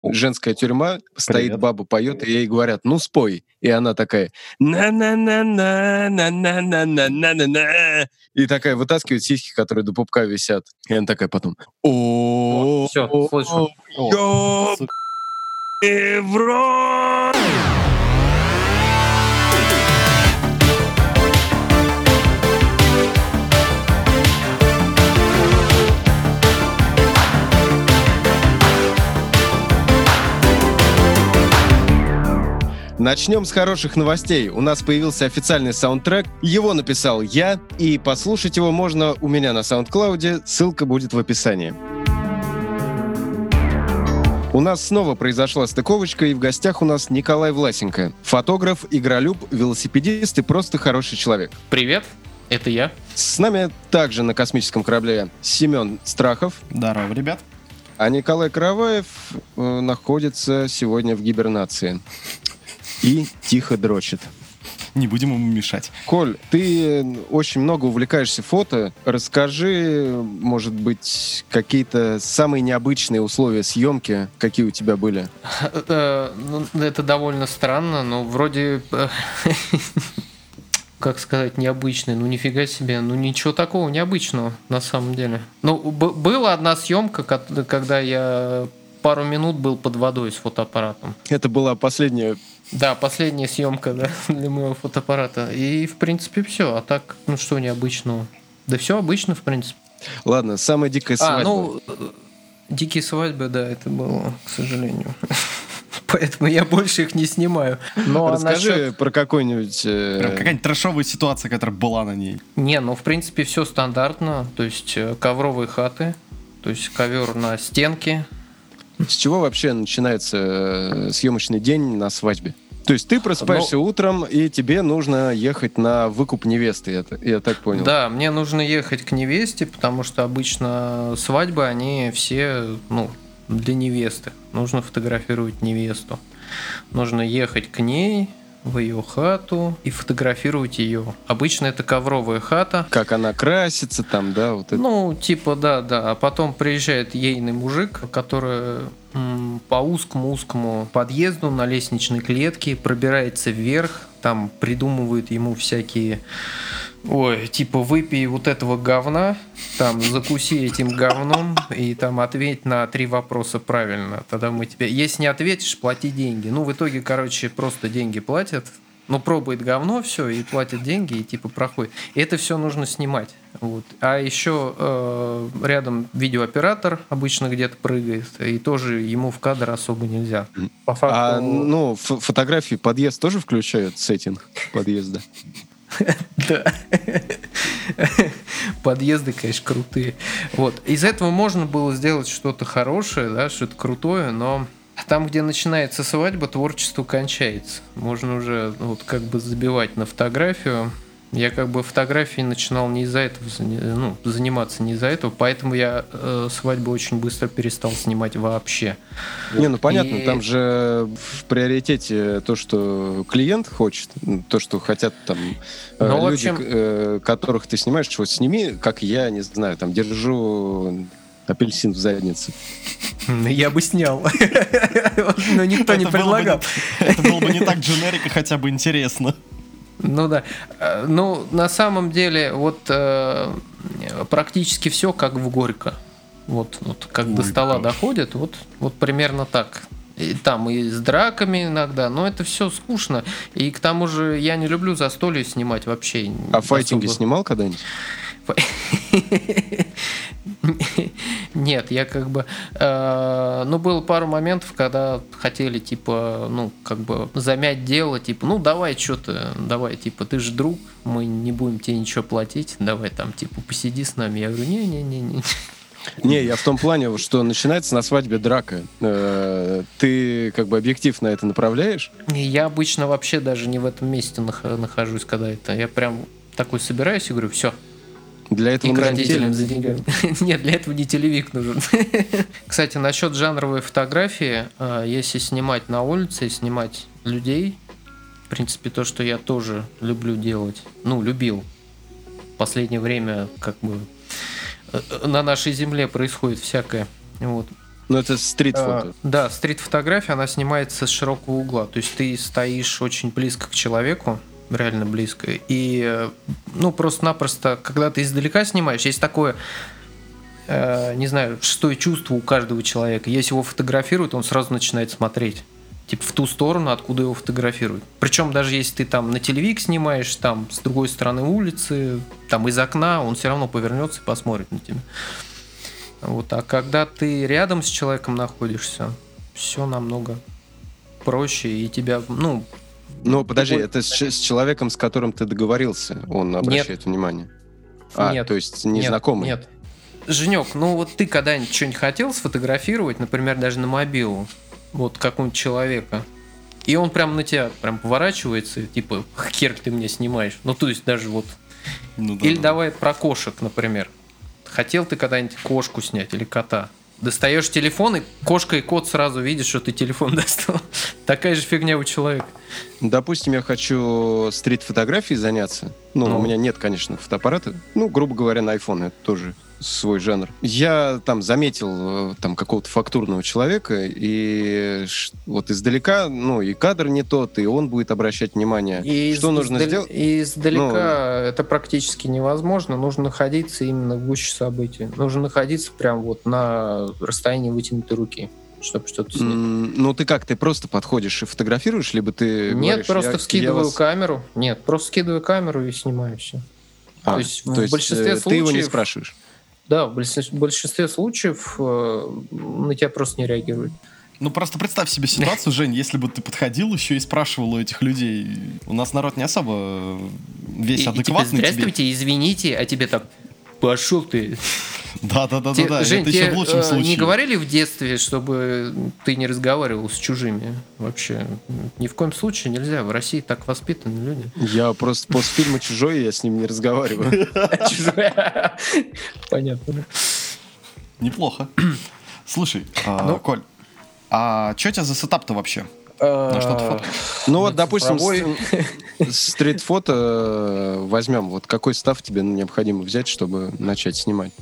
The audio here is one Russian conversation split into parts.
женская тюрьма, стоит Привет. баба, поет, и ей говорят, ну, спой. И она такая, на-на-на-на, на-на-на-на-на-на-на. И такая вытаскивает сиськи, которые до пупка висят. И она такая потом, Вот, все, слышу. О, сука. в рот! Начнем с хороших новостей. У нас появился официальный саундтрек. Его написал я, и послушать его можно у меня на SoundCloud. Ссылка будет в описании. У нас снова произошла стыковочка, и в гостях у нас Николай Власенко. Фотограф, игролюб, велосипедист и просто хороший человек. Привет, это я. С нами также на космическом корабле Семен Страхов. Здорово, ребят. А Николай Караваев находится сегодня в гибернации. И тихо дрочит. Не будем ему мешать. Коль, ты очень много увлекаешься фото. Расскажи, может быть, какие-то самые необычные условия съемки, какие у тебя были? Это довольно странно, но вроде, как сказать, необычный. Ну, нифига себе, ну ничего такого необычного на самом деле. Ну, была одна съемка, когда я пару минут был под водой с фотоаппаратом. Это была последняя... Да, последняя съемка, да, для моего фотоаппарата. И, в принципе, все. А так, ну что необычного? Да все обычно, в принципе. Ладно, самая дикая свадьба. Дикие свадьбы, да, это было, к сожалению. Поэтому я больше их не снимаю. Но расскажи про какой-нибудь... Какая-нибудь трэшовая ситуация, которая была на ней. Не, ну, в принципе, все стандартно. То есть ковровые хаты, то есть ковер на стенке. С чего вообще начинается съемочный день на свадьбе? То есть ты просыпаешься утром, и тебе нужно ехать на выкуп невесты, я так понял. Да, мне нужно ехать к невесте, потому что обычно свадьбы, они все, для невесты. Нужно фотографировать невесту. Нужно ехать к ней, в ее хату и фотографировать ее. Обычно это ковровая хата. Как она красится там, да? Вот это. Ну, типа, да. А потом приезжает ейный мужик, который по узкому подъезду на лестничной клетке пробирается вверх, там придумывают ему всякие... Ой, типа, выпей вот этого говна, там, закуси этим говном и там ответь на 3 вопроса правильно. Тогда мы тебе... Если не ответишь, плати деньги. Ну, в итоге, короче, просто деньги платят. Ну, пробует говно, все, и платят деньги, и типа проходит. И это все нужно снимать. Вот. А еще рядом видеооператор обычно где-то прыгает, и тоже ему в кадр особо нельзя. По факту... фотографии подъезд тоже включают сеттинг подъезда? Да. Подъезды, конечно, крутые. Вот. Из этого можно было сделать что-то хорошее, да, что-то крутое, но там, где начинается свадьба, творчество кончается. Можно уже забивать на фотографию. Я фотографией начинал не из-за этого, заниматься не из-за этого, поэтому я свадьбу очень быстро перестал снимать вообще. Не, понятно, там же в приоритете то, что клиент хочет, то, что хотят там люди, которых ты снимаешь, что сними, как я, не знаю, там держу апельсин в заднице. Я бы снял, но никто не предлагал. Это было бы не так дженерик, хотя бы интересно. Ну да. Ну, на самом деле, практически все как в Горько. Как до стола доходит, вот примерно так. И там и с драками иногда, но это все скучно. И к тому же я не люблю застолье снимать вообще. А файтинги снимал когда-нибудь? Нет, я было пару моментов, когда хотели, замять дело, давай, ты же друг, мы не будем тебе ничего платить, давай там, посиди с нами. Я говорю, не. Не, я в том плане, что начинается на свадьбе драка. Ты объектив на это направляешь? Я обычно вообще даже не в этом месте нахожусь, когда это. Я прям такой собираюсь и говорю, все. Для этого нужен родителям за деньгами. Нет, для этого не телевик нужен. Кстати, насчет жанровой фотографии, если снимать на улице, снимать людей, в принципе, то, что я тоже люблю делать, любил. В последнее время, на нашей земле происходит всякое. Вот. Ну, это стрит-фото. Да, стрит-фотография, она снимается с широкого угла. То есть ты стоишь очень близко к человеку, реально близко. И, просто-напросто, когда ты издалека снимаешь, есть такое, не знаю, шестое чувство у каждого человека. Если его фотографируют, он сразу начинает смотреть. Типа в ту сторону, откуда его фотографируют. Причем даже если ты там на телевик снимаешь, там с другой стороны улицы, там из окна, он все равно повернется и посмотрит на тебя. Вот. А когда ты рядом с человеком находишься, все намного проще, и тебя, Ну, подожди, это с человеком, с которым ты договорился, он обращает внимание? Нет. То есть незнакомый? Нет. Женек, ты когда-нибудь что-нибудь хотел сфотографировать, например, даже на мобилу, вот какого-нибудь человека, и он прям на тебя прям поворачивается, типа, хер ты меня снимаешь. То есть даже вот... Или давай про кошек, например. Хотел ты когда-нибудь кошку снять или кота? Достаешь телефон, и кошка и кот сразу видят, что ты телефон достал. Такая же фигня у человека. Допустим, я хочу стрит-фотографией заняться. У меня нет, конечно, фотоаппарата. Грубо говоря, на iPhone. Это тоже свой жанр. Я там заметил какого-то фактурного человека, и вот издалека, и кадр не тот, и он будет обращать внимание. Что нужно сделать? Издалека это практически невозможно. Нужно находиться именно в гуще событий. Нужно находиться прям вот на расстоянии вытянутой руки, чтобы что-то снять. Ты как? Ты просто подходишь и фотографируешь, либо ты Нет, говоришь, просто скидываю камеру. Нет, просто скидываю камеру и снимаю все. То есть в большинстве случаев... Ты его не спрашиваешь? Да, в большинстве случаев на тебя просто не реагируют. Просто представь себе ситуацию, Жень, если бы ты подходил еще и спрашивал у этих людей. У нас народ не особо весь адекватный. Здравствуйте, извините, а тебе так... Пошел ты. Да. Жень, это еще в лучшем случае. Не говорили в детстве, чтобы ты не разговаривал с чужими? Вообще, ни в коем случае нельзя. В России так воспитаны люди. Я просто после фильма «Чужой» я с ним не разговариваю. Понятно. Неплохо. Слушай, Коль, а что у тебя за сетап-то вообще? На что ты фоткаешь? Допустим, стрит-фото возьмем. Вот какой став тебе необходимо взять, чтобы начать снимать?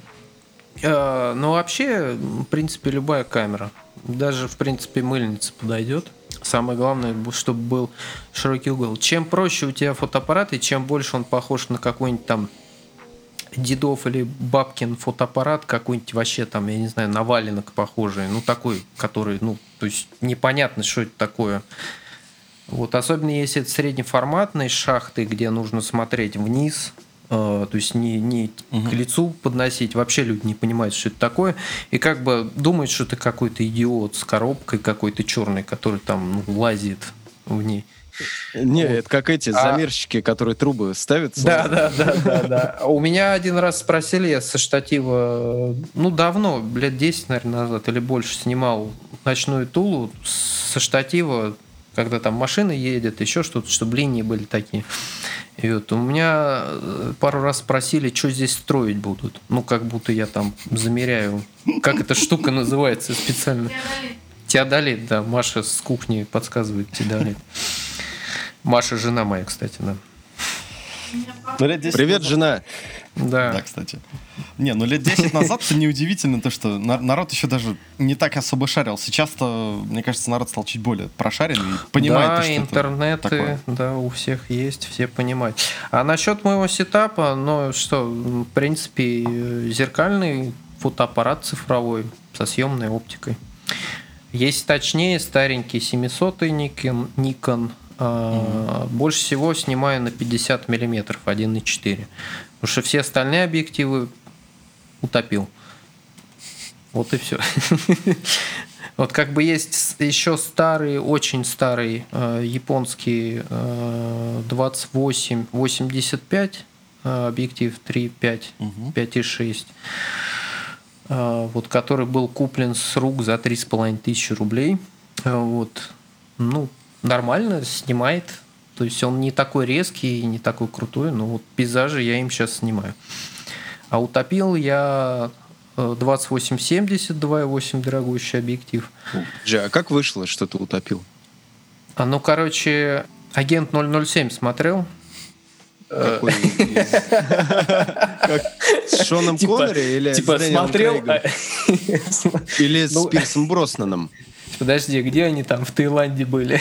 Вообще, в принципе, любая камера. Даже, в принципе, мыльница подойдет. Самое главное, чтобы был широкий угол. Чем проще у тебя фотоаппарат, и чем больше он похож на какой-нибудь там дедов или бабкин фотоаппарат, какой-нибудь вообще там, я не знаю, на валенок похожий, такой, который, то есть непонятно, что это такое. Вот, особенно если это среднеформатные шахты, где нужно смотреть вниз, то есть не к лицу подносить, вообще люди не понимают, что это такое, и как бы думают, что ты какой-то идиот с коробкой какой-то черной, который там лазит в ней. Не, это как эти замерщики, которые трубы ставят. Да. У меня один раз спросили, я со штатива, давно, лет 10, наверное, назад или больше, снимал ночную Тулу со штатива, когда там машина едет, еще что-то, чтобы линии были такие. И вот у меня пару раз спросили, что здесь строить будут. Как будто я там замеряю. Как эта штука называется специально? Теодолит, да. Маша с кухни подсказывает теодолит. Маша, жена моя, кстати, да. Привет, жена. Да, кстати. Лет 10 назад это неудивительно, то, что народ еще даже не так особо шарил. Сейчас-то, мне кажется, народ стал чуть более прошаренный и понимает, что интернеты, это такое. Да, у всех есть, все понимают. А насчет моего сетапа, в принципе, зеркальный фотоаппарат цифровой со съемной оптикой. Есть точнее старенький 700-й Nikon. Больше всего снимаю на 50 мм 1.4. Потому что все остальные объективы утопил. Вот и все. Вот как бы есть еще старый, очень старый японский 28-85 объектив 3.5, 5.6, вот, который был куплен с рук за 3500 рублей. Вот. Нормально снимает. То есть он не такой резкий и не такой крутой, но вот пейзажи я им сейчас снимаю. А утопил я 2870 2.8 дорогущий объектив. А как вышло, что ты утопил? Агент 007 смотрел? Какой с Шоном Коннери или с Дэниелом Крейгом? Или с Пирсом Броснаном? Подожди, где они там в Таиланде были?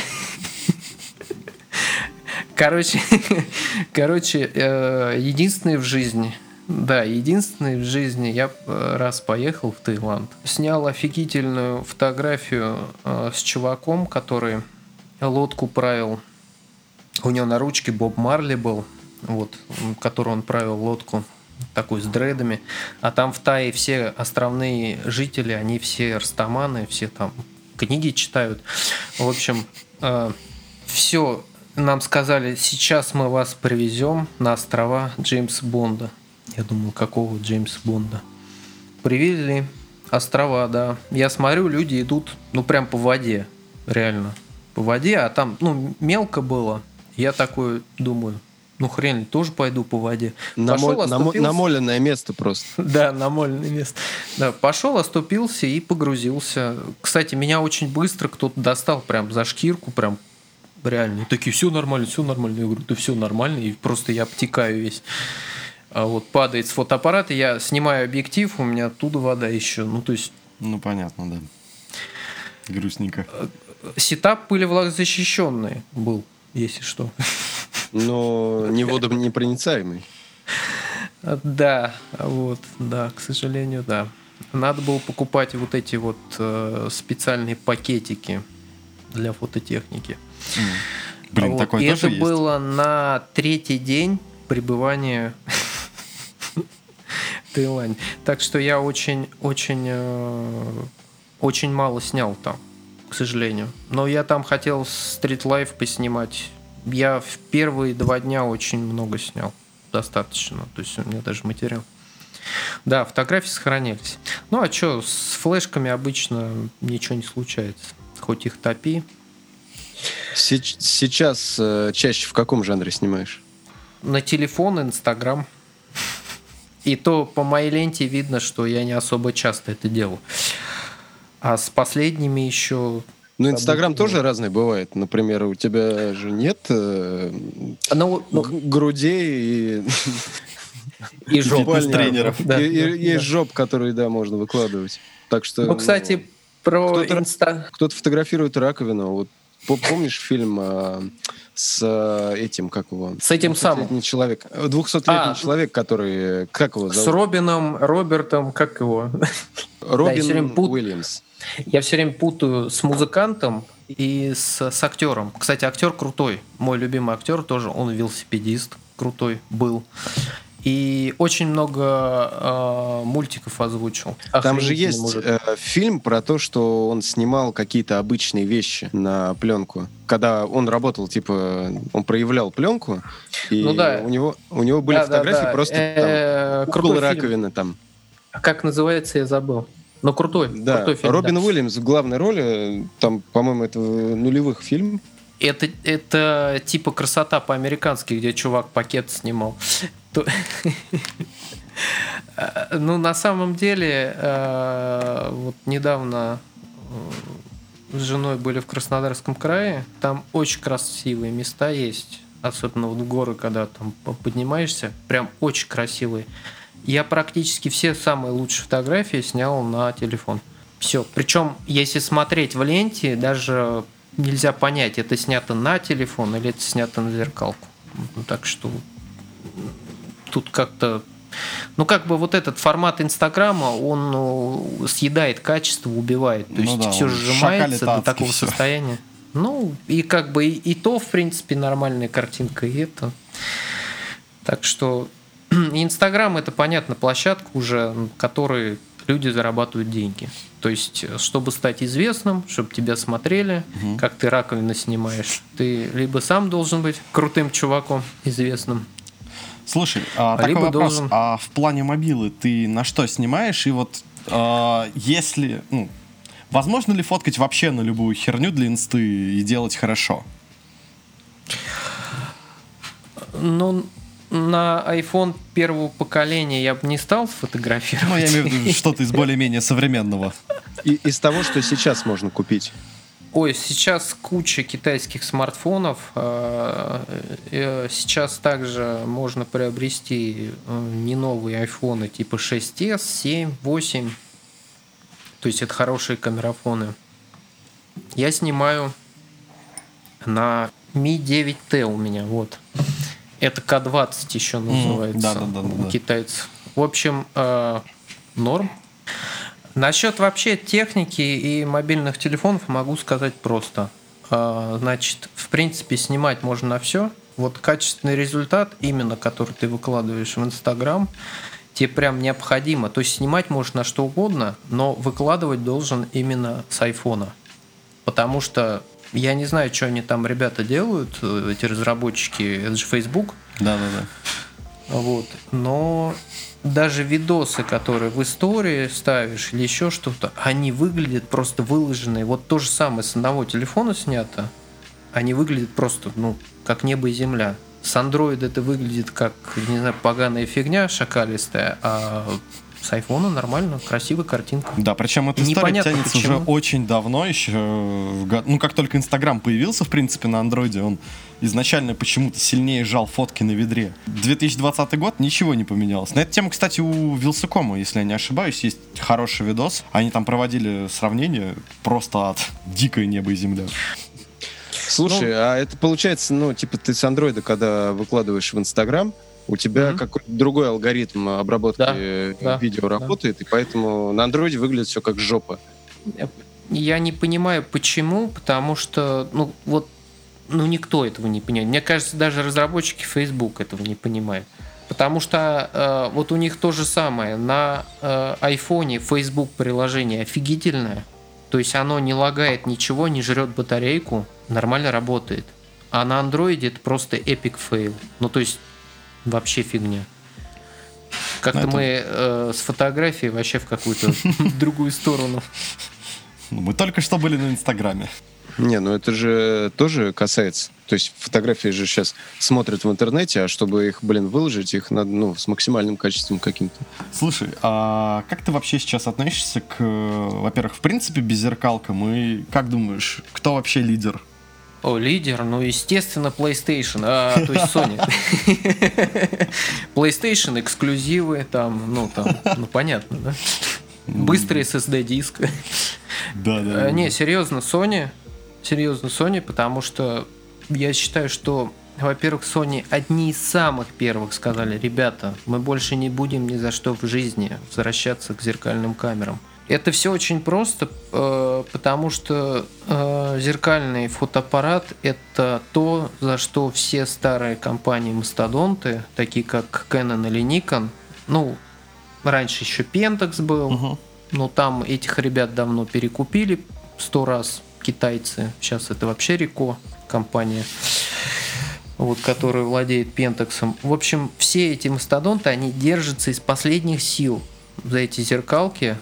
Короче, единственный в жизни я раз поехал в Таиланд. Снял офигительную фотографию с чуваком, который лодку правил. У него на ручке Боб Марли был, вот, который он правил лодку, такой с дредами. А там в Тае все островные жители, они все растаманы, все там книги читают. В общем, все, нам сказали, сейчас мы вас привезем на острова Джеймса Бонда. Я думал, какого Джеймса Бонда? Привезли острова, да. Я смотрю, люди идут, прям по воде, реально. По воде, а там, мелко было. Я такой думаю, хрен, тоже пойду по воде. Намоленное место просто. Да, намоленное место. Да, пошел, оступился и погрузился. Кстати, меня очень быстро кто-то достал прям за шкирку, прям реально. И такие, все нормально, все нормально. Я говорю, да все нормально, и просто я обтекаю весь. А вот падает с фотоаппарата, я снимаю объектив, у меня оттуда вода еще. Понятно, да. Грустненько. Сетап пылевлагозащищенный был, если что. Но не водонепроницаемый. Да, к сожалению, да. Надо было покупать вот эти вот специальные пакетики для фототехники. Блин, такое тоже есть? И это было на 3-й день пребывания в Таиланде. Так что я очень мало снял там, к сожалению. Но я там хотел стрит-лайф поснимать. Я в первые 2 дня очень много снял. Достаточно. То есть у меня даже материал. Да, фотографии сохранились. А что, с флешками обычно ничего не случается. Хоть их топи. Сейчас чаще в каком жанре снимаешь? На телефон, Инстаграм. И то по моей ленте видно, что я не особо часто это делаю. А с последними еще... Инстаграм тоже разный бывает. Например, у тебя же нет грудей и жоп тренеров. Есть жоп, которые, можно выкладывать. Так что... кстати, про Инста... Кто-то фотографирует раковину. Вот помнишь фильм с этим, как его? С этим самым. 200-летний человек, который... Как его зовут? С Робертом, как его? Робин Уильямс. Я все время путаю с музыкантом и с актером. Кстати, актер крутой. Мой любимый актер тоже. Он велосипедист крутой был. И очень много мультиков озвучил. Там же есть фильм про то, что он снимал какие-то обычные вещи на пленку. Когда он работал, он проявлял пленку, и у него были фотографии просто куклы раковины там. Как называется, я забыл. Но крутой фильм. Робин Уильямс в главной роли, там, по-моему, это нулевых фильм. Это типа «Красота по-американски», где чувак пакет снимал. На самом деле, вот недавно с женой были в Краснодарском крае. Там очень красивые места есть. Особенно в горы, когда там поднимаешься. Прям очень красивые. Я практически все самые лучшие фотографии снял на телефон. Все. Причем, если смотреть в ленте, даже нельзя понять, это снято на телефон или это снято на зеркалку. Так что тут как-то... вот этот формат Инстаграма, он съедает качество, убивает. То есть все сжимается до такого состояния. И и то, в принципе, нормальная картинка, и это. Так что Инстаграм — это, понятно, площадка уже, на которой люди зарабатывают деньги. То есть, чтобы стать известным, чтобы тебя смотрели, как ты раковины снимаешь, ты либо сам должен быть крутым чуваком, известным. Слушай, такой вопрос. А в плане мобилы ты на что снимаешь? И вот если... возможно ли фоткать вообще на любую херню для инсты и делать хорошо? На iPhone первого поколения я бы не стал фотографировать. Я имею в виду что-то из более-менее современного. Из того, что сейчас можно купить. Ой, сейчас куча китайских смартфонов. Сейчас также можно приобрести не новые айфоны типа 6s, 7, 8. То есть это хорошие камерафоны. Я снимаю на Mi 9T у меня, вот. Это К20 еще называется у китайцев. В общем, норм. Насчет вообще техники и мобильных телефонов могу сказать просто. Значит, в принципе, снимать можно на все. Вот качественный результат, именно который ты выкладываешь в Инстаграм, тебе прям необходимо. То есть снимать можешь на что угодно, но выкладывать должен именно с айфона. Потому что я не знаю, что они там ребята делают, эти разработчики, это же Facebook. Да. Вот. Но даже видосы, которые в истории ставишь или еще что-то, они выглядят просто выложенные. Вот то же самое с одного телефона снято. Они выглядят просто, как небо и земля. С Android это выглядит как, не знаю, поганая фигня шакалистая, а с айфона нормально, красивая картинка. Да, причем эта история тянется уже очень давно, еще, как только Инстаграм появился, в принципе, на андроиде, он изначально почему-то сильнее жал фотки на ведре. 2020 год, ничего не поменялось. На эту тему, кстати, у Вилсакома, если я не ошибаюсь, есть хороший видос. Они там проводили сравнение просто от дикое небо и земля. Слушай, а это получается, ты с андроида, когда выкладываешь в Инстаграм, у тебя какой-то другой алгоритм обработки видео работает, и поэтому на андроиде выглядит все как жопа. Я не понимаю, почему, потому что, никто этого не понимает. Мне кажется, даже разработчики Facebook этого не понимают. Потому что вот у них то же самое. На айфоне Facebook приложение офигительное. То есть оно не лагает ничего, не жрет батарейку, нормально работает. А на андроиде это просто эпик фейл. То есть вообще фигня. Как-то мы с фотографией вообще в какую-то другую сторону. Мы только что были на Инстаграме. Не, это же тоже касается. То есть фотографии же сейчас смотрят в интернете, а чтобы их, выложить, их надо, с максимальным качеством каким-то. Слушай, а как ты вообще сейчас относишься к, во-первых, в принципе, беззеркалкам, и как думаешь, кто вообще лидер? Лидер, естественно, PlayStation, то есть Sony. PlayStation, эксклюзивы, понятно, да? Быстрый SSD-диск. Да. Не, серьезно, Sony, потому что я считаю, что, во-первых, Sony одни из самых первых сказали: ребята, мы больше не будем ни за что в жизни возвращаться к зеркальным камерам. Это все очень просто, потому что зеркальный фотоаппарат – это то, за что все старые компании-мастодонты, такие как Canon или Nikon, раньше еще Pentax был, но там этих ребят давно перекупили 100 раз китайцы, сейчас это вообще Ricoh компания, которая владеет Pentax. В общем, все эти мастодонты, они держатся из последних сил за эти зеркалки.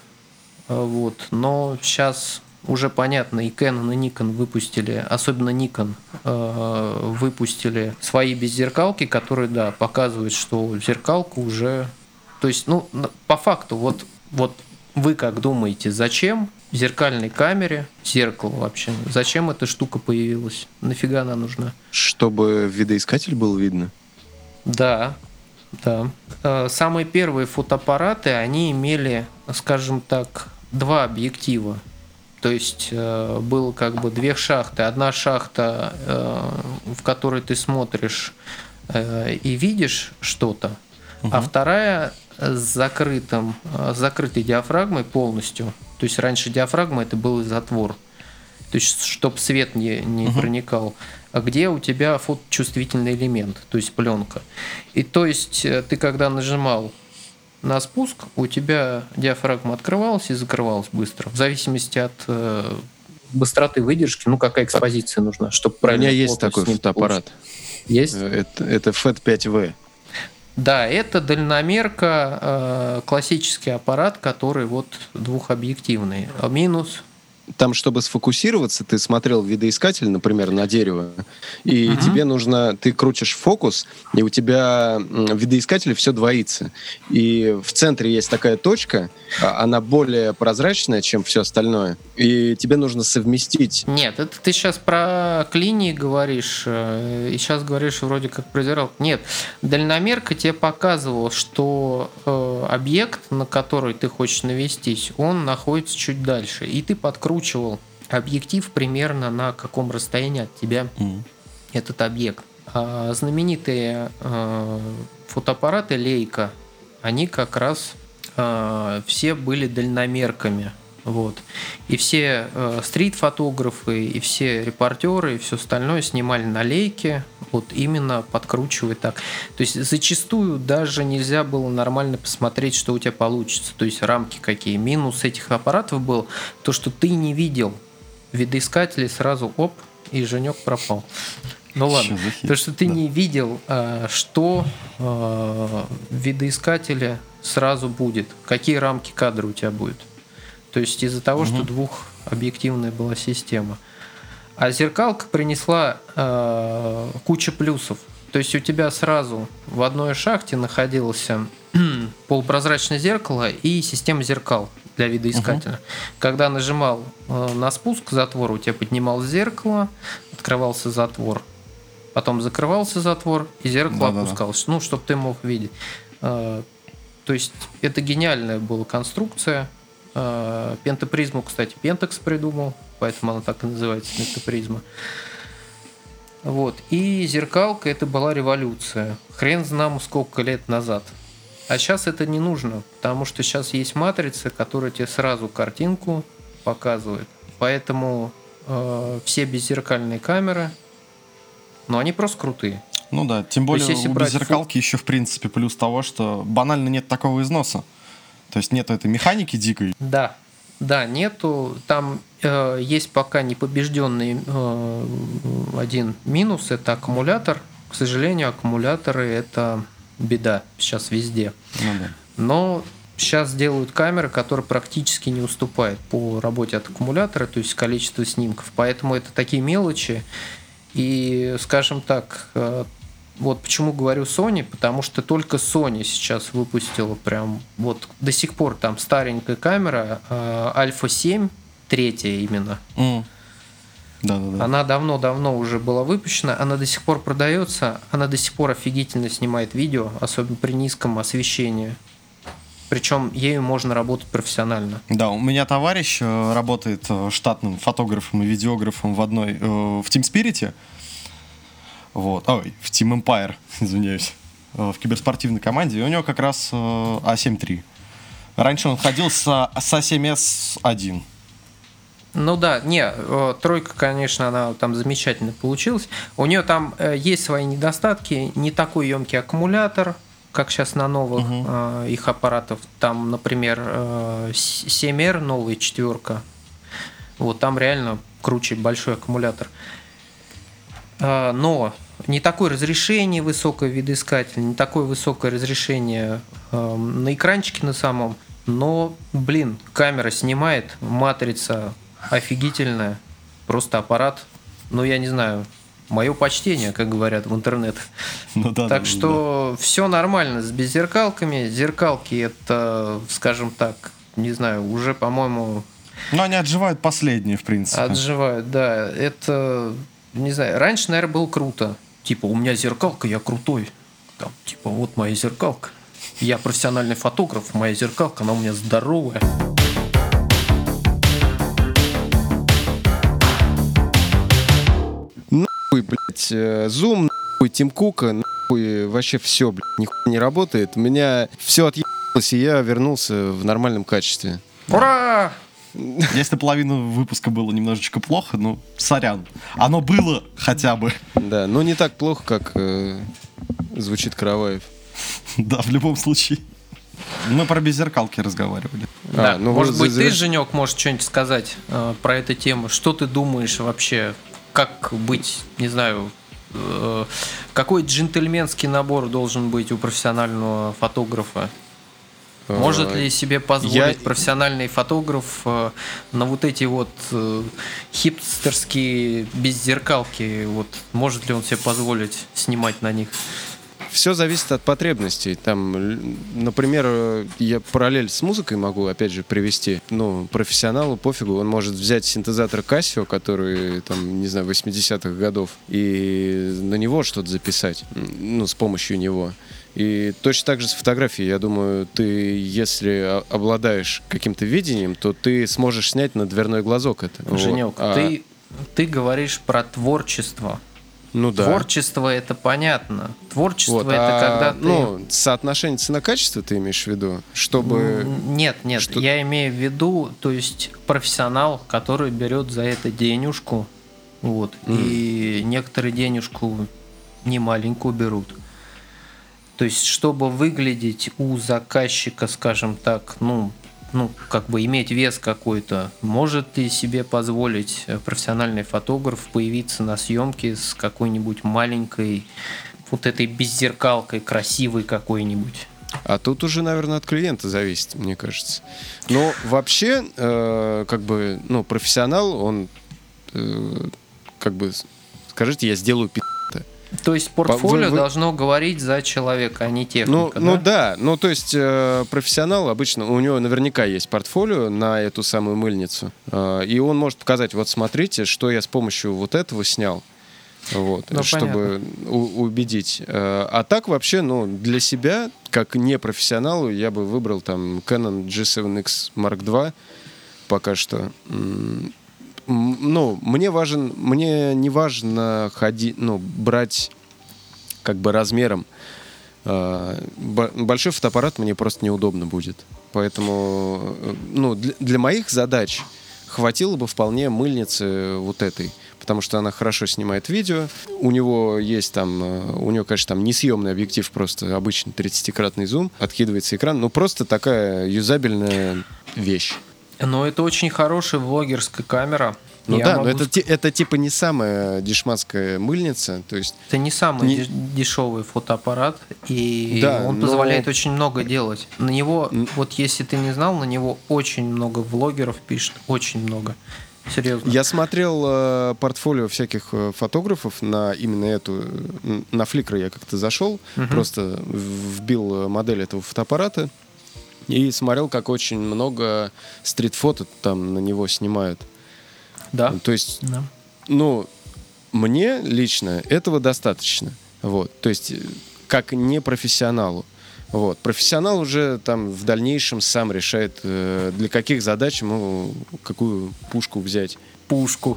Но сейчас уже понятно, и Canon, и Nikon выпустили, особенно Nikon, выпустили свои беззеркалки, которые, показывают, что зеркалка уже... То есть, по факту, вот вы как думаете, зачем в зеркальной камере зеркало вообще? Зачем эта штука появилась? Нафига она нужна? Чтобы видоискатель был видно? Да. Самые первые фотоаппараты, они имели, скажем так, два объектива. То есть было две шахты. Одна шахта, в которой ты смотришь и видишь что-то, а вторая с закрытой диафрагмой полностью. То есть раньше диафрагма это был затвор. То есть чтобы свет не проникал. А где у тебя фоточувствительный элемент, то есть пленка. И то есть ты когда нажимал на спуск, у тебя диафрагма открывалась и закрывалась быстро, в зависимости от быстроты выдержки, какая экспозиция нужна, чтобы правильно. У меня есть такой фотоаппарат. Есть? Это FAT5V. Да, это дальномерка, классический аппарат, который двухобъективный. Минус там, чтобы сфокусироваться, ты смотрел видоискатель, например, на дерево, и тебе нужно, ты крутишь фокус, и у тебя видоискатель все двоится. И в центре есть такая точка, она более прозрачная, чем все остальное, и тебе нужно совместить. Нет, это ты сейчас про клинии говоришь, и сейчас говоришь вроде как про зеркало. Нет, дальномерка тебе показывала, что объект, на который ты хочешь навестись, он находится чуть дальше, и ты подкручивал объектив примерно на каком расстоянии от тебя этот объект. А знаменитые фотоаппараты Leica, они как раз все были дальномерками. Вот. И все стрит-фотографы, и все репортеры, и все остальное снимали на лейке, вот именно подкручивая так. То есть зачастую даже нельзя было нормально посмотреть, что у тебя получится. То есть рамки какие. Минус этих аппаратов был то, что ты не видел видоискателей, сразу оп, и Женек пропал. Ну ладно, то, что ты не видел, что в видоискателе сразу будет, какие рамки кадра у тебя будет. То есть из-за того, что двухобъективная была система. А зеркалка принесла кучу плюсов. То есть у тебя сразу в одной шахте находилось полупрозрачное зеркало и система зеркал для видоискателя. Когда нажимал на спуск затвора, у тебя поднималось зеркало, открывался затвор. Потом закрывался затвор, и зеркало опускалось. Ну, чтобы ты мог видеть. То есть это гениальная была конструкция. Пентапризму, кстати, Pentax придумал, поэтому она так и называется, пентапризма. Вот. И зеркалка — это была революция. Хрен знамо сколько лет назад. А сейчас это не нужно, потому что сейчас есть матрица, которая тебе сразу картинку показывает. Поэтому все беззеркальные камеры, но они просто крутые. Ну да, тем более есть, у беззеркалки еще в принципе плюс того, что банально нет такого износа. То есть нету этой механики дикой. Да, нету. Там есть пока непобежденный один минус, это аккумулятор. К сожалению, аккумуляторы — это беда сейчас везде. Но сейчас делают камеры, которые практически не уступают по работе от аккумулятора, то есть количество снимков. Поэтому это такие мелочи. И, скажем так, вот почему говорю Sony, потому что только Sony сейчас выпустила прям вот до сих пор там старенькая камера Alpha 7, третья именно. Да. Она давно уже была выпущена, она до сих пор продается, она до сих пор офигительно снимает видео, особенно при низком освещении. Причем ею можно работать профессионально. Да, у меня товарищ работает штатным фотографом и видеографом в Team Spirit. Вот. Ой, в Team Empire, извиняюсь, в киберспортивной команде, и у него как раз A7 III. Раньше он ходил с A7S1. Ну да, тройка, конечно, она там замечательно получилась. У нее там есть свои недостатки, не такой емкий аккумулятор, как сейчас на новых их аппаратов. Там, например, 7R, новая четверка. Вот там реально круче большой аккумулятор. Но не такое разрешение высокое видоискатель, не такое высокое разрешение на экранчике на самом. Но, камера снимает, матрица офигительная, просто аппарат, я не знаю, мое почтение, как говорят в интернетах. Так что все нормально с беззеркалками. Зеркалки — это, скажем так, не знаю, уже, по-моему... они отживают последние, в принципе. Отживают, да. Это... Не знаю, раньше, наверное, было круто. Типа, у меня зеркалка, я крутой. Там, типа, вот моя зеркалка. Я профессиональный фотограф, моя зеркалка, она у меня здоровая. Нахуй, блядь, зум, нахуй, Тим Кука, нахуй, вообще все, блядь, нихуя не работает. У меня все отъебалось, и я вернулся в нормальном качестве. Ура! Если половина выпуска было немножечко плохо, сорян. Оно было хотя бы. Да, но не так плохо, как звучит Караваев. Да, в любом случае. Мы про беззеркалки разговаривали. Да. Может быть, ты, Женек, можешь что-нибудь сказать про эту тему? Что ты думаешь вообще? Как быть, не знаю, какой джентльменский набор должен быть у профессионального фотографа? Может ли себе позволить профессиональный фотограф на вот эти вот хипстерские беззеркалки? Вот, может ли он себе позволить снимать на них? Все зависит от потребностей. Там, например, я параллель с музыкой могу, опять же, привести. Ну, профессионалу пофигу, он может взять синтезатор Casio, который, там, не знаю, 80-х годов, и на него что-то записать, ну, с помощью него. И точно так же с фотографией. Я думаю, ты, если обладаешь каким-то видением, то ты сможешь снять на дверной глазок это. Женек, вот. Ты говоришь про творчество. Ну да. Творчество — это понятно. Творчество вот, это когда ты... Ну, соотношение цена-качество ты имеешь в виду? Чтобы... Нет, я имею в виду, то есть профессионал, который берет за это денежку, вот, и некоторые денежку немаленькую берут. То есть, чтобы выглядеть у заказчика, скажем так, ну, как бы иметь вес какой-то, может ли себе позволить профессиональный фотограф появиться на съемке с какой-нибудь маленькой вот этой беззеркалкой, красивой какой-нибудь? А тут уже, наверное, от клиента зависит, мне кажется. Но вообще, как бы, ну, профессионал, он, как бы, скажите, я сделаю То есть портфолио должно говорить за человека, а не техника, ну да, ну то есть профессионал обычно, у него наверняка есть портфолио на эту самую мыльницу, и он может показать, вот смотрите, что я с помощью вот этого снял, вот, ну, чтобы убедить. А так вообще, ну, для себя, как непрофессионалу, я бы выбрал там Canon G7X Mark II пока что. Ну, мне не важно брать как бы размером. Большой фотоаппарат мне просто неудобно будет. Поэтому, ну, для моих задач хватило бы вполне мыльницы вот этой. Потому что она хорошо снимает видео. У него есть там, конечно, там несъемный объектив, просто обычный 30-кратный зум. Откидывается экран. Ну, просто такая юзабельная вещь. Но это очень хорошая влогерская камера. Ну да, но это типа не самая дешманская мыльница. То есть это не самый дешевый фотоаппарат, и да, он позволяет очень много делать. На него, вот если ты не знал, на него очень много влогеров пишет, очень много. Серьезно. Я смотрел портфолио всяких фотографов на именно эту, на Flickr я как-то зашел, просто вбил модель этого фотоаппарата. И смотрел, как очень много стрит-фото там на него снимают. Да. То есть, да. Ну, мне лично этого достаточно. Вот. То есть, как непрофессионалу. Вот. Профессионал уже там в дальнейшем сам решает, для каких задач ему какую пушку взять. Пушку.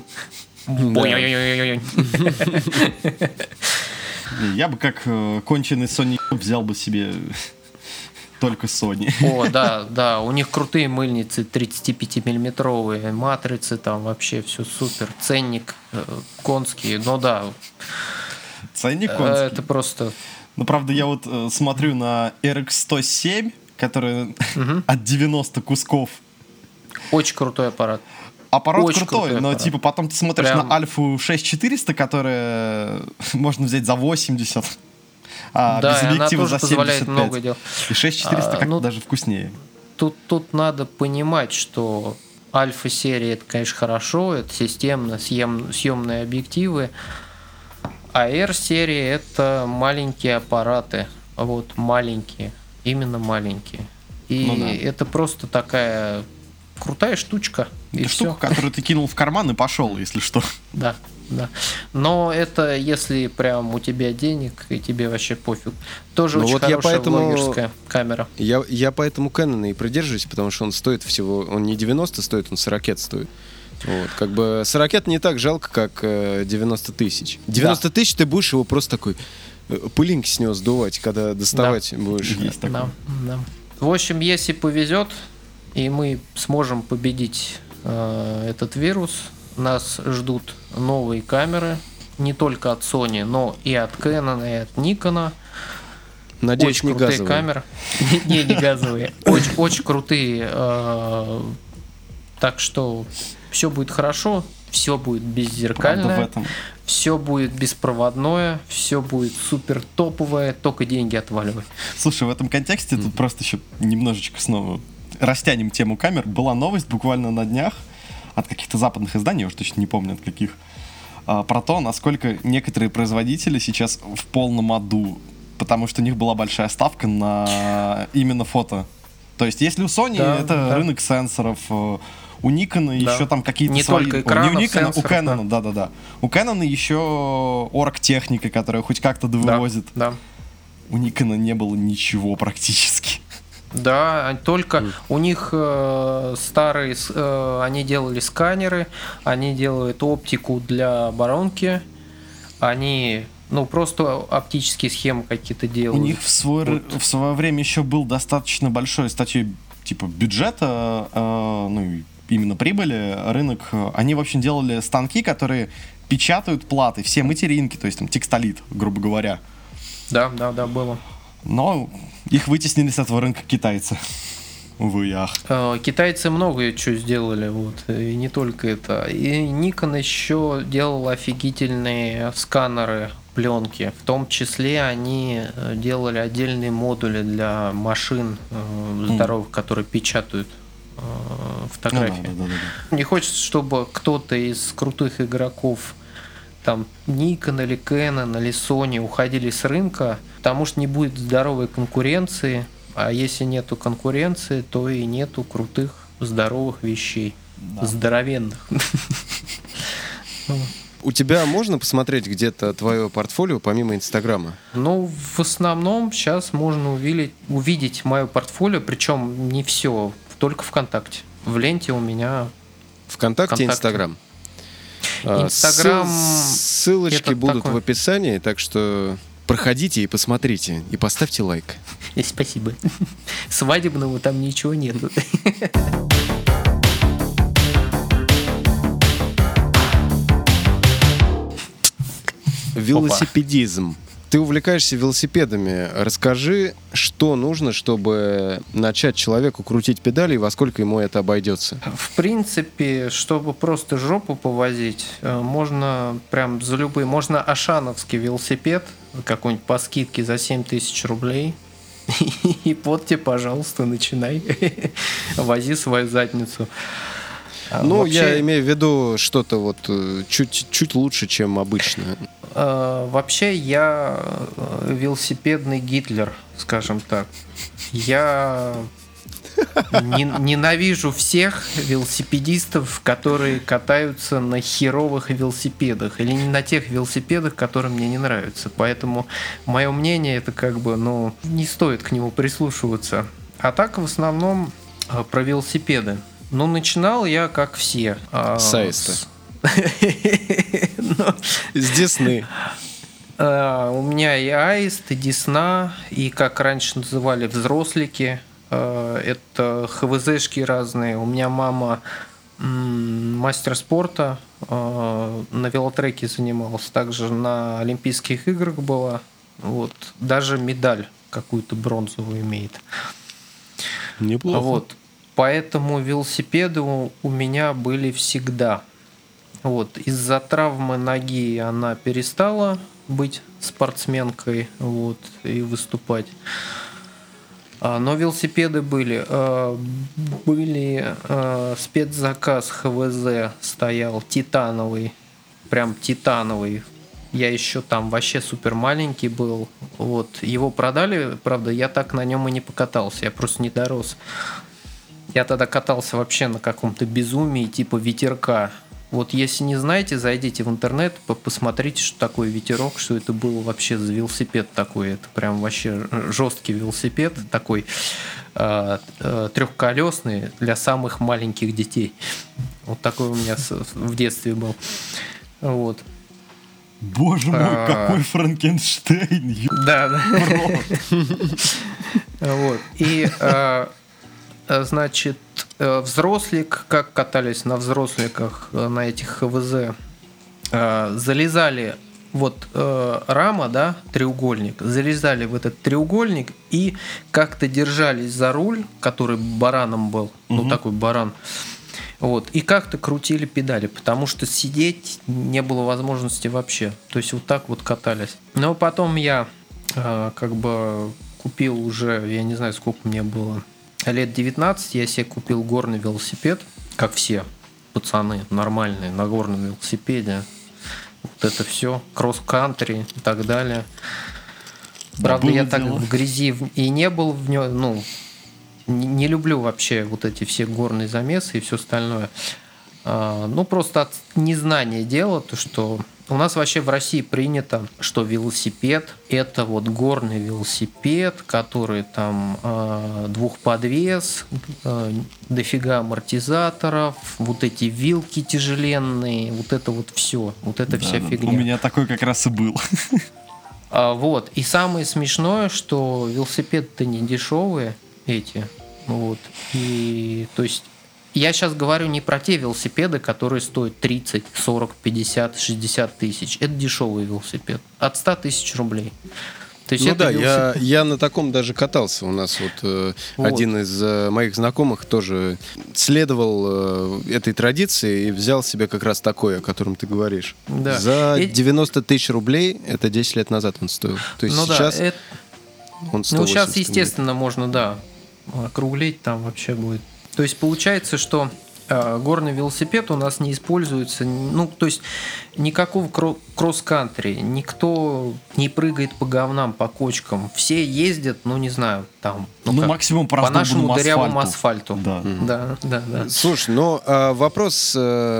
Я бы как конченый Sony взял бы себе... Только Sony. О, да, у них крутые мыльницы 35-миллиметровые, матрицы, там вообще все супер. Ценник конский, ну да. Ценник конский? Это просто... Ну, правда, я вот смотрю на RX107, который от 90 кусков. Очень крутой аппарат. Аппарат очень крутой, но типа потом ты смотришь на Альфу 6400, которая можно взять за 80. Да, без объектива за 75. Позволяет много дел. И 6400 как-то даже вкуснее. Тут надо понимать, что альфа-серия — это, конечно, хорошо, это системно съемные объективы, а R-серия — это маленькие аппараты, вот маленькие, именно маленькие. И это просто такая крутая штучка. Это штука, которую ты кинул в карман и пошел, если что. Да. Но это если прям у тебя денег и тебе вообще пофиг. Тоже очень хорошая блогерская камера. Я поэтому Canon и придерживаюсь, потому что он стоит всего, он не 90 стоит, он 40 стоит. Вот, как бы 40 не так жалко, как 90 тысяч. 90 тысяч ты будешь его просто такой пылинки с него сдувать, когда доставать будешь. Есть такое. Да. В общем, если повезет, и мы сможем победить этот вирус, нас ждут новые камеры, не только от Sony, но и от Canon, и от Nikon. Надеюсь, очень не крутые газовые. Камеры. Не газовые. Очень крутые. Так что все будет хорошо, все будет беззеркальное, все будет беспроводное, все будет супер топовое, только деньги отваливай. Слушай, в этом контексте тут просто еще немножечко снова растянем тему камер. Была новость буквально на днях от каких-то западных изданий, я уже точно не помню от каких, про то, насколько некоторые производители сейчас в полном аду, потому что у них была большая ставка на именно фото. То есть если у Sony это рынок сенсоров, у Nikon еще там какие-то не свои... только экранов, не у Nikon, сенсоров, у Canon, да-да-да. У Canon еще оргтехника, которая хоть как-то довывозит. Да. У Nikon не было ничего практически. Да, только у них старые, они делали сканеры, они делают оптику для оборонки, они, просто оптические схемы какие-то делают. У них в свое время еще был достаточно большой статьей типа бюджета, именно прибыли, рынок. Они, в общем, делали станки, которые печатают платы, все материнки, то есть там текстолит, грубо говоря. Да, было. Но их вытеснили с этого рынка китайцы. Увы, ах. Китайцы многое что сделали, и не только это. И Nikon еще делал офигительные сканеры пленки. В том числе они делали отдельные модули для машин здоровых, которые печатают фотографии. Да. Не хочется, чтобы кто-то из крутых игроков, там Nikon или Canon или Sony, уходили с рынка, потому что не будет здоровой конкуренции, а если нету конкуренции, то и нету крутых здоровых вещей, здоровенных. У тебя можно посмотреть где-то твое портфолио помимо Инстаграма? В основном сейчас можно увидеть мое портфолио, причем не все, только ВКонтакте. В ленте у меня ВКонтакте, Инстаграм. Инстаграм. Ссылочки будут в описании, так что проходите и посмотрите, и поставьте лайк. Спасибо. Свадебного там ничего нет. Велосипедизм. Ты увлекаешься велосипедами. Расскажи, что нужно, чтобы начать человеку крутить педали, и во сколько ему это обойдется? В принципе, чтобы просто жопу повозить, можно прям за любые. Можно ашановский велосипед, какой-нибудь по скидке за 7000 рублей. И вот тебе, пожалуйста, начинай. Вози свою задницу. Вообще, я имею в виду что-то чуть лучше, чем обычно. Вообще, я велосипедный Гитлер, скажем так. Я ненавижу всех велосипедистов, которые катаются на херовых велосипедах или не на тех велосипедах, которые мне не нравятся. Поэтому мое мнение, это не стоит к нему прислушиваться. А так, в основном, про велосипеды. Начинал я, как все. С Аиста. С Десны. У меня и Аист, и Десна, и, как раньше называли, взрослики. Это ХВЗшки разные. У меня мама мастер спорта, на велотреке занималась. Также на Олимпийских играх была. Даже медаль какую-то бронзовую имеет. Неплохо. Поэтому велосипеды у меня были всегда. Из-за травмы ноги она перестала быть спортсменкой и выступать. Но велосипеды были. Были спецзаказ ХВЗ стоял титановый. Прям титановый. Я еще там вообще супер маленький был. Его продали, правда, я так на нем и не покатался. Я просто не дорос. Я тогда катался вообще на каком-то безумии типа ветерка. Если не знаете, зайдите в интернет, посмотрите, что такое ветерок, что это было вообще за велосипед такой. Это прям вообще жесткий велосипед такой, трехколесный для самых маленьких детей. Такой у меня в детстве был. Боже мой, какой Франкенштейн! Да. И значит, взрослик, как катались на взросликах, на этих ХВЗ, залезали, рама, да, треугольник, залезали в этот треугольник и как-то держались за руль, который бараном был, такой баран, Вот. И как-то крутили педали, потому что сидеть не было возможности вообще. То есть вот так вот катались. Но потом я как бы купил уже, я не знаю, сколько мне было, лет 19, я себе купил горный велосипед, как все пацаны нормальные, на горном велосипеде. Вот это все, кросс-кантри и так далее. Правда, я так в грязи и не был в нем, ну, не люблю вообще вот эти все горные замесы и все остальное. Ну, просто от незнания дела, то, что у нас вообще в России принято, что велосипед – это вот горный велосипед, который там двухподвес, дофига амортизаторов, вот эти вилки тяжеленные, вот это вот все, вот это вся фигня. У меня такой как раз и был. Вот. И самое смешное, что велосипеды-то не дешевые эти. Вот. И то есть я сейчас говорю не про те велосипеды, которые стоят 30, 40, 50, 60 тысяч. Это дешевый велосипед. От 100 тысяч рублей. То есть ну да, велосипед... я на таком даже катался. У нас вот один из моих знакомых тоже следовал этой традиции и взял себе как раз такой, о котором ты говоришь. Да. За 90 тысяч рублей, это 10 лет назад он стоил. То есть сейчас он 180. Ну сейчас, естественно, можно, да, округлить там вообще будет. То есть получается, что горный велосипед у нас не используется, ну, то есть никакого кросс-кантри, никто не прыгает по говнам, по кочкам. Все ездят, ну, не знаю, там... Ну, как, максимум по нашему дырявому асфальту. Да. Да. Слушай, но вопрос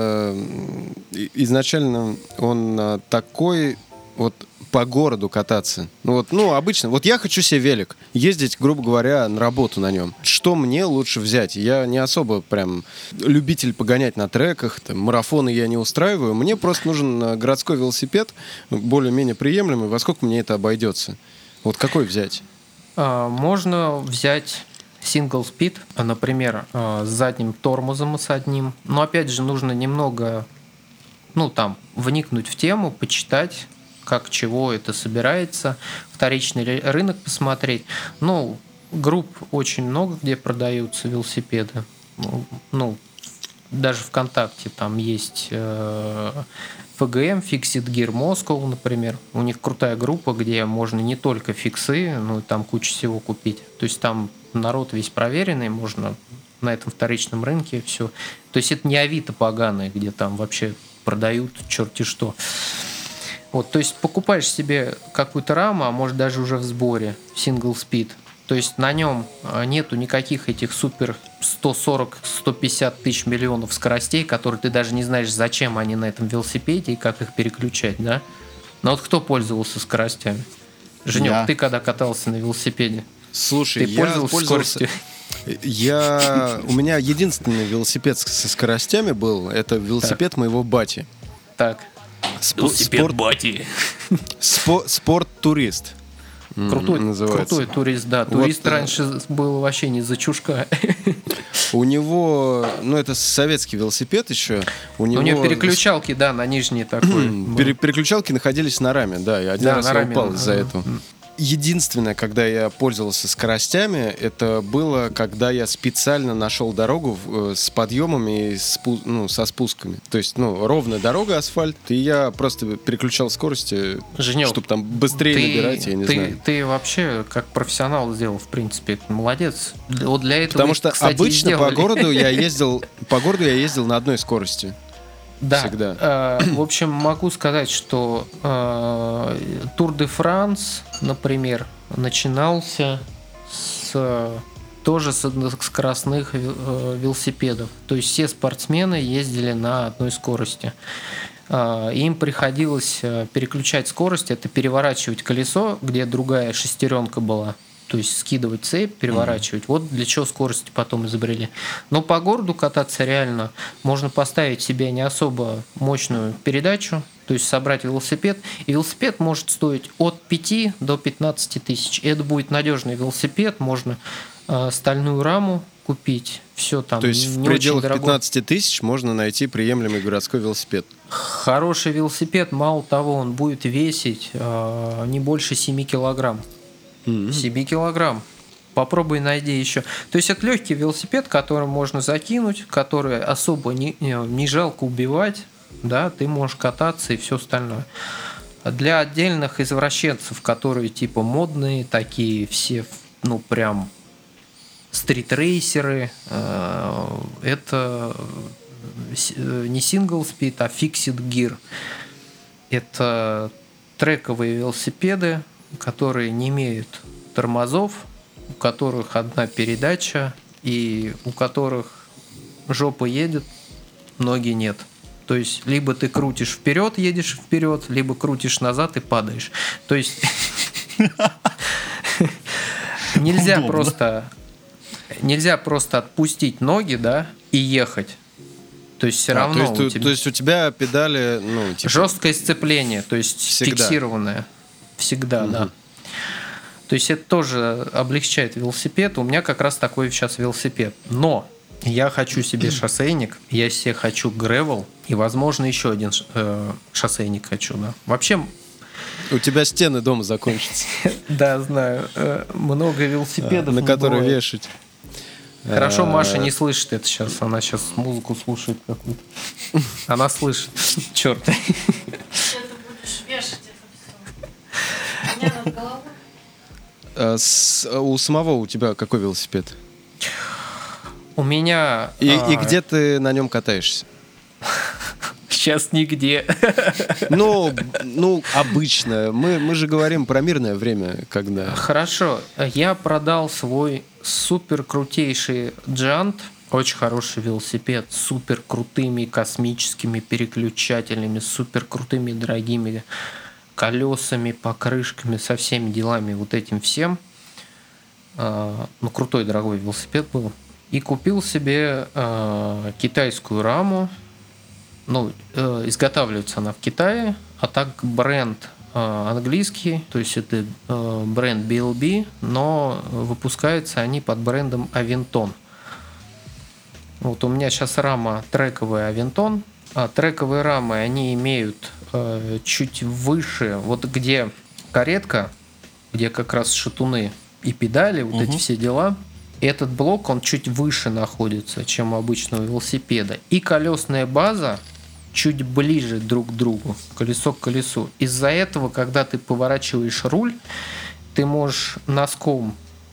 изначально он такой, вот по городу кататься. Ну, обычно. Вот я хочу себе велик, ездить, грубо говоря, на работу на нем. Что мне лучше взять? Я не особо прям любитель погонять на треках, там, марафоны я не устраиваю. Мне просто нужен городской велосипед, более-менее приемлемый. Во сколько мне это обойдется? Вот какой взять? Можно взять single speed, например, с задним тормозом и с одним. Но опять же нужно немного, ну, там, вникнуть в тему, почитать, как чего это собирается, вторичный рынок посмотреть. Ну, групп очень много, где продаются велосипеды. Ну, даже ВКонтакте там есть FGM, Fixed Gear Moscow, например. У них крутая группа, где можно не только фиксы, но и там кучу всего купить. То есть там народ весь проверенный, можно на этом вторичном рынке все. То есть это не Авито поганое, где там вообще продают черти что. Вот, то есть покупаешь себе какую-то раму, а может даже уже в сборе, single speed. То есть на нем нету никаких этих супер 140-150 тысяч миллионов скоростей, которые ты даже не знаешь, зачем они на этом велосипеде и как их переключать, да? Но вот кто пользовался скоростями? Женек, ты когда катался на велосипеде? Слушай, ты пользовался скоростью? У меня единственный велосипед со скоростями был, это велосипед моего бати. Так. Велосипед-бати. Спорт-турист. Крутой турист, да. Турист вот, раньше был вообще не за чушка. У него, ну это советский велосипед еще. У него переключалки, да, на нижней такой. Переключалки находились на раме, да. И один раз я упал из-за этого. Единственное, когда я пользовался скоростями, это было, когда я специально нашел дорогу с подъемами и со спусками. То есть, ровная дорога, асфальт, и я просто переключал скорости, Женек, чтобы там быстрее набирать, я не знаю. Ты вообще как профессионал сделал, в принципе, молодец. Вот для этого, потому что кстати, обычно по городу я ездил на одной скорости. Да, всегда. В общем, могу сказать, что Тур де Франс, например, начинался тоже с скоростных велосипедов. То есть все спортсмены ездили на одной скорости. Им приходилось переключать скорость, это переворачивать колесо, где другая шестеренка была. То есть скидывать цепь, переворачивать. Вот для чего скорости потом изобрели. Но по городу кататься реально можно поставить себе не особо мощную передачу, то есть собрать велосипед. И велосипед может стоить от 5 до 15 тысяч. Это будет надежный велосипед, можно стальную раму купить. Все там. То есть в пределах 15 тысяч можно найти приемлемый городской велосипед. Хороший велосипед, мало того, он будет весить не больше 7 килограмм. 7 килограмм. попробуй найди еще. То есть это легкий велосипед, который можно закинуть, который особо не жалко убивать, да, ты можешь кататься и все остальное. Для отдельных извращенцев, которые типа модные, такие все, ну прям стритрейсеры, это не single speed, а fixed gear. Это трековые велосипеды, которые не имеют тормозов, у которых одна передача и у которых жопа едет, ноги нет. То есть либо ты крутишь вперед, едешь вперед, либо крутишь назад и падаешь. То есть нельзя просто отпустить ноги, да, и ехать. То есть все равно то есть у тебя педали, ну, типа... жесткое сцепление, то есть фиксированное. Всегда, да. То есть это тоже облегчает велосипед. У меня как раз такой сейчас велосипед. Но я хочу себе шоссейник, я себе хочу гревел и, возможно, еще один шоссейник хочу, да. Вообще... У тебя стены дома закончатся. Да, знаю. Много велосипедов. На которые вешать. Хорошо, Маша не слышит это сейчас. Она сейчас музыку слушает какую-то. Она слышит. Черт. Ты будешь вешать это все. У меня над головой. У самого у тебя какой велосипед? У меня... И где ты на нем катаешься? Сейчас нигде. Ну, обычно. Мы же говорим про мирное время, когда... Хорошо. Я продал свой супер крутейший Giant. Очень хороший велосипед с супер крутыми космическими переключателями, с супер крутыми дорогими колесами, покрышками, со всеми делами, вот этим всем. Ну, крутой дорогой велосипед был. И купил себе китайскую раму. Ну, изготавливается она в Китае, а так бренд английский, то есть это бренд BLB, но выпускаются они под брендом Avinton. Вот у меня сейчас рама трековая Avinton, а трековые рамы, они имеют чуть выше, вот где каретка, где как раз шатуны и педали, вот эти все дела. Этот блок, он чуть выше находится, чем у обычного велосипеда. И колесная база чуть ближе друг к другу, колесо к колесу. Из-за этого, когда ты поворачиваешь руль, ты можешь носком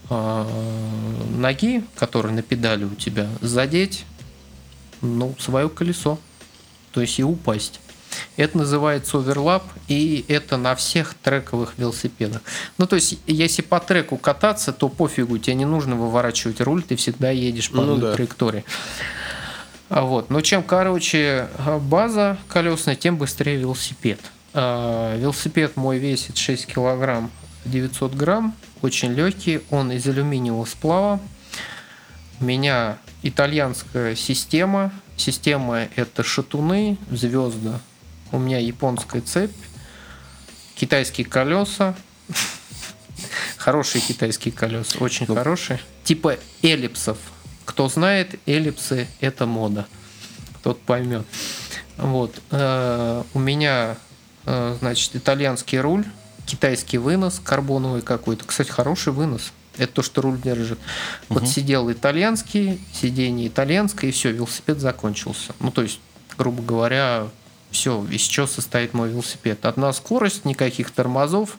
ноги, который на педали у тебя, задеть, ну, свое колесо, то есть и упасть. Это называется оверлап, и это на всех трековых велосипедах. Ну, то есть, если по треку кататься, то пофигу, тебе не нужно выворачивать руль, ты всегда едешь по одной траектории. Вот. Но чем короче база колесная, тем быстрее велосипед. Велосипед мой весит 6 килограмм 900 грамм, очень легкий, он из алюминиевого сплава. У меня итальянская система. Система это шатуны, звезды. У меня японская цепь, китайские колеса. Хорошие китайские колеса, очень хорошие. Типа эллипсов. Кто знает, эллипсы – это мода. Кто-то поймет. Вот. У меня, значит, итальянский руль, китайский вынос, карбоновый какой-то. Кстати, хороший вынос. Это то, что руль держит. Вот сидел итальянский, сиденье итальянское, и все, велосипед закончился. Ну, то есть, грубо говоря, все, из чего состоит мой велосипед. Одна скорость, никаких тормозов.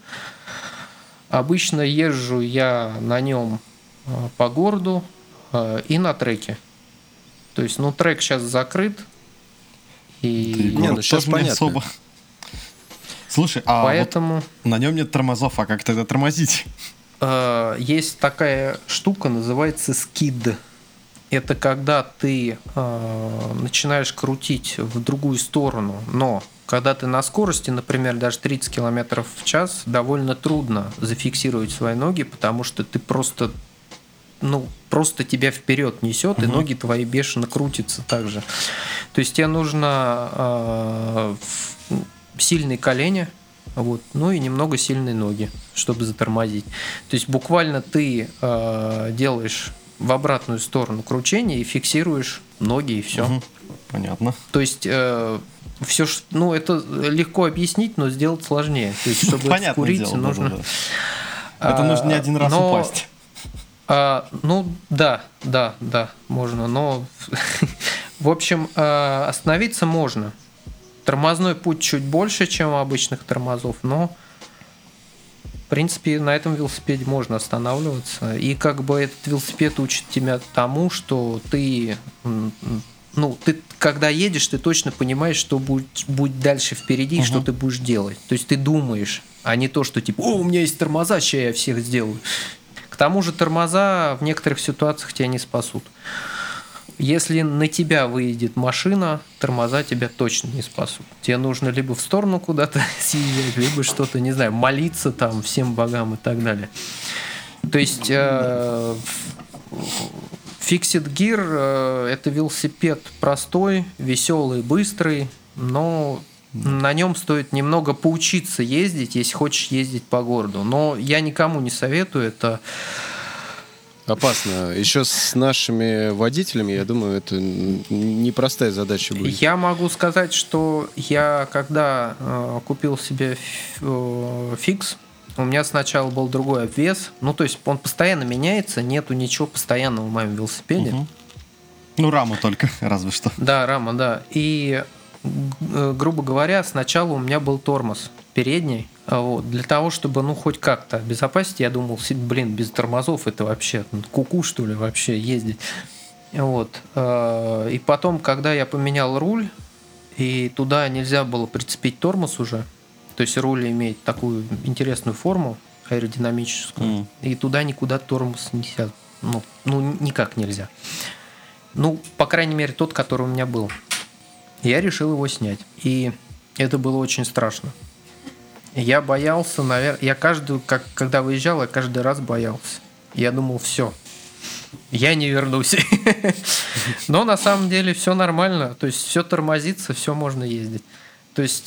Обычно езжу я на нем по городу, и на треке. То есть, ну, трек сейчас закрыт. И... Не, ну сейчас понятно. Особо. Слушай, а поэтому... вот на нем нет тормозов, а как тогда тормозить? Есть такая штука, называется скид. Это когда ты начинаешь крутить в другую сторону, но когда ты на скорости, например, даже 30 км в час, довольно трудно зафиксировать свои ноги, потому что ты просто тебя вперед несет, и ноги твои бешено крутятся так же. То есть тебе нужно сильные колени, вот, ну и немного сильные ноги, чтобы затормозить. То есть буквально ты делаешь в обратную сторону кручение и фиксируешь ноги, и все. Понятно. То есть все, ну, это легко объяснить, но сделать сложнее. То есть, чтобы это курить, нужно... Это нужно не один раз упасть. Ну, да, можно, но, в общем, остановиться можно. Тормозной путь чуть больше, чем у обычных тормозов, но, в принципе, на этом велосипеде можно останавливаться. И как бы этот велосипед учит тебя тому, что ты, когда едешь, ты точно понимаешь, что будет дальше впереди, и что ты будешь делать. То есть ты думаешь, а не то, что типа, у меня есть тормоза, сейчас я всех сделаю. К тому же тормоза в некоторых ситуациях тебя не спасут. Если на тебя выедет машина, тормоза тебя точно не спасут. Тебе нужно либо в сторону куда-то съезжать, либо что-то, не знаю, молиться там всем богам и так далее. То есть Fixed Gear это велосипед простой, веселый, быстрый, но на нем стоит немного поучиться ездить, если хочешь ездить по городу. Но я никому не советую, это опасно. Еще с нашими водителями, я думаю, это непростая задача будет. Я могу сказать, что я, когда купил себе фикс, у меня сначала был другой обвес. Ну, то есть он постоянно меняется, нету ничего постоянного в моем велосипеде. Ну, рама только, разве что. Да, рама, да. И, грубо говоря, сначала у меня был тормоз передний. Вот. Для того, чтобы, хоть как-то обезопасить, я думал, без тормозов это вообще куку, что ли, вообще ездить. Вот. И потом, когда я поменял руль, и туда нельзя было прицепить тормоз уже, то есть руль имеет такую интересную форму аэродинамическую, и туда никуда тормоз не сядет. Никак нельзя. По крайней мере, тот, который у меня был. Я решил его снять. И это было очень страшно. Я боялся, наверное... Когда выезжал, я каждый раз боялся. Я думал, все, я не вернусь. Но на самом деле все нормально. То есть все тормозится, все можно ездить. То есть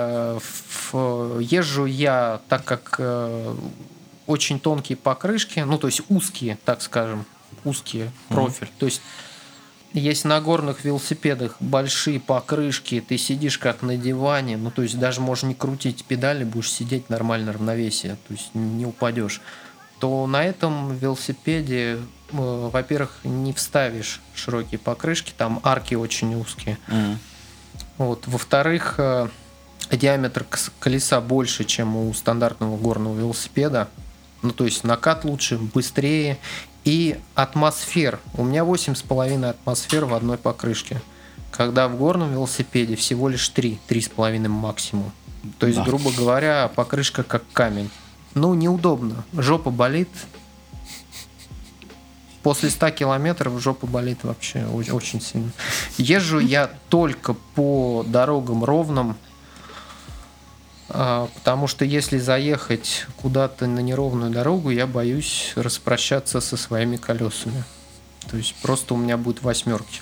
езжу я, так как очень тонкие покрышки, то есть узкие, так скажем, узкие профиль. То есть есть на горных велосипедах большие покрышки, ты сидишь как на диване, то есть даже можешь не крутить педали, будешь сидеть нормально, равновесие, то есть не упадешь. То на этом велосипеде, во-первых, не вставишь широкие покрышки, там арки очень узкие. Вот. Во-вторых, диаметр колеса больше, чем у стандартного горного велосипеда. То есть накат лучше, быстрее. И атмосфер. У меня 8,5 атмосфер в одной покрышке. Когда в горном велосипеде всего лишь 3,5 максимум. То есть, грубо говоря, покрышка как камень. Неудобно. Жопа болит. После 100 километров жопа болит вообще очень сильно. Езжу я только по дорогам ровным, потому что если заехать куда-то на неровную дорогу, я боюсь распрощаться со своими колесами. То есть просто у меня будут восьмерки.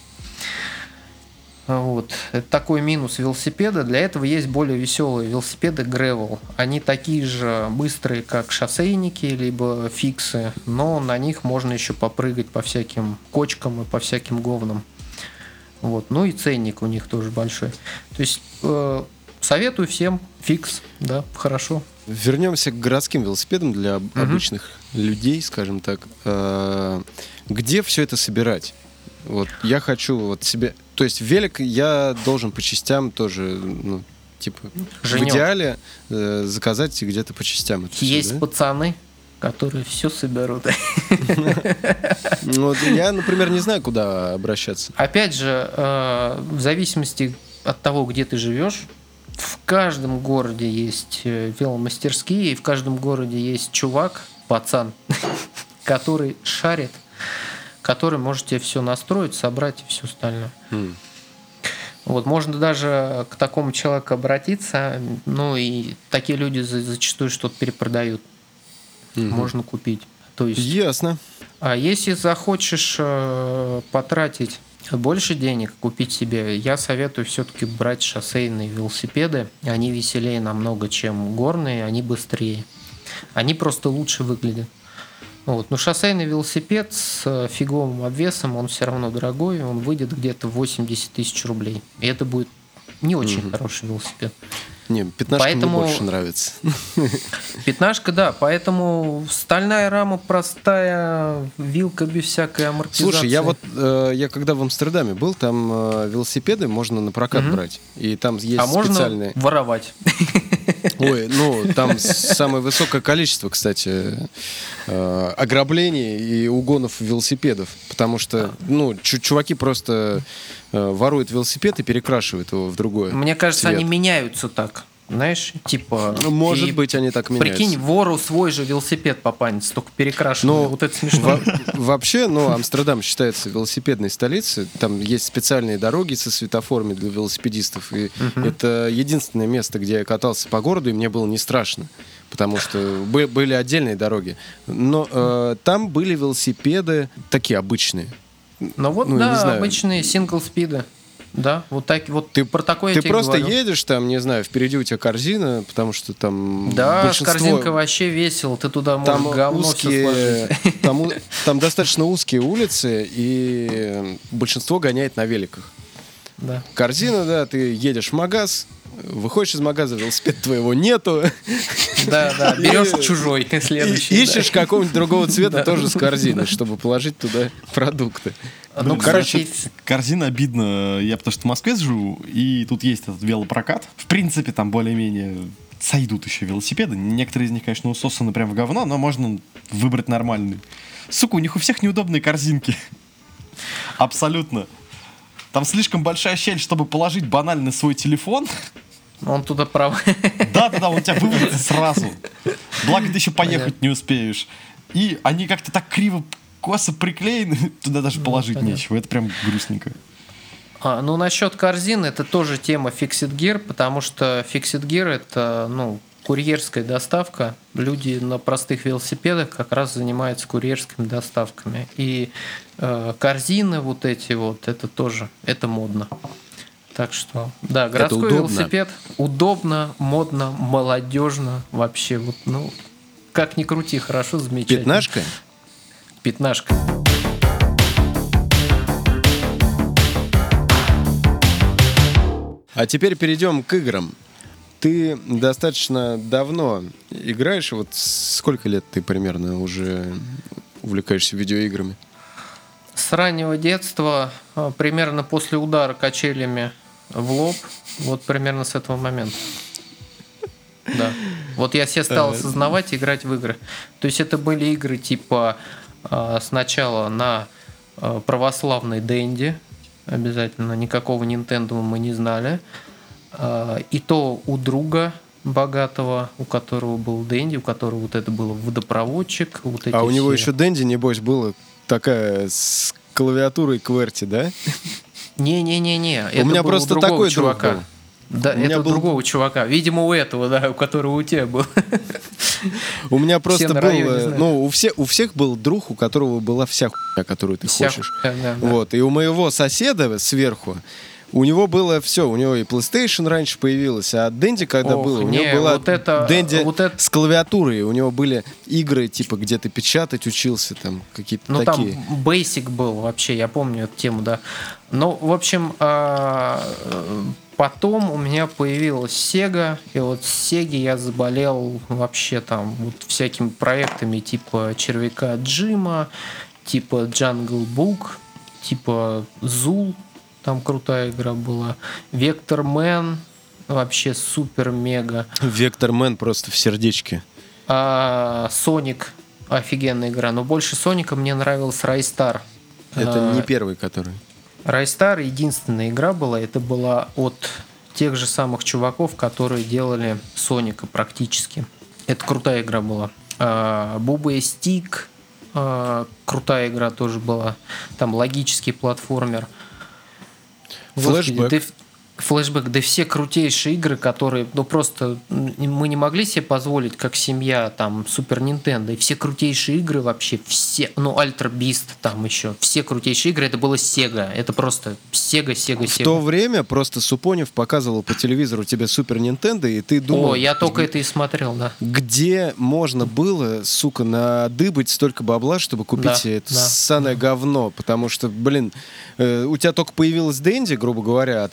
Вот. Это такой минус велосипеда. Для этого есть более веселые велосипеды Gravel. Они такие же быстрые, как шоссейники, либо фиксы, но на них можно еще попрыгать по всяким кочкам и по всяким говнам. Вот. И ценник у них тоже большой. То есть советую всем фикс, да, хорошо. Вернемся к городским велосипедам для обычных людей, скажем так. Где все это собирать? Вот я хочу себе... То есть велик я должен по частям тоже, в идеале заказать где-то по частям. Есть пацаны, которые все соберут. Я, например, не знаю, куда обращаться. Опять же, в зависимости от того, где ты живешь, в каждом городе есть веломастерские, и в каждом городе есть чувак, пацан, который шарит, который может тебе все настроить, собрать и все остальное. Вот, можно даже к такому человеку обратиться, и такие люди зачастую что-то перепродают. Можно купить. То есть, ясно. А если захочешь потратить больше денег, купить себе, я советую все-таки брать шоссейные велосипеды. Они веселее намного, чем горные, они быстрее. Они просто лучше выглядят. Вот. Но шоссейный велосипед с фиговым обвесом, он все равно дорогой, он выйдет где-то 80 тысяч рублей. И это будет не очень хороший велосипед. Не, пятнашка мне больше нравится. Пятнашка, да, поэтому стальная рама простая, вилка без всякой амортизации. Слушай, я когда в Амстердаме был, там велосипеды можно на прокат брать. И там есть специальные... можно воровать. Ой, там самое высокое количество, кстати, ограблений и угонов велосипедов. Потому что, чуваки просто воруют велосипед и перекрашивают его в другое. Мне кажется, цвет. они меняются так. Знаешь, типа... Может быть, они так меняются. Прикинь, вору свой же велосипед попанится, только перекрашенный. Вот это смешно. Вообще, Амстердам считается велосипедной столицей. Там есть специальные дороги со светофорами для велосипедистов. И это единственное место, где я катался по городу, и мне было не страшно. Потому что были отдельные дороги. Но там были велосипеды такие обычные. Обычные сингл-спиды. Да, вот так вот. Про такое я тебе просто говорю. Едешь там, не знаю, впереди у тебя корзина, потому что там да, большинство... с корзинкой вообще весело, ты туда можешь там говно все сложить. Там достаточно узкие улицы, и большинство гоняет на великах. Да. Корзина, да, ты едешь в магаз, выходишь из магаза, велосипеда твоего нету. Да, берешь чужой следующий. Ищешь какого-нибудь другого цвета тоже с корзиной, чтобы положить туда продукты. Короче, корзина обидно. Я потому что в Москве живу, и тут есть этот велопрокат. В принципе, там более-менее сойдут еще велосипеды. Некоторые из них, конечно, усосаны прям в говно, но можно выбрать нормальный. Сука, у них у всех неудобные корзинки. Абсолютно. Там слишком большая щель, чтобы положить банально свой телефон. Он туда прав. Да, он тебя вывалится сразу. Благо ты еще поехать не успеешь. И они как-то так криво, косо приклеены, туда даже положить нечего. Это прям грустненько. Насчет корзины, это тоже тема Fixed Gear, потому что Fixed Gear это, курьерская доставка. Люди на простых велосипедах как раз занимаются курьерскими доставками. И корзины вот эти вот, это тоже, это модно. Так что, да, городской велосипед удобно, модно, молодежно. Вообще, как ни крути, хорошо, замечательно. Пятнашка. А теперь перейдем к играм. Ты достаточно давно играешь. Вот сколько лет ты примерно уже увлекаешься видеоиграми? С раннего детства, примерно после удара качелями в лоб, вот примерно с этого момента. Да. Вот я себе стал осознавать и играть в игры. То есть это были игры типа сначала на православной Денди. Обязательно. Никакого Nintendo мы не знали. И то у друга богатого, у которого был Денди, у которого вот это было водопроводчик. Вот эти у него еще Денди, небось, было такая с клавиатурой QWERTY, да? Не-не-не-не. У меня просто такой чувака. Друг был. Да, это другого чувака. Видимо, у этого, да, у которого у тебя был. У меня просто был... у всех был друг, у которого была вся хуйня, которую ты хочешь. Вот. И у моего соседа сверху у него было все. У него и PlayStation раньше появилась, а Денди, когда было, у него была Денди с клавиатурой. У него были игры, типа, где ты печатать учился, там, какие-то такие. Там Basic был вообще, я помню эту тему, да. В общем, потом у меня появилась Sega, и вот с Sega я заболел вообще там вот всякими проектами типа Червяка Джима, типа Jungle Book, типа Zul. Там крутая игра была. Vector-Man вообще супер-мега. Vector-Man просто в сердечке. Sonic офигенная игра. Но больше Соника мне нравился Райстар. Это не первый, который. Райстар единственная игра была. Это была от тех же самых чуваков, которые делали Соника практически. Это крутая игра была. Буба и Стик. Крутая игра тоже была. Там логический платформер. Флэшбэк. Флэшбэк, да все крутейшие игры, которые, просто мы не могли себе позволить, как семья, там, Супер Нинтендо, и все крутейшие игры вообще, все, Альтер Бист там еще, все крутейшие игры, это было Sega, это просто Sega. В то время просто Супонев показывал по телевизору тебе Супер Нинтендо, и ты думал... я только это и смотрел, да. Где можно было, сука, надыбать столько бабла, чтобы купить это ссаное говно, потому что, у тебя только появилась Денди, грубо говоря, а ты смотришь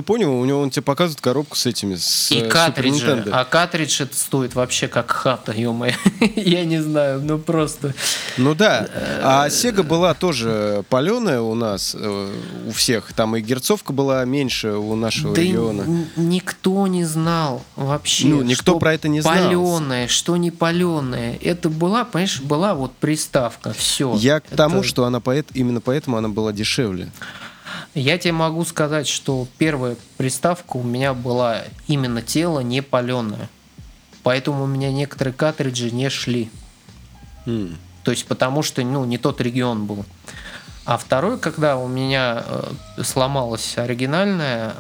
что понял, у него он тебе показывает коробку с этими, с и картриджи. Super Nintendo. А картридж это стоит вообще как хата, ё-моё. Я не знаю, ну просто... Ну да, а Sega была тоже паленая у нас, у всех. Там и герцовка была меньше у нашего региона. Никто не знал вообще, ну, никто про это не знал. Паленое, что не паленое. Это была, понимаешь, была вот приставка, все. Я к тому, что она именно поэтому она была дешевле. Я тебе могу сказать, что первая приставка у меня была именно тело не паленое. Поэтому у меня некоторые картриджи не шли. То есть потому что не тот регион был. А второй, когда у меня сломалась оригинальная,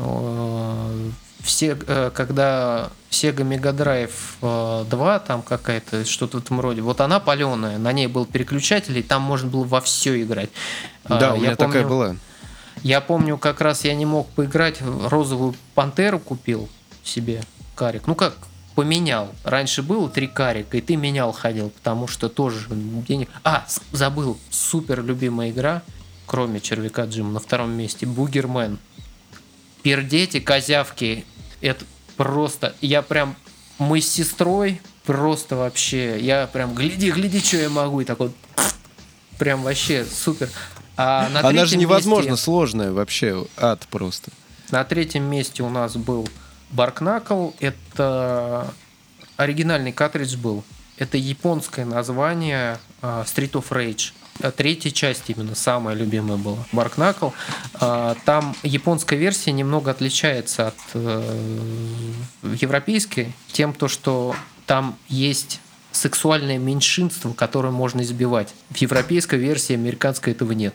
когда Sega Mega Drive 2, там какая-то, что-то в этом роде, вот она паленая, на ней был переключатель, и там можно было во все играть. Да, у меня такая была. Я помню, как раз я не мог поиграть, розовую пантеру купил себе, карик. Ну как, поменял. Раньше было 3 карика, и ты менял ходил, потому что тоже денег... забыл, супер любимая игра, кроме червяка Джима, на втором месте, Бугермен. Пердеть и козявки, это просто... Мы с сестрой просто вообще... Я прям, гляди, что я могу, и такой... Прям вообще супер. Она же невозможно сложная вообще, ад просто. На третьем месте у нас был Баркнакл. Это оригинальный картридж был. Это японское название Street of Rage. Третья часть именно, самая любимая была. Баркнакл. Там японская версия немного отличается от европейской тем, что там есть сексуальное меньшинство, которое можно избивать. В европейской версии, американской этого нет.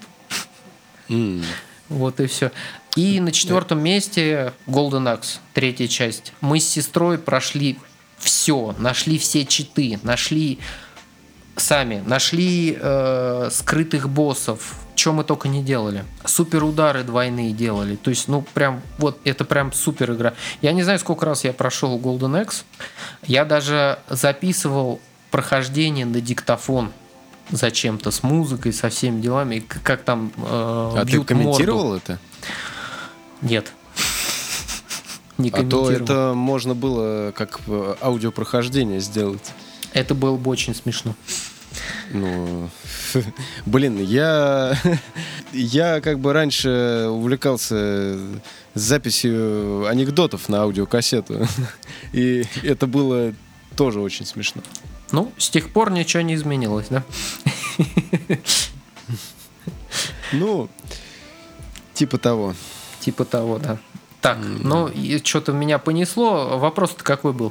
Вот и все. И на 4-м месте Golden Axe, 3-я часть. Мы с сестрой прошли все, нашли все читы, нашли скрытых боссов, что мы только не делали. Супер удары двойные делали. То есть, это прям супер игра. Я не знаю, сколько раз я прошел Golden Axe. Я даже записывал прохождение на диктофон зачем-то, с музыкой, со всеми делами, как там А ты комментировал это? Нет. Не комментировал. А то это можно было как аудиопрохождение сделать. Это было бы очень смешно. Блин, я как бы раньше увлекался записью анекдотов на аудиокассету. И это было тоже очень смешно. С тех пор ничего не изменилось, да? Типа того. Типа того, да. Так, что-то меня понесло. Вопрос-то какой был?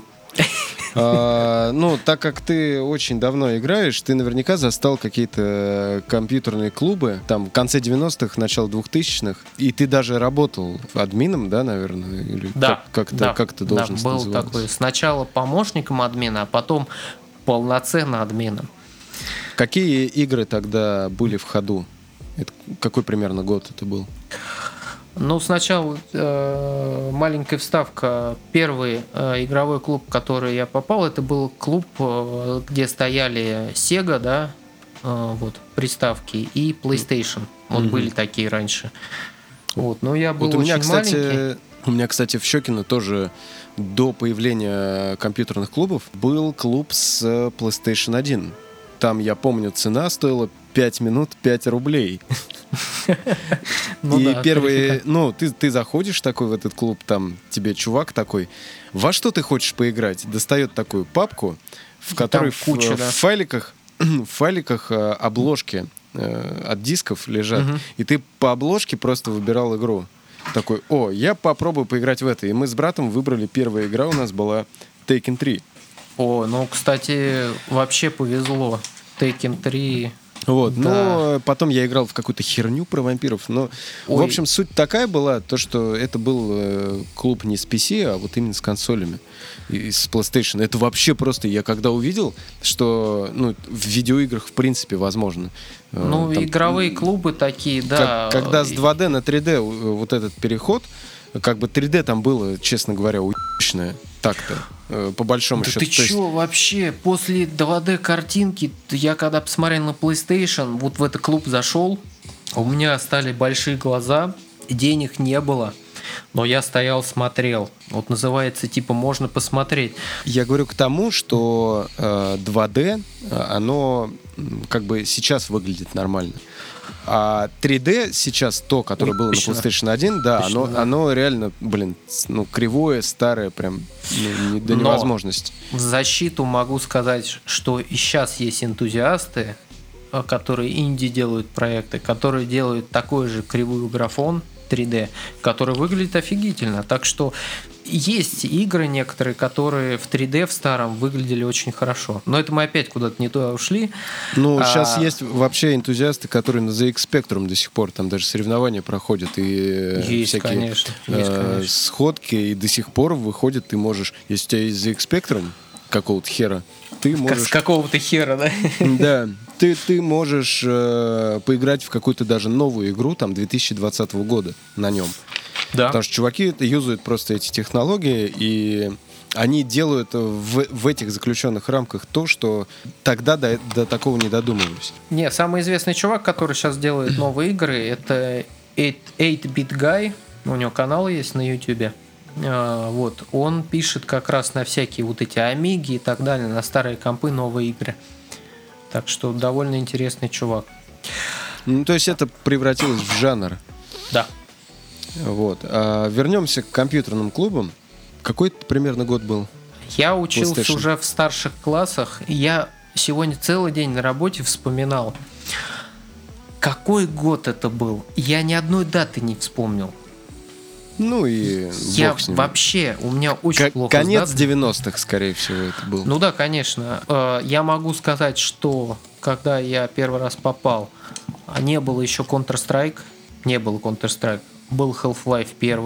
Так как ты очень давно играешь, ты наверняка застал какие-то компьютерные клубы, там, в конце 90-х, начало 2000-х, и ты даже работал админом, да, наверное? Или да. Как ты должен был называлась? Такой. Сначала помощником админа, а потом полноценно админом. Какие игры тогда были в ходу? Какой примерно год это был? Сначала маленькая вставка. Первый игровой клуб, в который я попал, это был клуб, где стояли Sega, да, приставки, и PlayStation. Были такие раньше. Но я был очень маленький. У меня, кстати, в Щекино тоже до появления компьютерных клубов был клуб с PlayStation 1. Там, я помню, цена стоила 5 минут 5 рублей. И первые, ты заходишь такой в этот клуб, там тебе чувак такой, во что ты хочешь поиграть? Достает такую папку, в которой в файликах обложки от дисков лежат, и ты по обложке просто выбирал игру. Такой, я попробую поиграть в это. И мы с братом выбрали, первая игра у нас была Taken 3. Кстати, вообще повезло. Taken 3... Но потом я играл в какую-то херню про вампиров. В общем, суть такая была, то, что это был клуб не с PC, а вот именно с консолями. И с PlayStation. Это вообще просто... Я когда увидел, что в видеоиграх в принципе возможно. Игровые клубы такие, да. Когда с 2D на 3D вот этот переход, как бы 3D там было, честно говоря, уебищное. Так-то. По большому счету. Ты чё, вообще, после 2D картинки, я когда посмотрел на PlayStation, в этот клуб зашел, у меня стали большие глаза, денег не было. но я стоял, смотрел. Вот называется, типа, можно посмотреть. Я говорю к тому, что 2D, оно как бы сейчас выглядит нормально. А 3D сейчас, то, которое было на PlayStation 1, да, оно реально, кривое, старое, прям до невозможности. В защиту могу сказать, что и сейчас есть энтузиасты, которые инди делают проекты, которые делают такой же кривой графон 3D, который выглядит офигительно. Так что есть игры некоторые, которые в 3D в старом выглядели очень хорошо. Но это мы опять куда-то не туда ушли. Ну, сейчас есть вообще энтузиасты, которые на ZX Spectrum до сих пор, там даже соревнования проходят, и есть, всякие конечно. сходки, и до сих пор выходят, ты можешь, если у тебя есть ZX Spectrum какого-то хера, ты можешь... Как с какого-то хера, да? Да. Ты можешь поиграть в какую-то даже новую игру, там, 2020 года на нем. Да. Потому что чуваки юзают просто эти технологии, и они делают в этих заключенных рамках то, что тогда до такого не додумывались. Не, самый известный чувак, который сейчас делает новые игры, это 8-Bit Guy. У него канал есть на YouTube. Вот. Он пишет как раз на всякие вот эти Амиги и так далее, на старые компы новые игры. Так что довольно интересный чувак. Ну, то есть это превратилось в жанр. Да. Вот. Вернемся к компьютерным клубам. Какой это примерно год был? Я учился уже в старших классах. Я сегодня целый день на работе вспоминал, какой год это был. Я ни одной даты не вспомнил. Ну и я вообще, у меня очень плохо. Конец 90-х, скорее всего, это был. Ну да, конечно. Я могу сказать, что когда я первый раз попал, не было еще Counter-Strike. Не было Counter-Strike. Был Half-Life 1,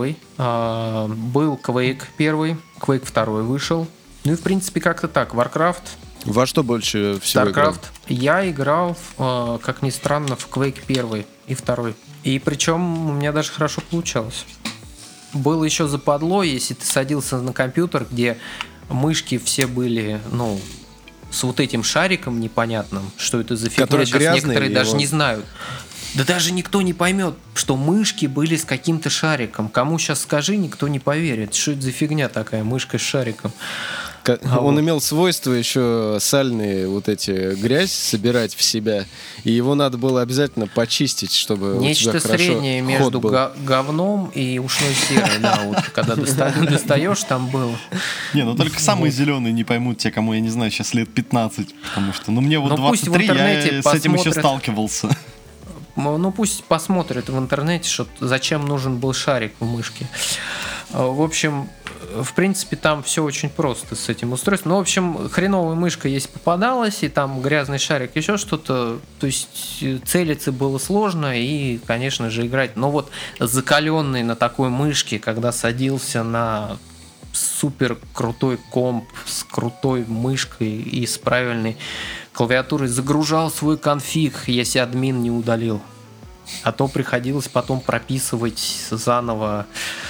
был Quake 1, Quake 2 вышел. Ну и в принципе как-то так. Warcraft. Во что больше всего StarCraft. играл? Я играл, как ни странно, в Quake 1 и 2. И причем у меня даже хорошо получалось. Было еще западло, если ты садился на компьютер, где мышки все были, с вот этим шариком непонятным, что это за фигня, сейчас некоторые даже не знают. Да даже никто не поймет, что мышки были с каким-то шариком. Кому сейчас скажи, никто не поверит. Что это за фигня такая, мышка с шариком? Он имел свойство еще сальные вот эти грязь собирать в себя, и его надо было обязательно почистить, чтобы нечто у тебя среднее между говном и ушной серой, да, вот когда достаешь, там было. Не, только самые зеленые не поймут те, кому, я не знаю, сейчас лет 15, потому что, мне вот 23, я с этим еще сталкивался. Ну, пусть посмотрят в интернете, что зачем нужен был шарик в мышке. В общем, в принципе, там все очень просто с этим устройством. Ну, в общем, хреновая мышка есть попадалась, и там грязный шарик, еще что-то. То есть целиться было сложно, и, конечно же, играть. Но вот закаленный на такой мышке, когда садился на супер крутой комп с крутой мышкой и с правильной клавиатурой, загружал свой конфиг, если админ не удалил. А то приходилось потом прописывать заново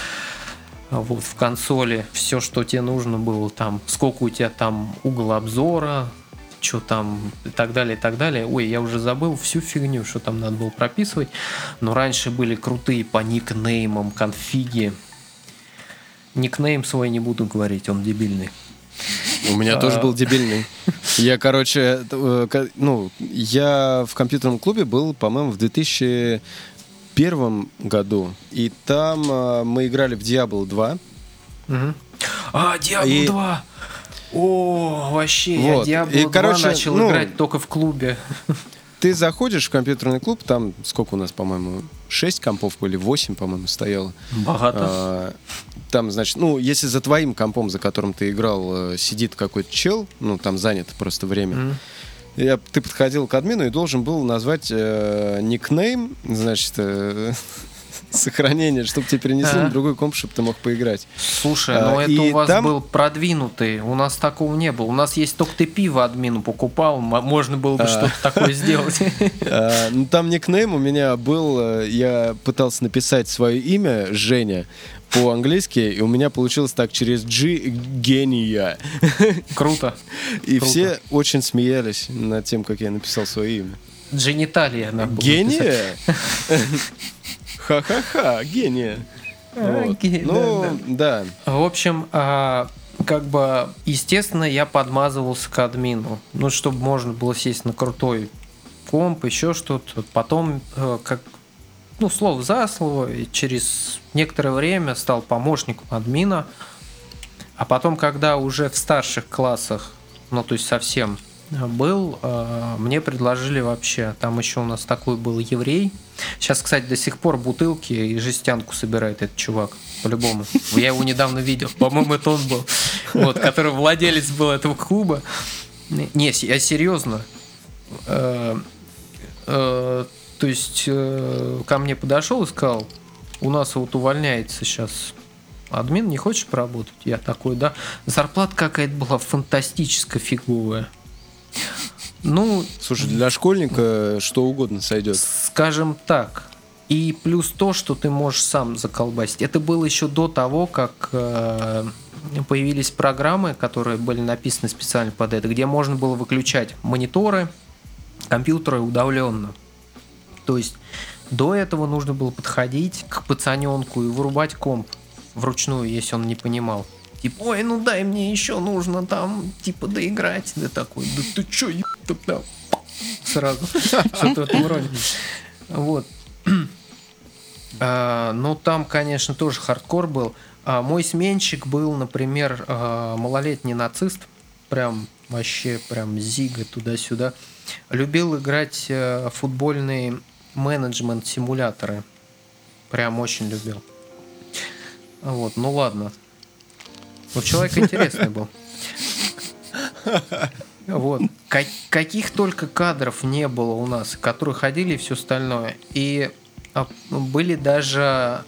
вот в консоли все, что тебе нужно было, там, сколько у тебя там угол обзора, что там и так далее, и так далее. Ой, я уже забыл всю фигню, что там надо было прописывать. Но раньше были крутые по никнеймам конфиги. Никнейм свой не буду говорить, он дебильный. У меня тоже был дебильный. Я, я в компьютерном клубе был, по-моему, в 2001 году. И там мы играли в Diablo 2. Diablo 2! О, вообще, вот. Я Diablo 2 начал играть только в клубе. Ты заходишь в компьютерный клуб, там сколько у нас, по-моему, 6 компов или 8, по-моему, стояло. Богато. Там, значит, если за твоим компом, за которым ты играл, сидит какой-то чел, там занято просто время, ты подходил к админу и должен был назвать никнейм, значит, сохранение, чтобы тебе перенесли на другой комп, чтобы ты мог поиграть. Слушай, это у вас был продвинутый, у нас такого не было. У нас есть только ты пиво админу покупал, можно было бы что-то такое сделать. Там никнейм у меня был, я пытался написать свое имя, Женя, по-английски, и у меня получилось так через G, гения. Круто. И все очень смеялись над тем, как я написал свое имя. Джениталия надо было Гения? Ха-ха-ха, гения. Окей, да. В общем, как бы, естественно, я подмазывался к админу. Ну, чтобы можно было сесть на крутой комп, еще что-то. Потом, как, ну, слово за слово, и через некоторое время стал помощником админа. А потом, когда уже в старших классах, ну, то есть совсем был, мне предложили вообще, там еще у нас такой был еврей. Сейчас, кстати, до сих пор бутылки и жестянку собирает этот чувак, по-любому. Я его недавно видел, по-моему, это он был, вот, который владелец был этого клуба. Не, я серьезно. То есть ко мне подошел и сказал, у нас вот увольняется сейчас админ, не хочешь поработать? Я такой, да. Зарплата какая-то была фантастическая, фиговая. Ну, слушай, для школьника что угодно сойдет. Скажем так. И плюс то, что ты можешь сам заколбасить. Это было еще до того, как появились программы, которые были написаны специально под это, где можно было выключать мониторы, компьютеры удаленно. То есть до этого нужно было подходить к пацаненку и вырубать комп вручную, если он не понимал. Типа, ой, ну дай мне еще нужно там, типа, доиграть. Да такой, да ты че, ебать, сразу. Что-то в этом роде. Вот. Ну, там, конечно, тоже хардкор был. Мой сменщик был, например, малолетний нацист. Прям вообще, прям зига туда-сюда. Любил играть в футбольные менеджмент-симуляторы. Прям очень любил. Вот, ну ладно. Ну, человек интересный был. Вот. Каких только кадров не было у нас, которые ходили и все остальное. И были даже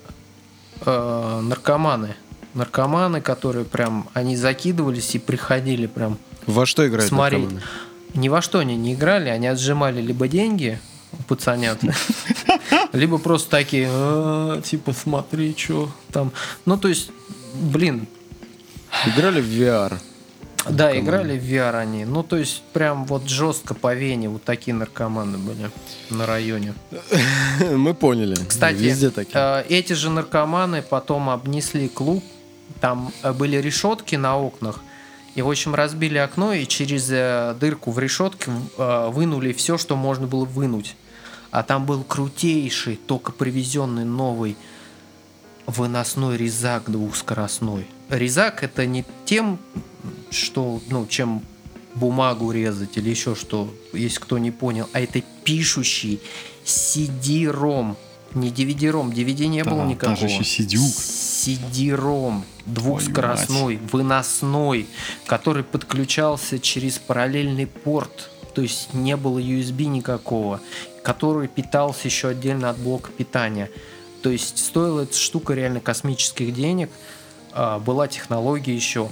наркоманы. Наркоманы, которые прям, они закидывались и приходили прям. Во что играют наркоманы? Ни во что они не играли, они отжимали либо деньги у пацанят, либо просто такие, типа, смотри, что там. Ну, то есть, блин. Играли в VR. Да, играли в VR они. Ну, то есть, прям вот жестко по вене вот такие наркоманы были на районе. Мы поняли. Кстати, везде такие. Эти же наркоманы потом обнесли клуб. Там были решетки на окнах. И, в общем, разбили окно и через дырку в решетке вынули все, что можно было вынуть. А там был крутейший, только привезенный новый выносной резак двухскоростной. Резак — это не тем, что, ну, чем бумагу резать или еще что, если кто не понял, а это пишущий CD-ROM. Не DVD-ROM, DVD не было никакого. Даже еще CD-УК. CD-ROM двухскоростной, выносной, который подключался через параллельный порт, то есть не было USB никакого, который питался еще отдельно от блока питания. То есть стоила эта штука реально космических денег. Была технология еще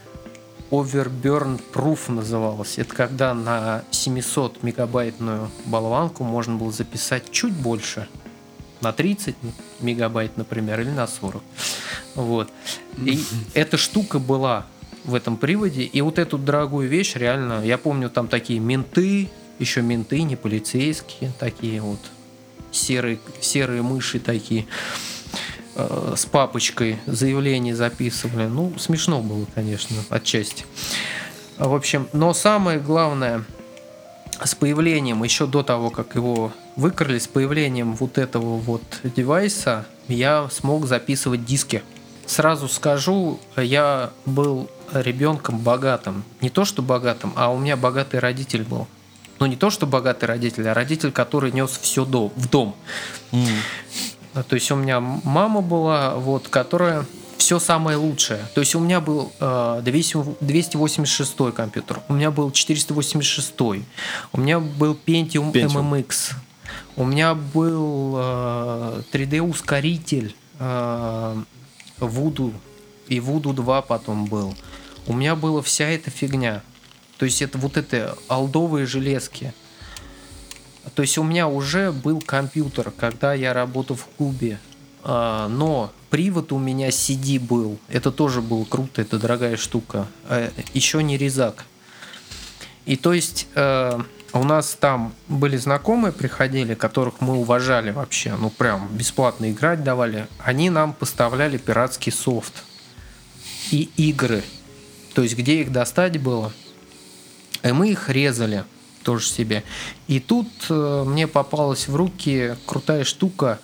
Overburn Proof называлась. Это когда на 700 мегабайтную болванку можно было записать чуть больше. На 30 мегабайт, например, или на 40. Вот. И эта штука была в этом приводе. И вот эту дорогую вещь реально, я помню, там такие менты, еще менты, не полицейские, такие вот серые мыши такие, с папочкой заявление записывали. Ну, смешно было, конечно, отчасти. В общем, но самое главное, с появлением, еще до того, как его выкрали, с появлением вот этого вот девайса, я смог записывать диски. Сразу скажу, я был ребенком богатым. Не то, что богатым, а у меня богатый родитель был. Ну, не то, что богатый родитель, а родитель, который нес все в дом. То есть у меня мама была, вот, которая все самое лучшее. То есть у меня был 286 компьютер, у меня был 486, у меня был Pentium MMX, у меня был 3D-ускоритель Voodoo, и Voodoo 2 потом был. У меня была вся эта фигня. То есть это вот это олдовые железки. То есть у меня уже был компьютер, когда я работал в клубе. Но привод у меня CD был. Это тоже было круто, это дорогая штука. Еще не резак. И то есть У нас там были знакомые, приходили, которых мы уважали вообще, ну прям бесплатно играть давали. Они нам поставляли пиратский софт и игры, то есть где их достать было. И мы их резали тоже себе. И тут мне попалась в руки крутая штука,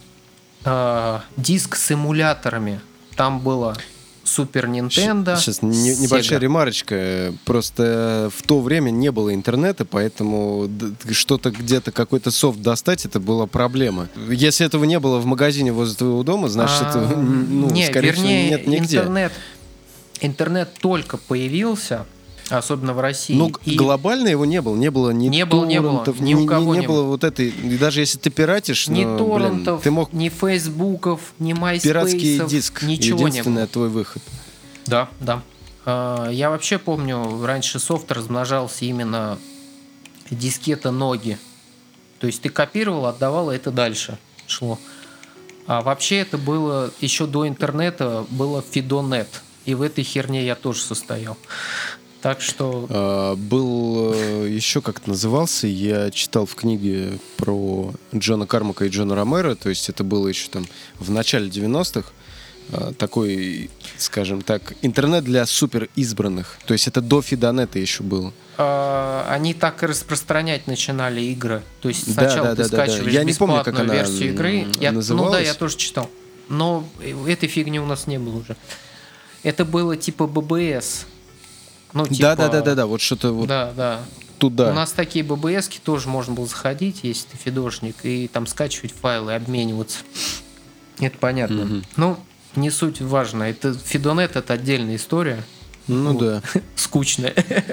диск с эмуляторами. Там было Супер Нинтендо. Сейчас небольшая ремарочка. Просто в то время не было интернета, поэтому что-то где-то, какой-то софт достать, это была проблема. Если этого не было в магазине возле твоего дома, значит, это, скорее всего, нет нигде. Интернет только появился, особенно в России. Ну, глобально его не было. Не было ни торрентов, ни у кого не было вот этой... И даже если ты пиратишь... Ни торрентов, ты мог... ни фейсбуков, ни майспейсов. Пиратский диск. Ничего единственное не было. Твой выход. Да. Я вообще помню, раньше софт размножался именно дискета ноги. То есть ты копировал, отдавал, и это дальше шло. А вообще это было еще до интернета, было Фидонет. И в этой херне я тоже состоял. Так что... Был еще как-то назывался, я читал в книге про Джона Кармака и Джона Ромеро, то есть это было еще там в начале 90-х, такой, скажем так, интернет для супер избранных. То есть это до Фидонета еще было. Они так и распространять начинали игры. То есть сначала ты скачиваешь я не помню, как она версию игры. называлась. Я тоже читал. Но этой фигни у нас не было уже. Это было типа ББС. Ну, типа... Да, вот что-то вот туда. У нас такие ББСки тоже можно было заходить, если ты фидошник, и там скачивать файлы, обмениваться. Это понятно. Угу. Ну, не суть важно. Это Фидонет — это отдельная история. Ну вот. Да. Скучная.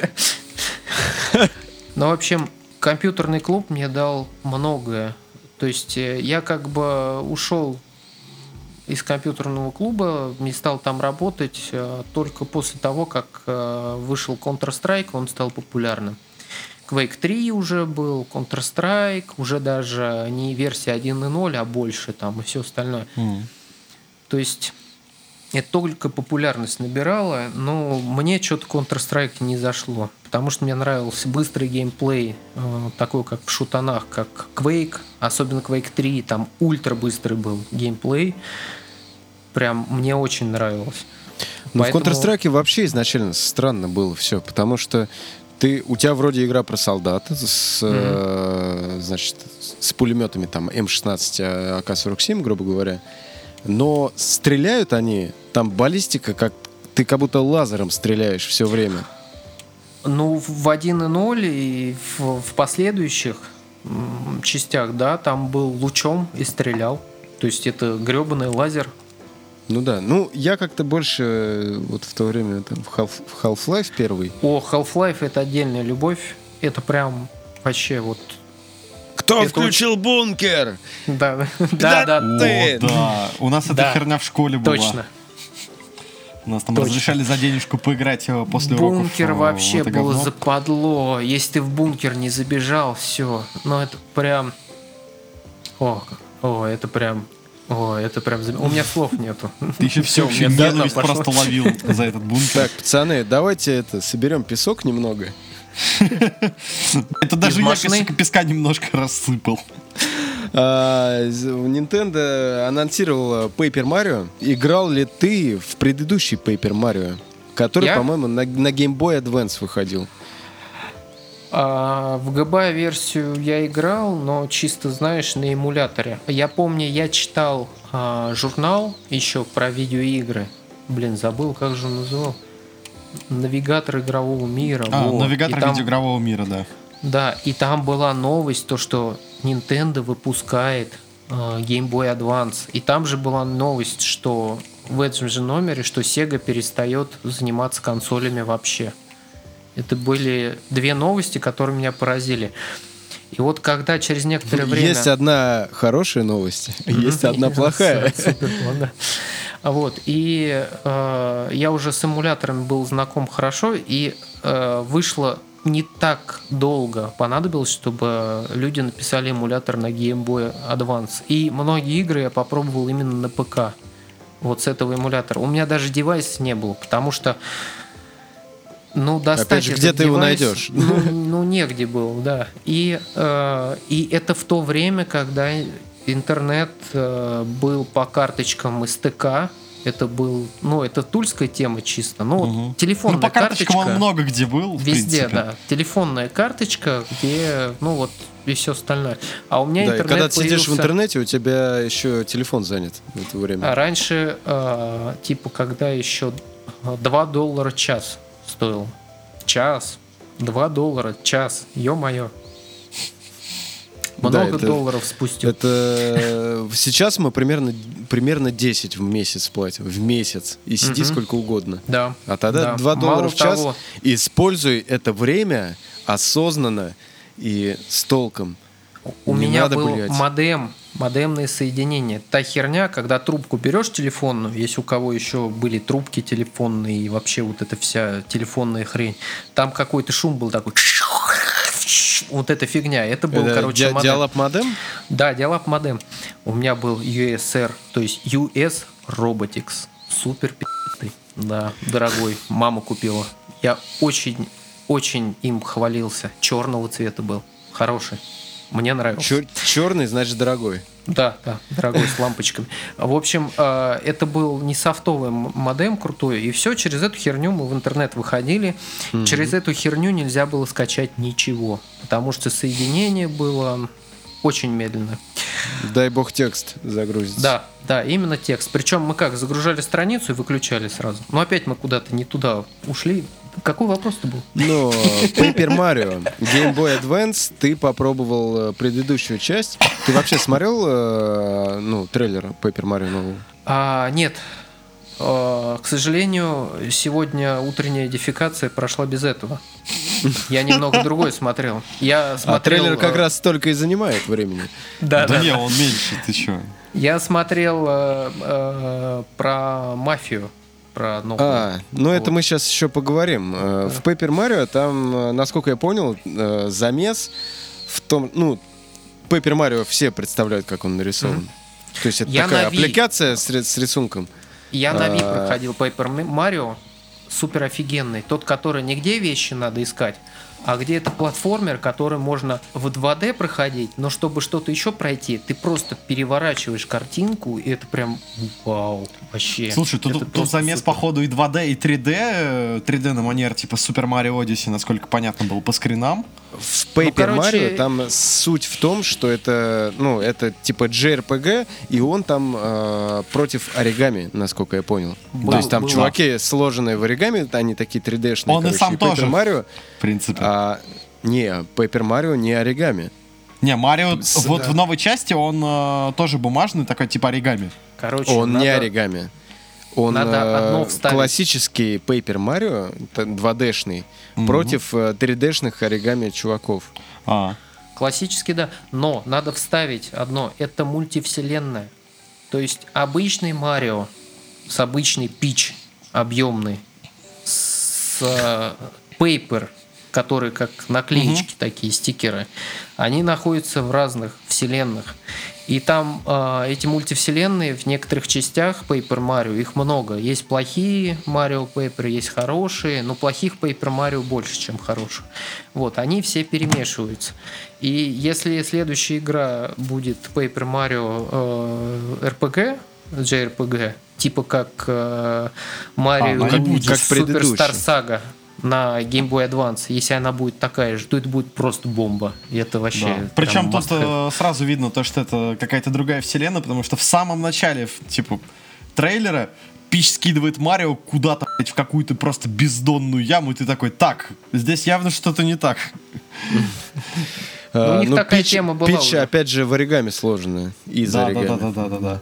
Но, в общем, компьютерный клуб мне дал многое. То есть я как бы ушел из компьютерного клуба, не стал там работать только после того, как вышел Counter-Strike, он стал популярным. Quake 3 уже был, Counter-Strike, уже даже не версия 1.0, а больше там и все остальное. То есть это только популярность набирало, но мне что-то Counter-Strike не зашло, потому что мне нравился быстрый геймплей, такой как в шутанах, как Quake, особенно Quake 3, там ультра быстрый был геймплей, прям мне очень нравилось. Но в Counter-Strike вообще изначально странно было все, потому что у тебя вроде игра про солдата значит, с пулеметами там М16, АК-47, грубо говоря, но стреляют они, там баллистика, ты как будто лазером стреляешь все время. Ну, в 1.0 и в последующих частях, да, там был лучом и стрелял. То есть это гребаный лазер. Ну да, я как-то больше вот в то время там в Half-Life первый. Half-Life — это отдельная любовь. Это прям вообще вот... Кто включил бункер? Да. Да, у нас эта херня в школе была. Точно. У нас там разрешали за денежку поиграть после уроков. Бункер вообще было западло. Если ты в бункер не забежал, все. Но это прям... это прям... У меня слов нету. Ты еще все ненависть просто ловил за этот бункер. Так, пацаны, давайте соберем песок немного. Это даже я песка немножко рассыпал. Nintendo анонсировала Paper Mario. Играл ли ты в предыдущий Paper Mario, который, по-моему, на Game Boy Advance выходил? В ГБ-версию я играл, но чисто, знаешь, на эмуляторе. Я помню, я читал журнал еще про видеоигры. Забыл, как же он называл. Навигатор игрового мира. Навигатор видеоигрового мира, да. Да, и там была новость, то, что Nintendo выпускает Game Boy Advance. И там же была новость, что в этом же номере, что Sega перестает заниматься консолями вообще. Это были две новости, которые меня поразили. И вот когда через некоторое время... Есть одна хорошая новость, есть одна плохая. Вот. И я уже с эмуляторами был знаком хорошо, и вышло не так долго понадобилось, чтобы люди написали эмулятор на Game Boy Advance. И многие игры я попробовал именно на ПК. Вот с этого эмулятора. У меня даже девайса не было, потому что Ну, достать опять же, где ты его девайс, найдешь? Ну, негде было, да. И это в то время, когда интернет был по карточкам из ТК. Это был, это тульская тема чисто. Телефонная по карточкам карточка. Он много где был, везде, да. Телефонная карточка, где, и все остальное. А у меня Да, интернет когда ты появился... сидишь в интернете, у тебя еще телефон занят в это время. А раньше, когда еще $2 час стоил. Час. $2 час. Ё-моё. Много долларов спустил. Это сейчас мы примерно 10 в месяц платим. В месяц. И сиди сколько угодно. Да. А тогда $2 в час. Того. Используй это время осознанно и с толком. У меня был модемное соединение. Та херня, когда трубку берешь телефонную, если у кого еще были трубки телефонные и вообще вот эта вся телефонная хрень, там какой-то шум был такой... Вот эта фигня. Это был, модем. Dial-up модем? Да, Dial-up модем. У меня был USR, то есть US Robotics. Супер пи***ый. Да, дорогой. Мама купила. Я очень им хвалился. Черного цвета был. Хороший. Мне нравился. Черный, значит, дорогой. Да, дорогой, с лампочками. В общем, это был не софтовый модем крутой, и все, через эту херню мы в интернет выходили. Через эту херню нельзя было скачать ничего, потому что соединение было очень медленно. Дай бог текст загрузится. Да, именно текст. Причем мы загружали страницу и выключали сразу. Но опять мы куда-то не туда ушли. Какой вопрос-то был? Paper Mario, Game Boy Advance, ты попробовал предыдущую часть. Ты вообще смотрел трейлер Paper Mario нового? Нет. К сожалению, сегодня утренняя дефекация прошла без этого. Я немного другой смотрел. А трейлер как раз столько и занимает времени. Да, не, он меньше, ты чё? Я смотрел про мафию. Это мы сейчас еще поговорим. В Paper Mario там, насколько я понял, замес в том... Paper Mario все представляют, как он нарисован. То есть это такая аппликация с рисунком. Я на Wii проходил Paper Mario. Супер офигенный. Тот, который нигде вещи надо искать, а где это платформер, который можно в 2D проходить, но чтобы что-то еще пройти, ты просто переворачиваешь картинку, и это прям вау, вообще. Слушай, тут замес, походу, и 2D, и 3D. 3D на манер типа Super Mario Odyssey, насколько понятно было по скринам. В Paper Mario там суть в том, что это типа JRPG, и он там против оригами, насколько я понял. То есть там чуваки, сложенные в оригами, они такие 3D-шные. Он и сам тоже, Mario, в принципе. Paper Mario не оригами. Не, Марио в новой части он тоже бумажный, такой типа оригами. Он не оригами. Он классический Paper Mario, 2D-шный, против 3D-шных оригами чуваков. Классический, да. Но надо вставить одно. Это мультивселенная. То есть обычный Марио с обычный Пич объемный, с Paper, которые как наклеечки такие, стикеры, они находятся в разных вселенных. И там эти мультивселенные в некоторых частях Paper Mario, их много. Есть плохие Mario Paper, есть хорошие, но плохих Paper Mario больше, чем хороших. Вот, они все перемешиваются. И если следующая игра будет Paper Mario RPG, JRPG, типа как Mario Superstar Saga на Game Boy Advance, если она будет такая же, то это будет просто бомба. И это вообще... Да. Причем тут сразу видно то, что это какая-то другая вселенная, потому что в самом начале, типа, трейлера Пич скидывает Марио куда-то, в какую-то просто бездонную яму, и ты такой, так, здесь явно что-то не так. У них такая тема была. Пич, опять же, в оригами сложная. Из оригами. Да.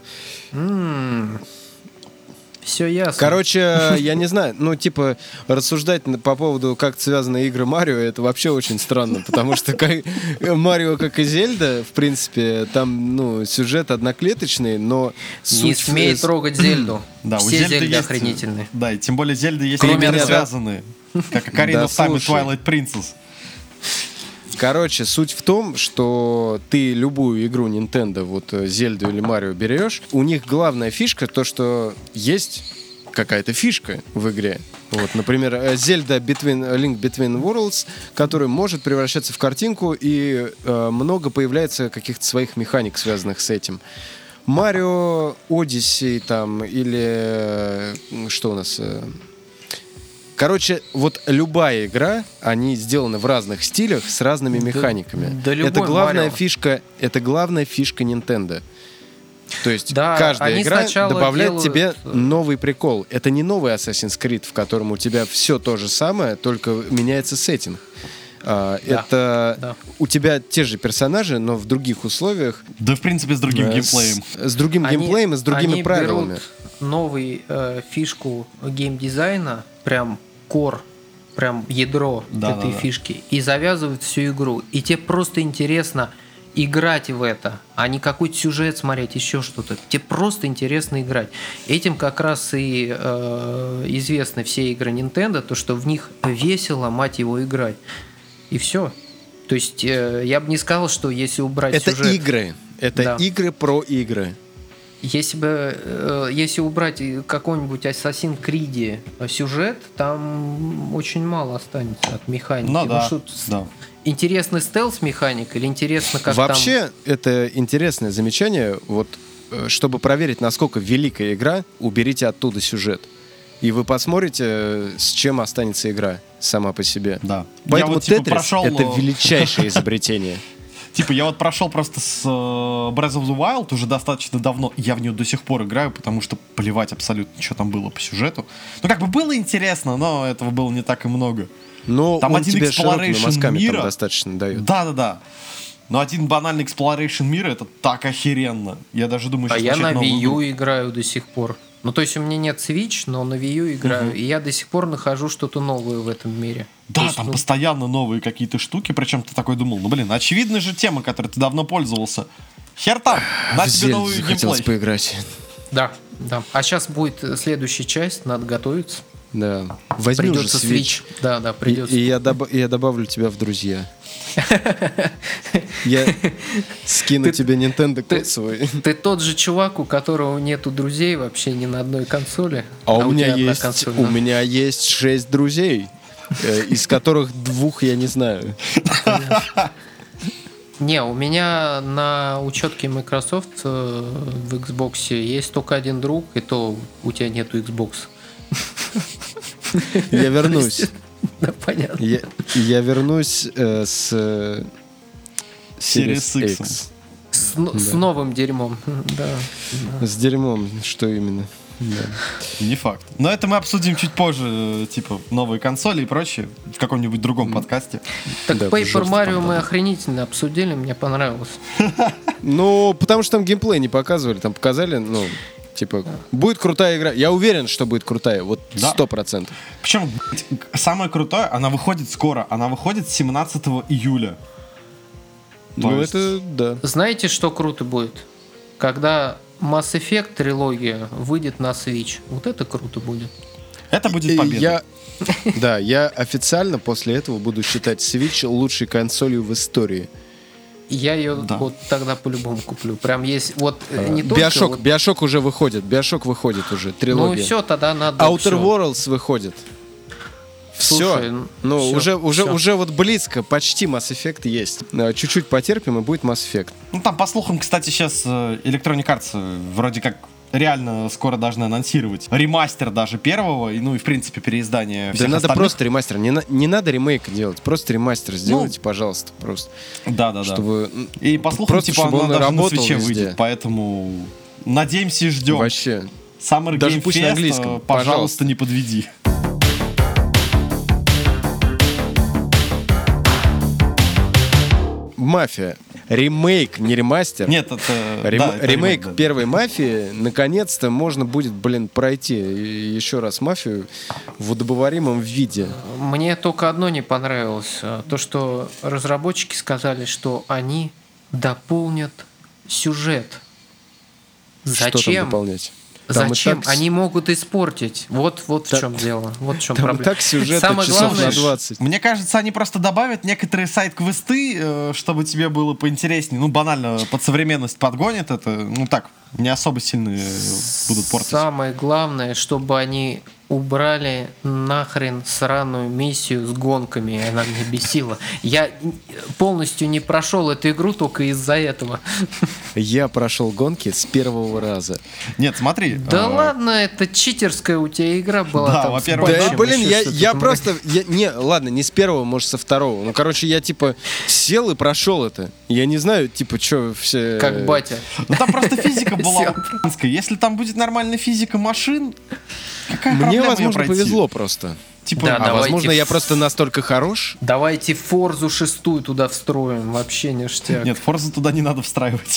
Все ясно. Короче, я не знаю, рассуждать по поводу, как связаны игры Марио, это вообще очень странно, потому что Марио, как и Зельда, в принципе, там, сюжет одноклеточный, но... Не смей трогать Зельду. Да, все Зельды охренительные. Да, и тем более Зельды есть игры связанные, как Ocarina of Time и Twilight Princess. Короче, суть в том, что ты любую игру Nintendo, Зельду или Марио берешь, у них главная фишка то, что есть какая-то фишка в игре. Вот, например, Zelda Link Between Worlds, который может превращаться в картинку, и много появляется каких-то своих механик, связанных с этим. Марио Odyssey там, или что у нас... Короче, вот любая игра, они сделаны в разных стилях с разными механиками. Это главная фишка Nintendo. То есть каждая игра добавляет тебе новый прикол. Это не новый Assassin's Creed, в котором у тебя все то же самое, только меняется сеттинг. У тебя те же персонажи, но в других условиях. Да, в принципе, с другим геймплеем. С другим геймплеем и с другими правилами. Берут новую фишку геймдизайна, прям кор, прям ядро этой фишки, и завязывают всю игру. И тебе просто интересно играть в это, а не какой-то сюжет смотреть, еще что-то. Тебе просто интересно играть. Этим как раз и известны все игры Nintendo, то, что в них весело, мать его, играть. И все. То есть я бы не сказал, что если убрать сюжет... Это игры. Это игры про игры. Если убрать какой-нибудь Assassin's Creed сюжет, там очень мало останется от механики. Интересный стелс-механик или интересно, как вообще, это интересное замечание. Вот, чтобы проверить, насколько великая игра, уберите оттуда сюжет. И вы посмотрите, с чем останется игра сама по себе. Да. Поэтому Tetris — это величайшее изобретение. Я вот прошел просто с Breath of the Wild уже достаточно давно. Я в нее до сих пор играю, потому что плевать абсолютно, что там было по сюжету. Было интересно, но этого было не так и много. Но там он один тебе широкими мазками мира, там достаточно дает. Да. Но один банальный exploration мира — это так охеренно. Я даже думаю, что я на Wii U играю до сих пор. То есть у меня нет Switch, но на Wii U играю. И я до сих пор нахожу что-то новое в этом мире. Да, там постоянно новые какие-то штуки. Причем ты такой думал, очевидная же тема, которой ты давно пользовался. Хер там, на тебе новый геймплей. Хотелось поиграть. Да. А сейчас будет следующая часть, надо готовиться. Да. Возьми придется уже Switch. Да, придется. И я добавлю тебя в друзья. Я скину тебе Nintendo код свой. Ты тот же чувак, у которого нету друзей вообще ни на одной консоли. А у меня есть 6 друзей, из которых 2 я не знаю. Не, у меня на учетке Microsoft в Xbox есть только один друг, и то у тебя нету Xbox. Я вернусь. Да, понятно. Я вернусь с Series X. С новым дерьмом. Да. С дерьмом, что именно. Да. Не факт. Но это мы обсудим чуть позже, новые консоли и прочее, в каком-нибудь другом подкасте. Так Paper Mario мы охренительно обсудили, мне понравилось. Потому что там геймплей не показывали, там показали, будет крутая игра. Я уверен, что будет крутая. 100%. Причем, самое крутое, она выходит скоро. Она выходит 17 июля. Это да. Знаете, что круто будет? Когда Mass Effect трилогия выйдет на Switch. Вот это круто будет. Это будет победа. Я официально после этого буду считать Switch лучшей консолью в истории. Я ее тогда по-любому куплю. Прям есть не только... Биошок уже выходит. Биошок выходит уже. Трилогия. Все, тогда надо... Outer Worlds выходит. Слушай, уже близко. Почти Mass Effect есть. Чуть-чуть потерпим, и будет Mass Effect. Там, по слухам, кстати, сейчас Electronic Arts вроде как реально скоро должны анонсировать ремастер даже первого, и в принципе, переиздание всех надо остальных. просто ремастер. Не надо ремейк делать, просто ремастер сделайте, пожалуйста, просто. Да. Чтобы... И по слухам, он даже на Switch'е выйдет, поэтому надеемся и ждем. Вообще. Summer Game Fest, пожалуйста, не подведи. Мафия. Ремейк, не ремастер. Нет, это... ремейк первой Мафии. Наконец-то можно будет, пройти еще раз Мафию в удобоваримом виде. Мне только одно не понравилось. То, что разработчики сказали, что они дополнят сюжет. Зачем? Что там дополнять? Зачем? Они могут испортить. Вот в чем дело. Вот в чем проблема. Так сюжет часов на 20. Мне кажется, они просто добавят некоторые сайд-квесты, чтобы тебе было поинтереснее. Банально, под современность подгонят это. не особо сильно будут портить. Самое главное, чтобы они убрали нахрен сраную миссию с гонками. Она меня бесила. Я полностью не прошел эту игру только из-за этого. Я прошел гонки с первого раза. Нет, смотри. Да ладно, это читерская у тебя игра была. Да, там, во-первых, с Да, патчем, блин, еще я что-то. просто... ладно, не с первого, может, со второго. Ну, короче, я, типа, сел и прошел это. Я не знаю, типа, что все... Как батя. Ну там просто физика была Сел. упрямская. Если там будет нормальная физика машин, какая Мне, проблема её возможно, пройти? повезло просто. Типа, Да, А давайте возможно, я просто настолько хорош. Давайте Форзу 6 туда встроим. Вообще ништяк. нет, Форзу туда не надо встраивать.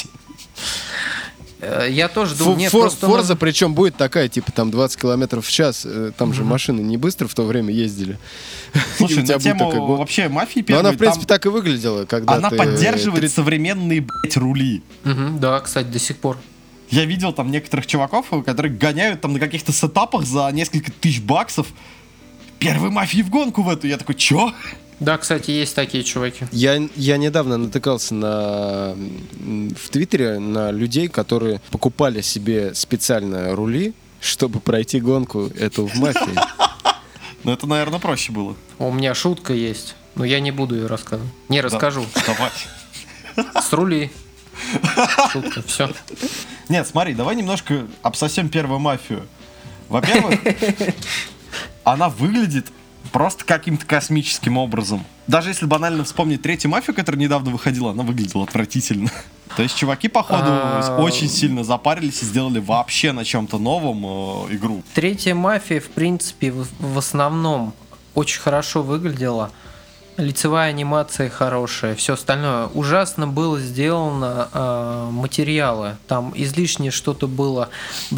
Я тоже думаю, нет, просто Форза, причем будет такая, типа, там 20 километров в час. Там же машины не быстро в то время ездили. Слушай, И у тебя на будет тему такая гонка. вообще мафии Ну, первой, она, в принципе, там так и выглядела, когда она ты поддерживает современные, блядь, рули. Да, кстати, до сих пор. Я видел там некоторых чуваков, которые гоняют там на каких-то сетапах за несколько тысяч баксов. Первой мафии в гонку в эту. Я такой, чё? Да, кстати, есть такие чуваки. Я недавно натыкался в Твиттере на людей, которые покупали себе специально рули, чтобы пройти гонку эту в мафии. Ну, это, наверное, проще было. У меня шутка есть, но я не буду ее рассказывать. Не расскажу. Давай. С рули. Шутка, все. Нет, смотри, давай немножко обсосем первую мафию. Во-первых, она выглядит просто каким-то космическим образом. Даже если банально вспомнить третью мафию, которая недавно выходила, она выглядела отвратительно. То есть чуваки, походу, очень сильно запарились и сделали вообще на чем-то новом игру. Третья мафия, в принципе, в основном очень хорошо выглядела. Лицевая анимация хорошая, все остальное. Ужасно было сделано материалы. Там излишне что-то было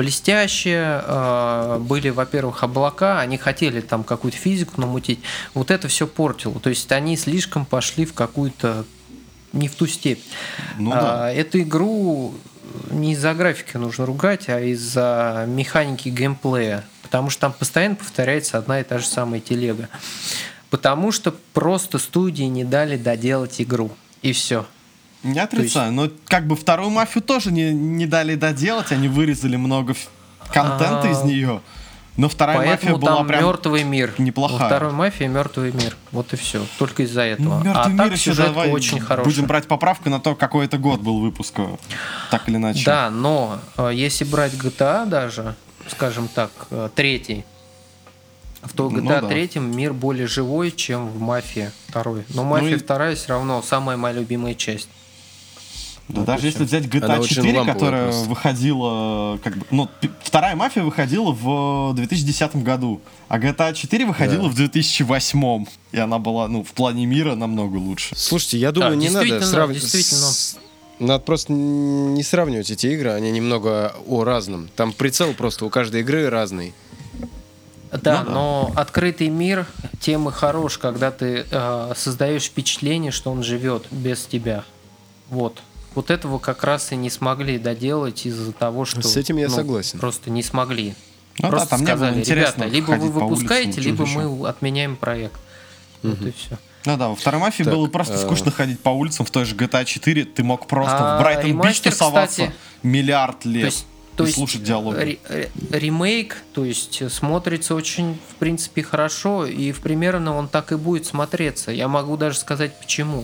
блестящее. Были, во-первых, облака. Они хотели там какую-то физику намутить. Вот это все портило. То есть они слишком пошли в какую-то не в ту степь. Ну да. Эту игру не из-за графики нужно ругать, а из-за механики геймплея. Потому что там постоянно повторяется одна и та же самая телега. Потому что просто студии не дали доделать игру. И все. Не отрицаю, но как бы вторую мафию тоже не дали доделать, они вырезали много контента из нее. Но вторая Поэтому мафия была там прям мертвый мир. неплохая. Во второй мафии мертвый мир. Вот и все. Только из-за этого. Мертвый а мир так еще сюжетка давай очень хорошая. будем брать поправку на то, какой это год был выпуска. Так или иначе. Да, но если брать GTA даже, скажем так, третий, в то GTA 3 мир более живой, чем в Мафии 2. Но Мафия 2 все равно самая моя любимая часть. Да, даже если взять GTA 4, которая выходила, как бы, ну, вторая мафия выходила в 2010 году, а GTA 4 выходила в 2008. И она была, ну, в плане мира намного лучше. Слушайте, я думаю, не надо сравнивать. Действительно. Надо просто не сравнивать эти игры, они немного о разном. Там прицел просто у каждой игры разный. Да, но открытый мир тем и хорош, когда ты создаешь впечатление, что он живет без тебя. Вот этого как раз и не смогли доделать из-за того, что... С этим я согласен. Просто не смогли. Ну просто да, там сказали, не было интересно, ребята, либо вы по выпускаете, улицам, либо еще. мы отменяем проект. Вот и все. Ну да, во второй мафии Так, было просто скучно ходить по улицам, в той же GTA 4 ты мог просто в Брайтон-Бич ремастер, тусоваться кстати, миллиард лет то и есть слушать диалоги. Ремейк, то есть смотрится очень, в принципе, хорошо, и примерно он так и будет смотреться. Я могу даже сказать, почему.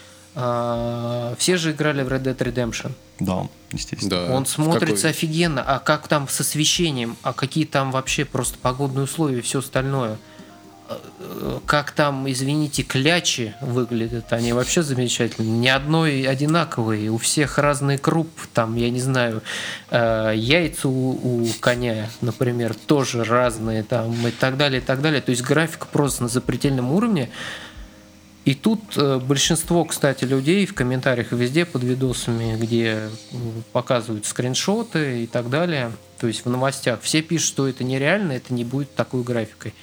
Все же играли в Red Dead Redemption. Да, естественно. Да. Он смотрится офигенно. А как там с освещением, а какие там вообще просто погодные условия и все остальное. Как там, извините, клячи выглядят, они вообще замечательно. Ни одной одинаковой, у всех разный круп, там, я не знаю, яйца у коня, например, тоже разные, там, и так далее, и так далее. То есть графика просто на запредельном уровне. И тут большинство, кстати, людей в комментариях везде под видосами, где показывают скриншоты и так далее, то есть в новостях, все пишут, что это нереально, это не будет такой графикой.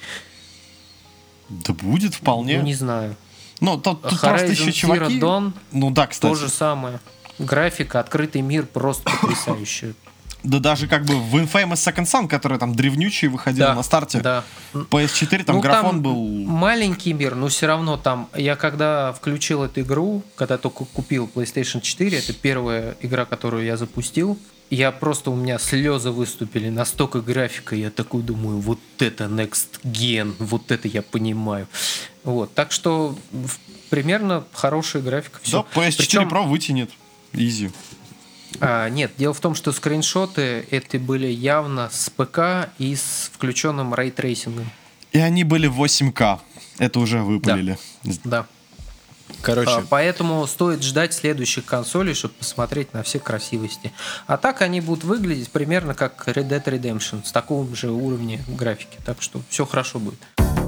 Да будет вполне. Ну, не знаю. Ну, тут просто Horizon еще чуваки... Zero Dawn Ну да, кстати. то же самое. Графика, открытый мир просто потрясающий. Да даже как бы в Infamous Second Son, который там древнючий выходил на старте, да. PS4, там графон там был... маленький мир, но все равно там... Я когда включил эту игру, когда только купил PlayStation 4, это первая игра, которую я запустил, я просто, у меня слезы выступили, настолько графика, я такой думаю, вот это Next Gen, вот это я понимаю. Вот, так что примерно хорошая графика. Все. Да, PS4 Pro вытянет. Изи. Нет, дело в том, что скриншоты эти были явно с ПК и с включенным рейтрейсингом. И они были в 8К. Это уже выпалили. Да. Короче. Поэтому стоит ждать следующих консолей, чтобы посмотреть на все красивости. А так они будут выглядеть примерно как Red Dead Redemption, с такого же уровня графики. Так что все хорошо будет.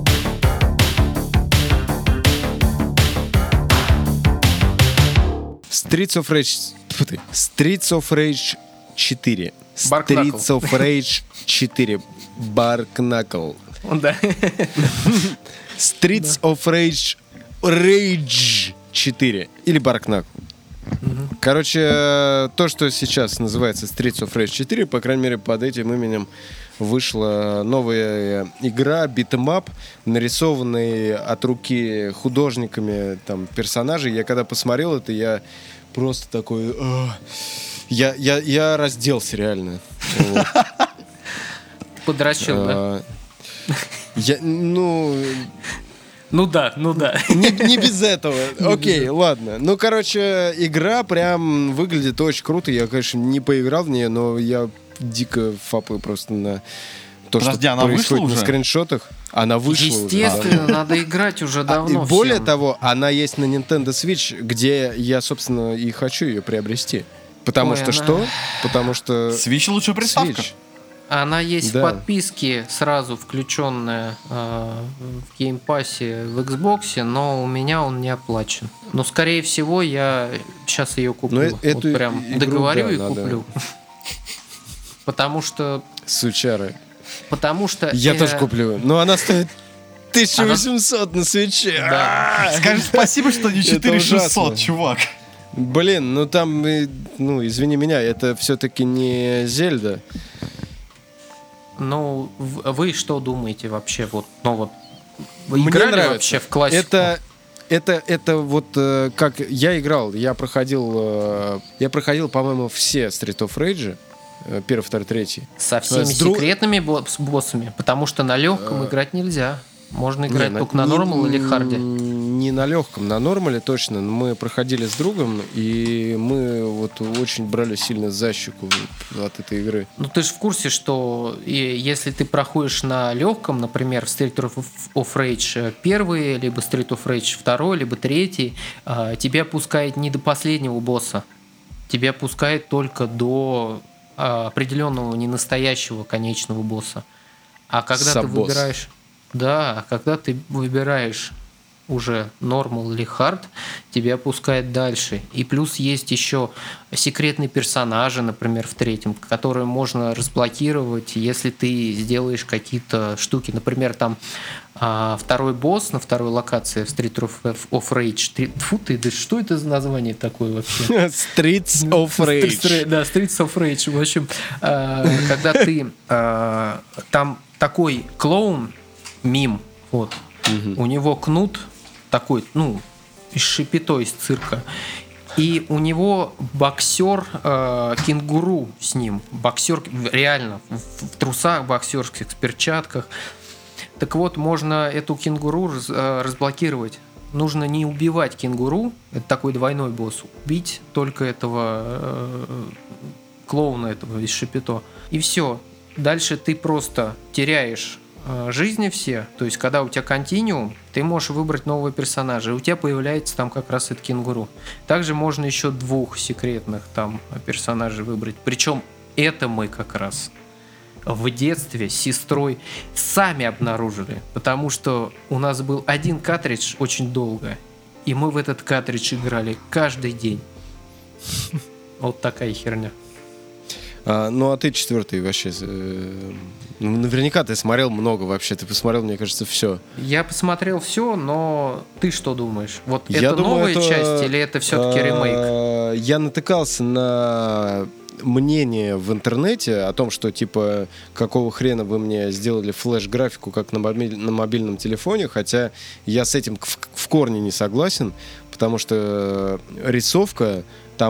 Streets of Rage 4. Bark Knuckle. Streets of Rage 4. Bark Knuckle. Да. Streets of Rage 4. Или Bark Knuckle. Короче, то, что сейчас называется Streets of Rage 4, по крайней мере, под этим именем вышла новая игра, битэмап, нарисованный от руки художниками там, персонажей. Я когда посмотрел это, я просто такой... Я разделся реально. Подращил, да? Ну да. Не без этого. Окей, ладно. Ну, короче, игра прям выглядит очень круто. Я, конечно, не поиграл в нее, но я дико фапаю просто на то, Подожди, что она происходит вышла на уже? скриншотах. Она вышла Естественно, уже. надо играть уже давно. Более всем. того, она есть на Nintendo Switch, где я, собственно, и хочу ее приобрести. Потому что что? Потому что... Switch лучше приставка. Switch. Она есть Да. в подписке, сразу включенная в геймпассе в Xbox, но у меня он не оплачен. Но, скорее всего, я сейчас ее куплю. Но эту Вот прям игру, договорю да, и надо. куплю. Потому что... Сучары. Я тоже куплю. Но она стоит 1800 на свече. Да. Скажи спасибо, что не Это 4600, ужасно. чувак. Блин, ну там, ну извини меня, это все-таки не Зельда. Ну, вы что думаете вообще? Вот, ну вот, вы Мне играли нравится. вообще в классику? Это вот как я играл, я проходил, по-моему, все Street of Rage, 1, 2, 3. Со всеми секретными боссами, потому что на легком играть нельзя. Можно играть только на нормал или харде. Не на легком, на нормале точно. Мы проходили с другом, и мы вот очень брали сильно за щеку от этой игры. Ну ты же в курсе, что если ты проходишь на легком, например, в Street of Rage 1, либо Street of Rage 2, либо 3, тебя пускает не до последнего босса. Тебя пускает только до определенного ненастоящего конечного босса. А когда ты Саббосс. выбираешь... Да, когда ты выбираешь уже нормал или хард, тебя пускает дальше. И плюс есть еще секретные персонажи, например, в 3, которые можно разблокировать, если ты сделаешь какие-то штуки. Например, там второй босс на второй локации в Street of Rage. Фу ты, да что это за название такое вообще? Streets of Rage. Да, Streets of Rage. В общем, когда ты... Там такой клоун, мим, вот, у него кнут такой, ну, из шипито, из цирка, и у него боксер кенгуру с ним, боксер реально в трусах боксерских, с перчатках. Так вот, можно эту кенгуру разблокировать. Нужно не убивать кенгуру, это такой двойной босс, убить только этого клоуна этого из шипито. И все. Дальше ты просто теряешь жизни все, то есть когда у тебя континуум, ты можешь выбрать нового персонажа, и у тебя появляется там как раз этот кенгуру. Также можно еще 2 секретных там персонажей выбрать. Причем это мы как раз в детстве с сестрой сами обнаружили, потому что у нас был один картридж очень долго, и мы в этот картридж играли каждый день. Вот такая херня. Ну, а ты 4 вообще... Ну, наверняка ты смотрел много вообще. Ты посмотрел, мне кажется, все. Я посмотрел все, но ты что думаешь? Вот Я это думаю, новая это, часть или это все-таки ремейк? Я натыкался на мнение в интернете о том, что, типа, какого хрена вы мне сделали флеш-графику, как на мобильном телефоне, хотя я с этим в корне не согласен, потому что рисовка там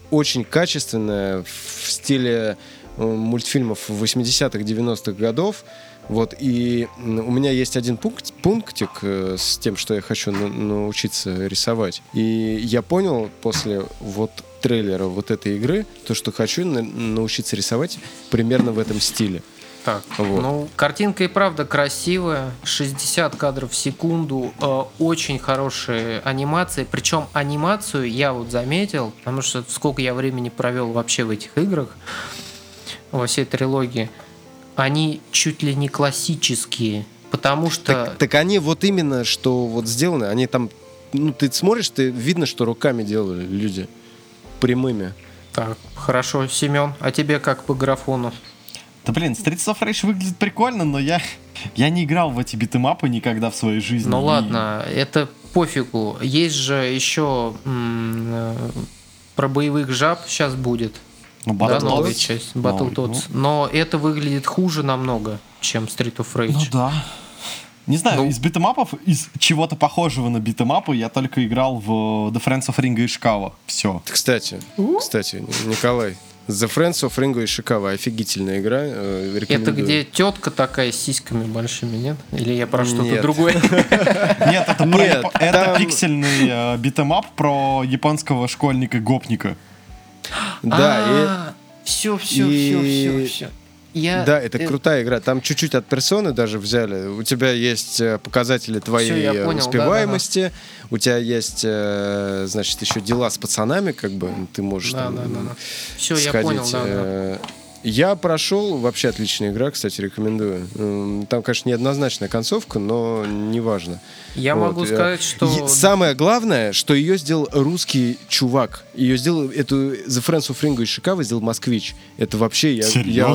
очень качественная, в стиле мультфильмов 80-х, 90-х годов. Вот, и у меня есть один пунктик с тем, что я хочу научиться рисовать. И я понял после вот трейлера вот этой игры, то, что хочу научиться рисовать примерно в этом стиле. Так, вот. Ну, картинка и правда красивая, 60 кадров в секунду, очень хорошие анимации, причем анимацию я вот заметил, потому что сколько я времени провел вообще в этих играх, во всей трилогии, они чуть ли не классические, потому что... Так они вот именно, что вот сделаны, они там, ну, ты смотришь, видно, что руками делали люди, прямыми. Так, хорошо, Семен, а тебе как по графону? Да блин, Streets of Rage выглядит прикольно, но я не играл в эти битэмапы никогда в своей жизни. Ну ладно, это пофигу. Есть же еще про боевых жаб сейчас будет. Ну, да, новая часть, Battletoads. Но это выглядит хуже намного, чем Street of Rage. Ну да. Не знаю, из битэмапов, из чего-то похожего на битэмапы я только играл в The Friends of Ringo Ishikawa. Все. Кстати, Николай, The Friends of Ringo Ishikawa, офигительная игра, рекомендую. Это где тетка такая с сиськами большими, нет? Или я про что-то другое? Нет, это пиксельный битэмап про японского школьника-гопника. Да, все. Да, это крутая игра. Там чуть-чуть от персоны даже взяли. У тебя есть показатели твоей успеваемости. У тебя есть, значит, еще дела с пацанами, как бы ты можешь Все, сходить. Я понял, да. Я прошел, вообще отличная игра, кстати, рекомендую. Там, конечно, неоднозначная концовка, но неважно. Я могу сказать, что... Самое главное, что ее сделал русский чувак. Ее сделал, эту The Friends of Ringo Ishikawa сделал москвич. Это вообще... Я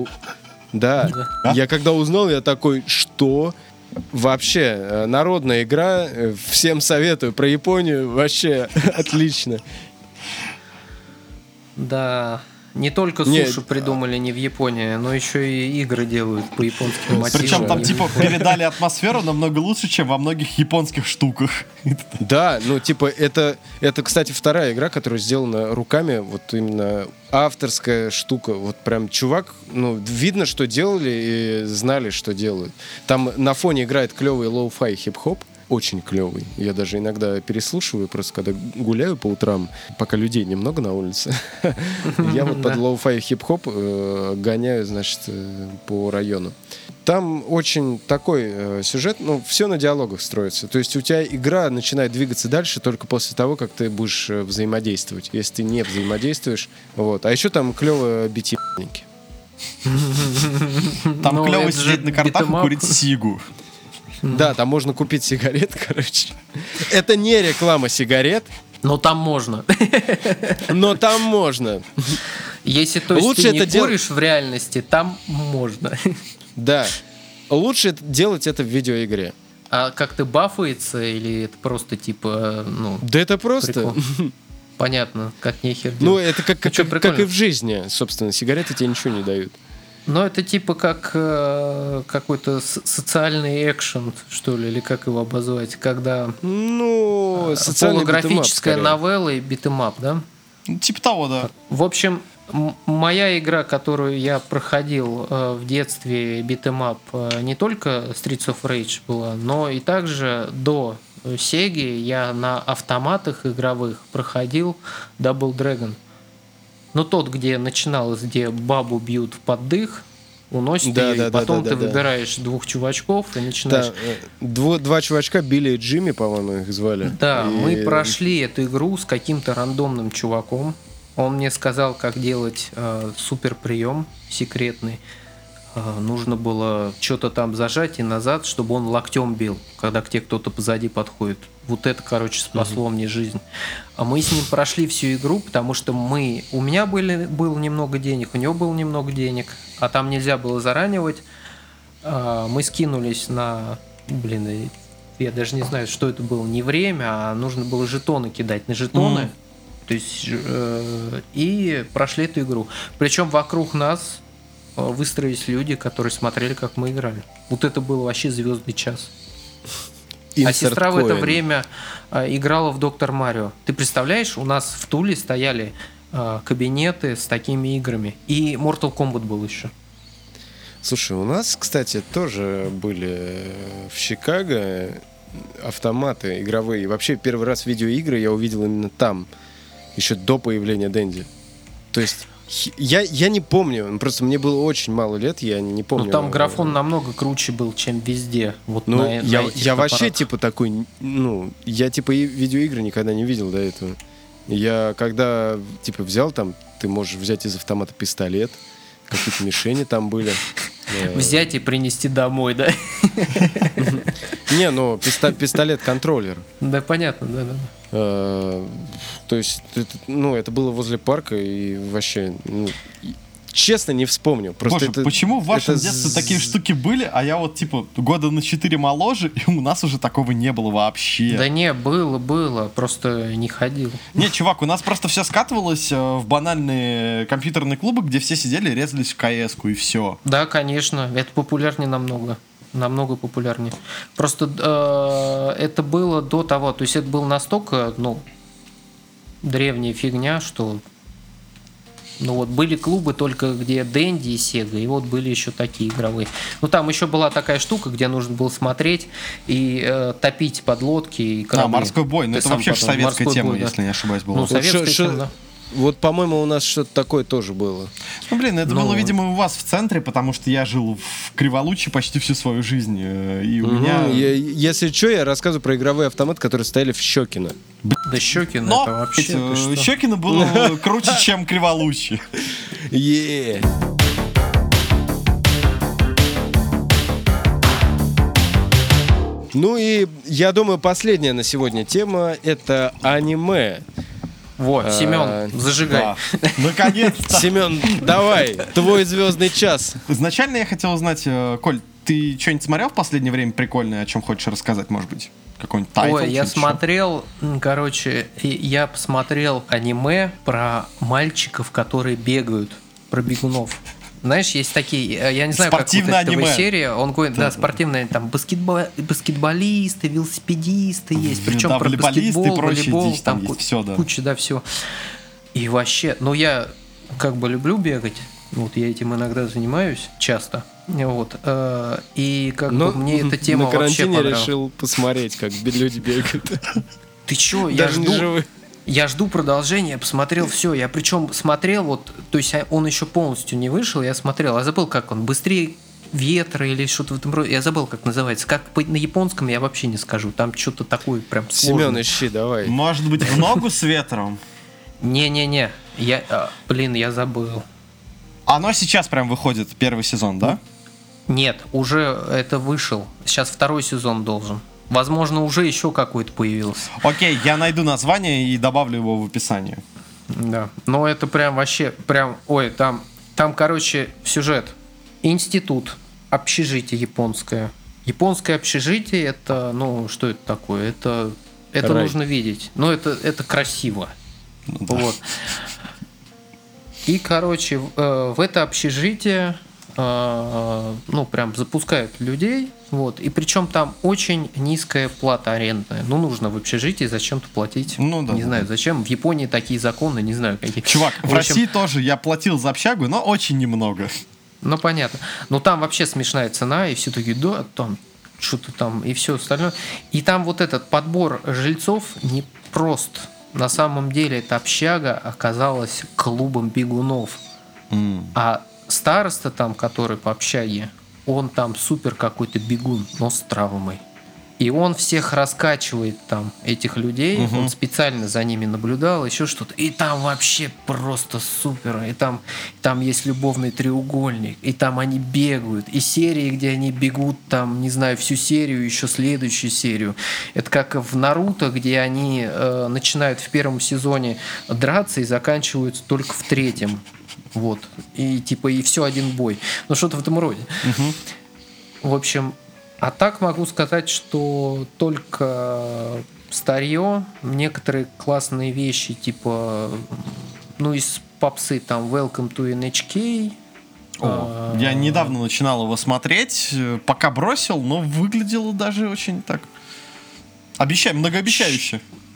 когда узнал, я такой, что... Вообще, народная игра, всем советую. Про Японию вообще отлично. Да... Не только суши придумали не в Японии, но еще и игры делают по японским мотивам. Причем там типа передали атмосферу намного лучше, чем во многих японских штуках. Да, ну типа это, кстати, вторая игра, которая сделана руками, вот именно авторская штука. Вот прям чувак, ну видно, что делали и знали, что делают. Там на фоне играет клевый лоу-фай хип-хоп. Очень клевый. Я даже иногда переслушиваю, просто когда гуляю по утрам, пока людей немного на улице. Я вот под лоу-фай хип-хоп гоняю, значит, по району. Там очень такой сюжет, ну, все на диалогах строится. То есть у тебя игра начинает двигаться дальше только после того, как ты будешь взаимодействовать. Если ты не взаимодействуешь. Вот. А еще там клевые битьяники. Там клево сидеть на картах и курить сигу. Да, там можно купить сигарет, короче. Это не реклама сигарет. Но там можно. Но там можно. Если то есть лучше ты не куришь в реальности, там можно. Да. Лучше делать это в видеоигре. А как-то бафается или это просто типа, ну... Да это просто... Прикол? Понятно, как нехер делать. Ну, это как и в жизни, собственно. Сигареты тебе ничего не дают. Но это типа как какой-то социальный экшен, что ли, или как его обозвать, когда голографическая новелла и битэмап, да? Типа того, да. В общем, моя игра, которую я проходил в детстве, битэмап, не только Streets of Rage была, но и также до Сеги я на автоматах игровых проходил Double Dragon. Ну, тот, где начиналось, где бабу бьют в поддых, уносят ее, и потом ты выбираешь двух чувачков и начинаешь... Да, два чувачка, Билли и Джимми, по-моему, их звали. Да, мы прошли эту игру с каким-то рандомным чуваком. Он мне сказал, как делать суперприем секретный. Нужно было что-то там зажать и назад, чтобы он локтем бил, когда к тебе кто-то позади подходит. Вот это, короче, спасло мне жизнь. А мы с ним прошли всю игру, потому что у меня было немного денег, у него было немного денег, а там нельзя было заранивать. Мы скинулись на... я даже не знаю, что это было, не время, а нужно было жетоны кидать на жетоны. То есть, и прошли эту игру. Причем вокруг нас выстроились люди, которые смотрели, как мы играли. Вот это был вообще звездный час. А сестра в это время играла в Доктор Марио. Ты представляешь, у нас в Туле стояли кабинеты с такими играми. И Mortal Kombat был еще. Слушай, у нас, кстати, тоже были в Чикаго автоматы игровые. Вообще, первый раз видеоигры я увидел именно там, еще до появления Dendy. То есть я не помню, просто мне было очень мало лет, я не помню. Ну, там графон намного круче был, чем везде. Вот ну, на я вообще, типа, такой, ну, я, типа, видеоигры никогда не видел до этого. Я когда, типа, взял там, ты можешь взять из автомата пистолет, какие-то мишени там были. Взять и принести домой, да? Не, ну, пистолет-контроллер. Да, понятно, да. То есть, ну, это было возле парка, и вообще, ну, честно, не вспомню. Просто Боже, почему в вашем детстве такие штуки были, а я вот, типа, года на 4 моложе, и у нас уже такого не было вообще? Да не, было, просто не ходил. Не, чувак, у нас просто все скатывалось в банальные компьютерные клубы, где все сидели и резались в КС-ку, и все. Да, конечно, это популярнее намного популярнее. Просто это было до того, то есть это было настолько, ну, древняя фигня, что... Ну вот были клубы только где Dendy и Sega, и вот были еще такие игровые. Ну там еще была такая штука, где нужно было смотреть и топить подлодки и корабли. Морской бой, ну это вообще советская тема, бой, если не ошибаюсь, была. Ну, советская тема, да. Вот, по-моему, у нас что-то такое тоже было. Ну, блин, это было, видимо, у вас в центре, потому что я жил в Криволуче почти всю свою жизнь, и у меня... Если что, я рассказываю про игровые автоматы, которые стояли в Щекино. Да Щекино, это вообще... Щекино было круче, чем Криволуче. Ну и, я думаю, последняя на сегодня тема — это аниме. Вот, Семен, зажигай. Да. Наконец-то. Семен, давай, твой звездный час. Изначально я хотел узнать, Коль, ты что-нибудь смотрел в последнее время прикольное, о чем хочешь рассказать, может быть? Какой-нибудь тайтл? Ой, я смотрел, я посмотрел аниме про мальчиков, которые бегают, про бегунов. Знаешь, есть такие, я не знаю, спортивное как вот аниме. Серия, он говорит, да, спортивные, там баскетболисты, велосипедисты есть, причем про баскетбол, волейбол, там все, да. куча, да, все. И вообще, ну я как бы люблю бегать, вот я этим иногда занимаюсь часто, вот, и как бы мне эта тема вообще понравилась. На карантине решил посмотреть, как люди бегают. Ты чё, Даже не живы. Я жду продолжения, я посмотрел все. Я причем смотрел, вот, то есть он еще полностью не вышел, я смотрел, я забыл, как он, быстрее ветра или что-то в этом роде. Я забыл, как называется. Как на японском я вообще не скажу. Там что-то такое прям сложное. Семен, ищи, давай. Может быть, в ногу с ветром? Не-не-не. Я забыл. Оно сейчас прям выходит, первый сезон, да? Нет, уже это вышел. Сейчас второй сезон должен. Возможно, уже еще какой-то появился. Окей, я найду название и добавлю его в описание. Да. Но это прям вообще, прям, ой, там, короче, сюжет. Институт, общежитие японское. Японское общежитие, это, ну, что это такое? Это нужно видеть. Ну, это красиво. Ну, да. Вот. И, короче, в это общежитие, ну, прям запускают людей. Вот. И причем там очень низкая плата арендная. Ну, нужно в общежитии зачем-то платить. Ну, да, не знаю, зачем. В Японии такие законы, не знаю, какие. Чувак, в России тоже я платил за общагу, но очень немного. Ну, понятно. Но там вообще смешная цена, и все такие, да, там, что-то там, и все остальное. И там вот этот подбор жильцов не прост. На самом деле эта общага оказалась клубом бегунов. А староста там, который по общаге, он там супер какой-то бегун, но с травмой. И он всех раскачивает там, этих людей. Он специально за ними наблюдал, еще что-то. И там вообще просто супер. И там есть любовный треугольник. И там они бегают. И серии, где они бегут, там, не знаю, всю серию, еще следующую серию. Это как в Наруто, где они начинают в первом сезоне драться и заканчиваются только в третьем. Вот. И типа, и все один бой. Ну, что-то в этом роде. В общем, а так могу сказать, что только старье, некоторые классные вещи, типа, ну, из попсы, там, Welcome to NHK. Я недавно начинал его смотреть, пока бросил, но выглядело даже очень так... многообещающе.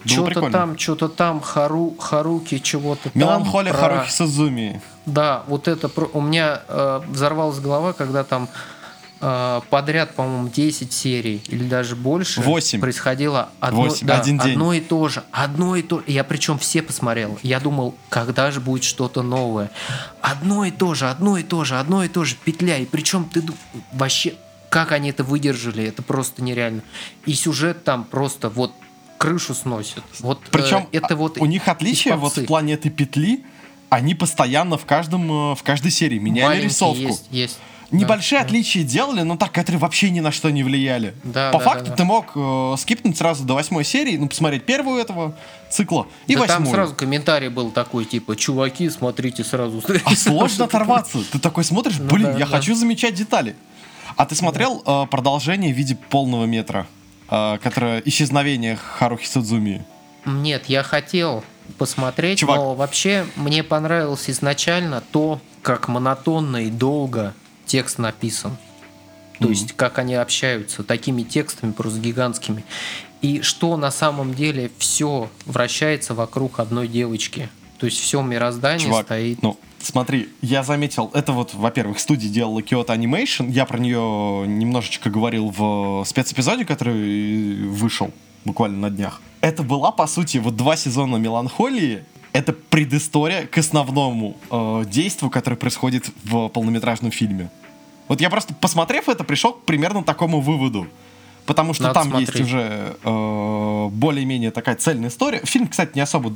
Что-то там, Харуки, чего-то там. Меланхолия Харухи Судзуми. Да, вот это у меня взорвалась голова, когда там подряд, по-моему, 10 серий или даже больше 8. происходило одно и то же. Я причем все посмотрел. Я думал, когда же будет что-то новое. Одно и то же, петля. И причем ты вообще, как они это выдержали, это просто нереально. И сюжет там просто вот крышу сносит. Вот, причем это вот у них отличие вот в плане этой петли. Они постоянно в каждой серии меняли маленькие рисовку. Есть. Небольшие отличия делали, но так, которые вообще ни на что не влияли. По факту ты мог скипнуть сразу до 8 серии, посмотреть первую этого цикла и 8. Там сразу комментарий был такой, типа, чуваки, смотрите сразу. А сложно оторваться. Ты такой смотришь, я хочу замечать детали. А ты смотрел продолжение в виде полного метра, которое «Исчезновение Харухи Судзуми»? Нет, я хотел посмотреть, но вообще мне понравилось изначально то, как монотонно и долго текст написан. То есть, как они общаются такими текстами просто гигантскими. И что на самом деле все вращается вокруг одной девочки. То есть, все мироздание стоит... Смотри, я заметил, это вот, во-первых, студия делала Kyoto Animation. Я про нее немножечко говорил в спецэпизоде, который вышел буквально на днях. Это была, по сути, вот 2 сезона «Меланхолии». Это предыстория к основному действию, которое происходит в полнометражном фильме. Вот я просто, посмотрев это, пришел к примерно такому выводу. Потому что там есть уже более-менее такая цельная история. Фильм, кстати, не особо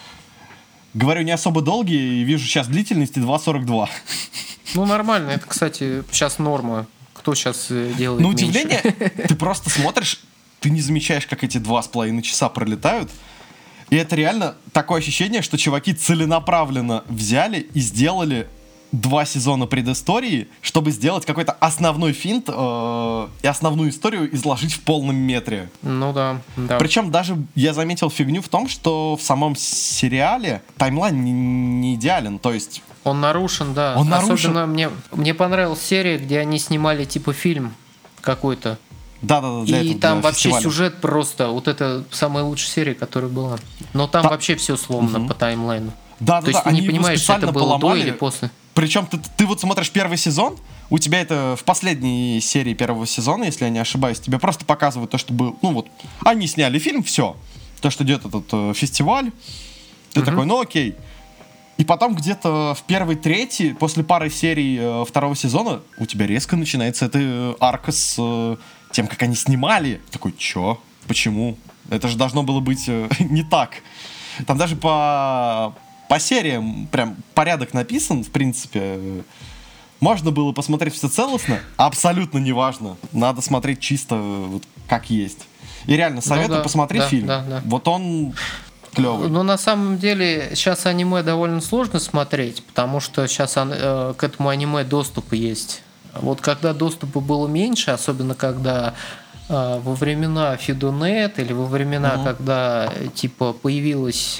долгий, и вижу сейчас длительности 2:42. Нормально. Это, кстати, сейчас норма. Кто сейчас делает на удивление, ты просто смотришь, ты не замечаешь, как эти 2,5 часа пролетают. И это реально такое ощущение, что чуваки целенаправленно взяли и сделали 2 сезона предыстории, чтобы сделать какой-то основной финт и основную историю изложить в полном метре. Да. Причем даже я заметил фигню в том, что в самом сериале таймлайн не идеален, то есть... Он нарушен, да. Особенно мне понравилась серия, где они снимали типа фильм какой-то. Да, и там вообще сюжет просто, вот это самая лучшая серия, которая была. Но там вообще все сломано по таймлайну. То есть ты не понимаешь, что это было до или после. Причем ты вот смотришь первый сезон, у тебя это в последней серии первого сезона, если я не ошибаюсь, тебе просто показывают то, что было, они сняли фильм, все. То, что идет этот фестиваль, ты такой, окей. И потом где-то в первой трети, после пары серий второго сезона, у тебя резко начинается эта арка с тем, как они снимали. Такой, чё? Почему? Это же должно было быть не так. Там даже по сериям прям порядок написан, в принципе. Можно было посмотреть все целостно, абсолютно неважно. Надо смотреть чисто вот как есть. И реально советую посмотреть фильм. Да. Вот он клевый. На самом деле сейчас аниме довольно сложно смотреть, потому что сейчас к этому аниме доступ есть. Вот когда доступа было меньше, особенно когда во времена Фидонет или во времена, когда типа появилась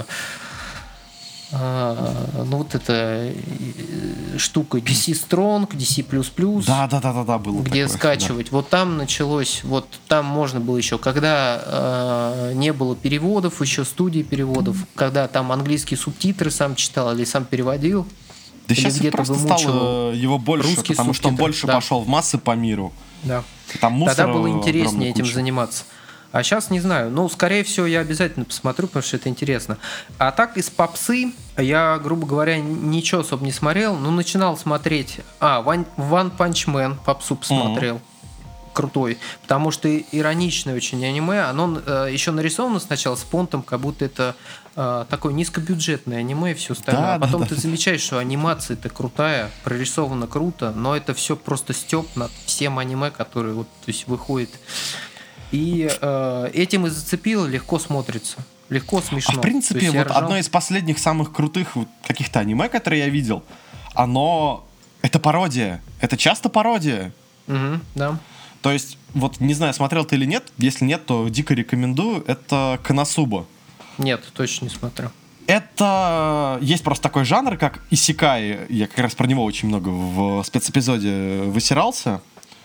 вот эта штука DC Strong, DC++, да, было где такое, скачивать. Вот там началось, вот там можно было еще, когда не было переводов, еще студии переводов, когда там английские субтитры сам читал или сам переводил. Да сейчас просто стало его больше, потому что он больше пошел в массы по миру. Да. Там тогда было интереснее этим заниматься. А сейчас не знаю. Скорее всего, я обязательно посмотрю, потому что это интересно. А так, из попсы я, грубо говоря, ничего особо не смотрел. Начинал смотреть... One Punch Man попсу посмотрел. Крутой. Потому что ироничное очень аниме. Оно еще нарисовано сначала с понтом, как будто это такое низкобюджетное аниме и все остальное. А потом ты замечаешь, что анимация-то крутая, прорисовано круто, но это все просто стёб над всем аниме, которое вот, то есть, выходит. И этим и зацепило, легко смотрится. Легко, смешно. В принципе, вот одно из последних самых крутых каких-то аниме, которые я видел, это пародия. Это часто пародия. Да. То есть, вот не знаю, смотрел ты или нет. Если нет, то дико рекомендую. Это Коносуба. Нет, точно не смотрел. Это... Есть просто такой жанр, как исекай. Я как раз про него очень много в спецэпизоде высирался.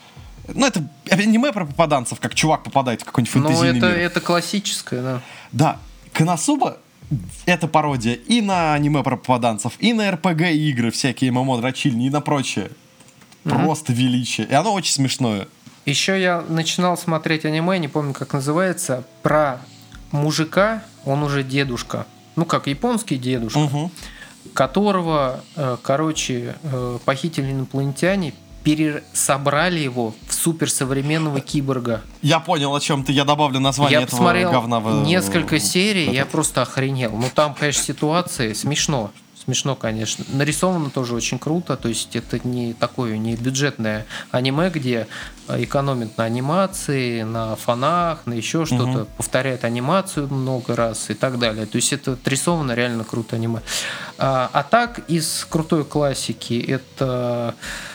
Ну, это аниме про попаданцев, как чувак попадает в какой-нибудь фэнтезийный мир. Ну, это классическое, да. Да, Коносуба — это пародия и на аниме про попаданцев, и на РПГ-игры, всякие ММО-дрочильни, и на прочее. Просто величие. И оно очень смешное. Еще я начинал смотреть аниме, не помню, как называется, про мужика, он уже дедушка. Ну, как японский дедушка, которого, похитили инопланетяне, пересобрали его в суперсовременного киборга. Я понял, о чем ты. Я добавлю название этого говна. Я посмотрел несколько серий, я просто охренел. Ну, там, конечно, ситуации смешно. Смешно, конечно. Нарисовано тоже очень круто. То есть это не такое, не бюджетное аниме, где экономят на анимации, на фонах, на еще что-то, повторяют анимацию много раз и так далее. То есть это отрисовано реально круто аниме. А так, из крутой классики это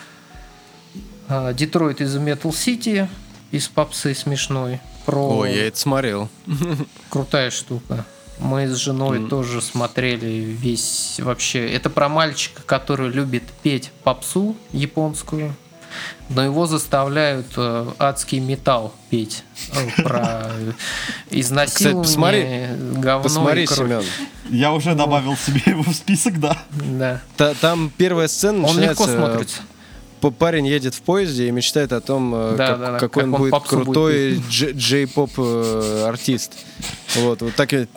Детройт из Metal City, из попсы смешной. Ой, я это смотрел. Крутая штука. Мы с женой тоже смотрели весь вообще. Это про мальчика, который любит петь попсу японскую, но его заставляют адский металл петь про изнасилование, говно. Посмотри, Семен. Я уже добавил себе его в список, да. Да. Там первая сцена Он начинается... легко смотрится. Парень едет в поезде и мечтает о том, какой он будет крутой джей-поп артист. Вот так и...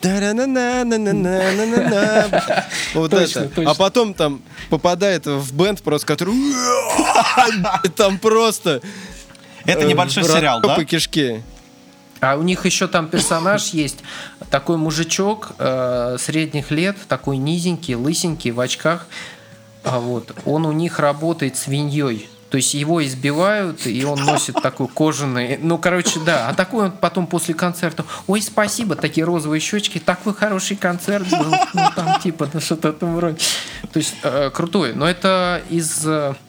Вот это. А потом там попадает в бенд, просто который... Там просто... Это небольшой сериал, да? По кишке. А у них еще там персонаж есть, такой мужичок средних лет, такой низенький, лысенький, в очках. Вот. Он у них работает свиньей. То есть его избивают, и он носит такой кожаный... Ну, короче, да. А такой он потом после концерта... Ой, спасибо, такие розовые щечки. Такой хороший концерт был. Ну, там типа, да что-то там вроде. То есть крутой. Но это из...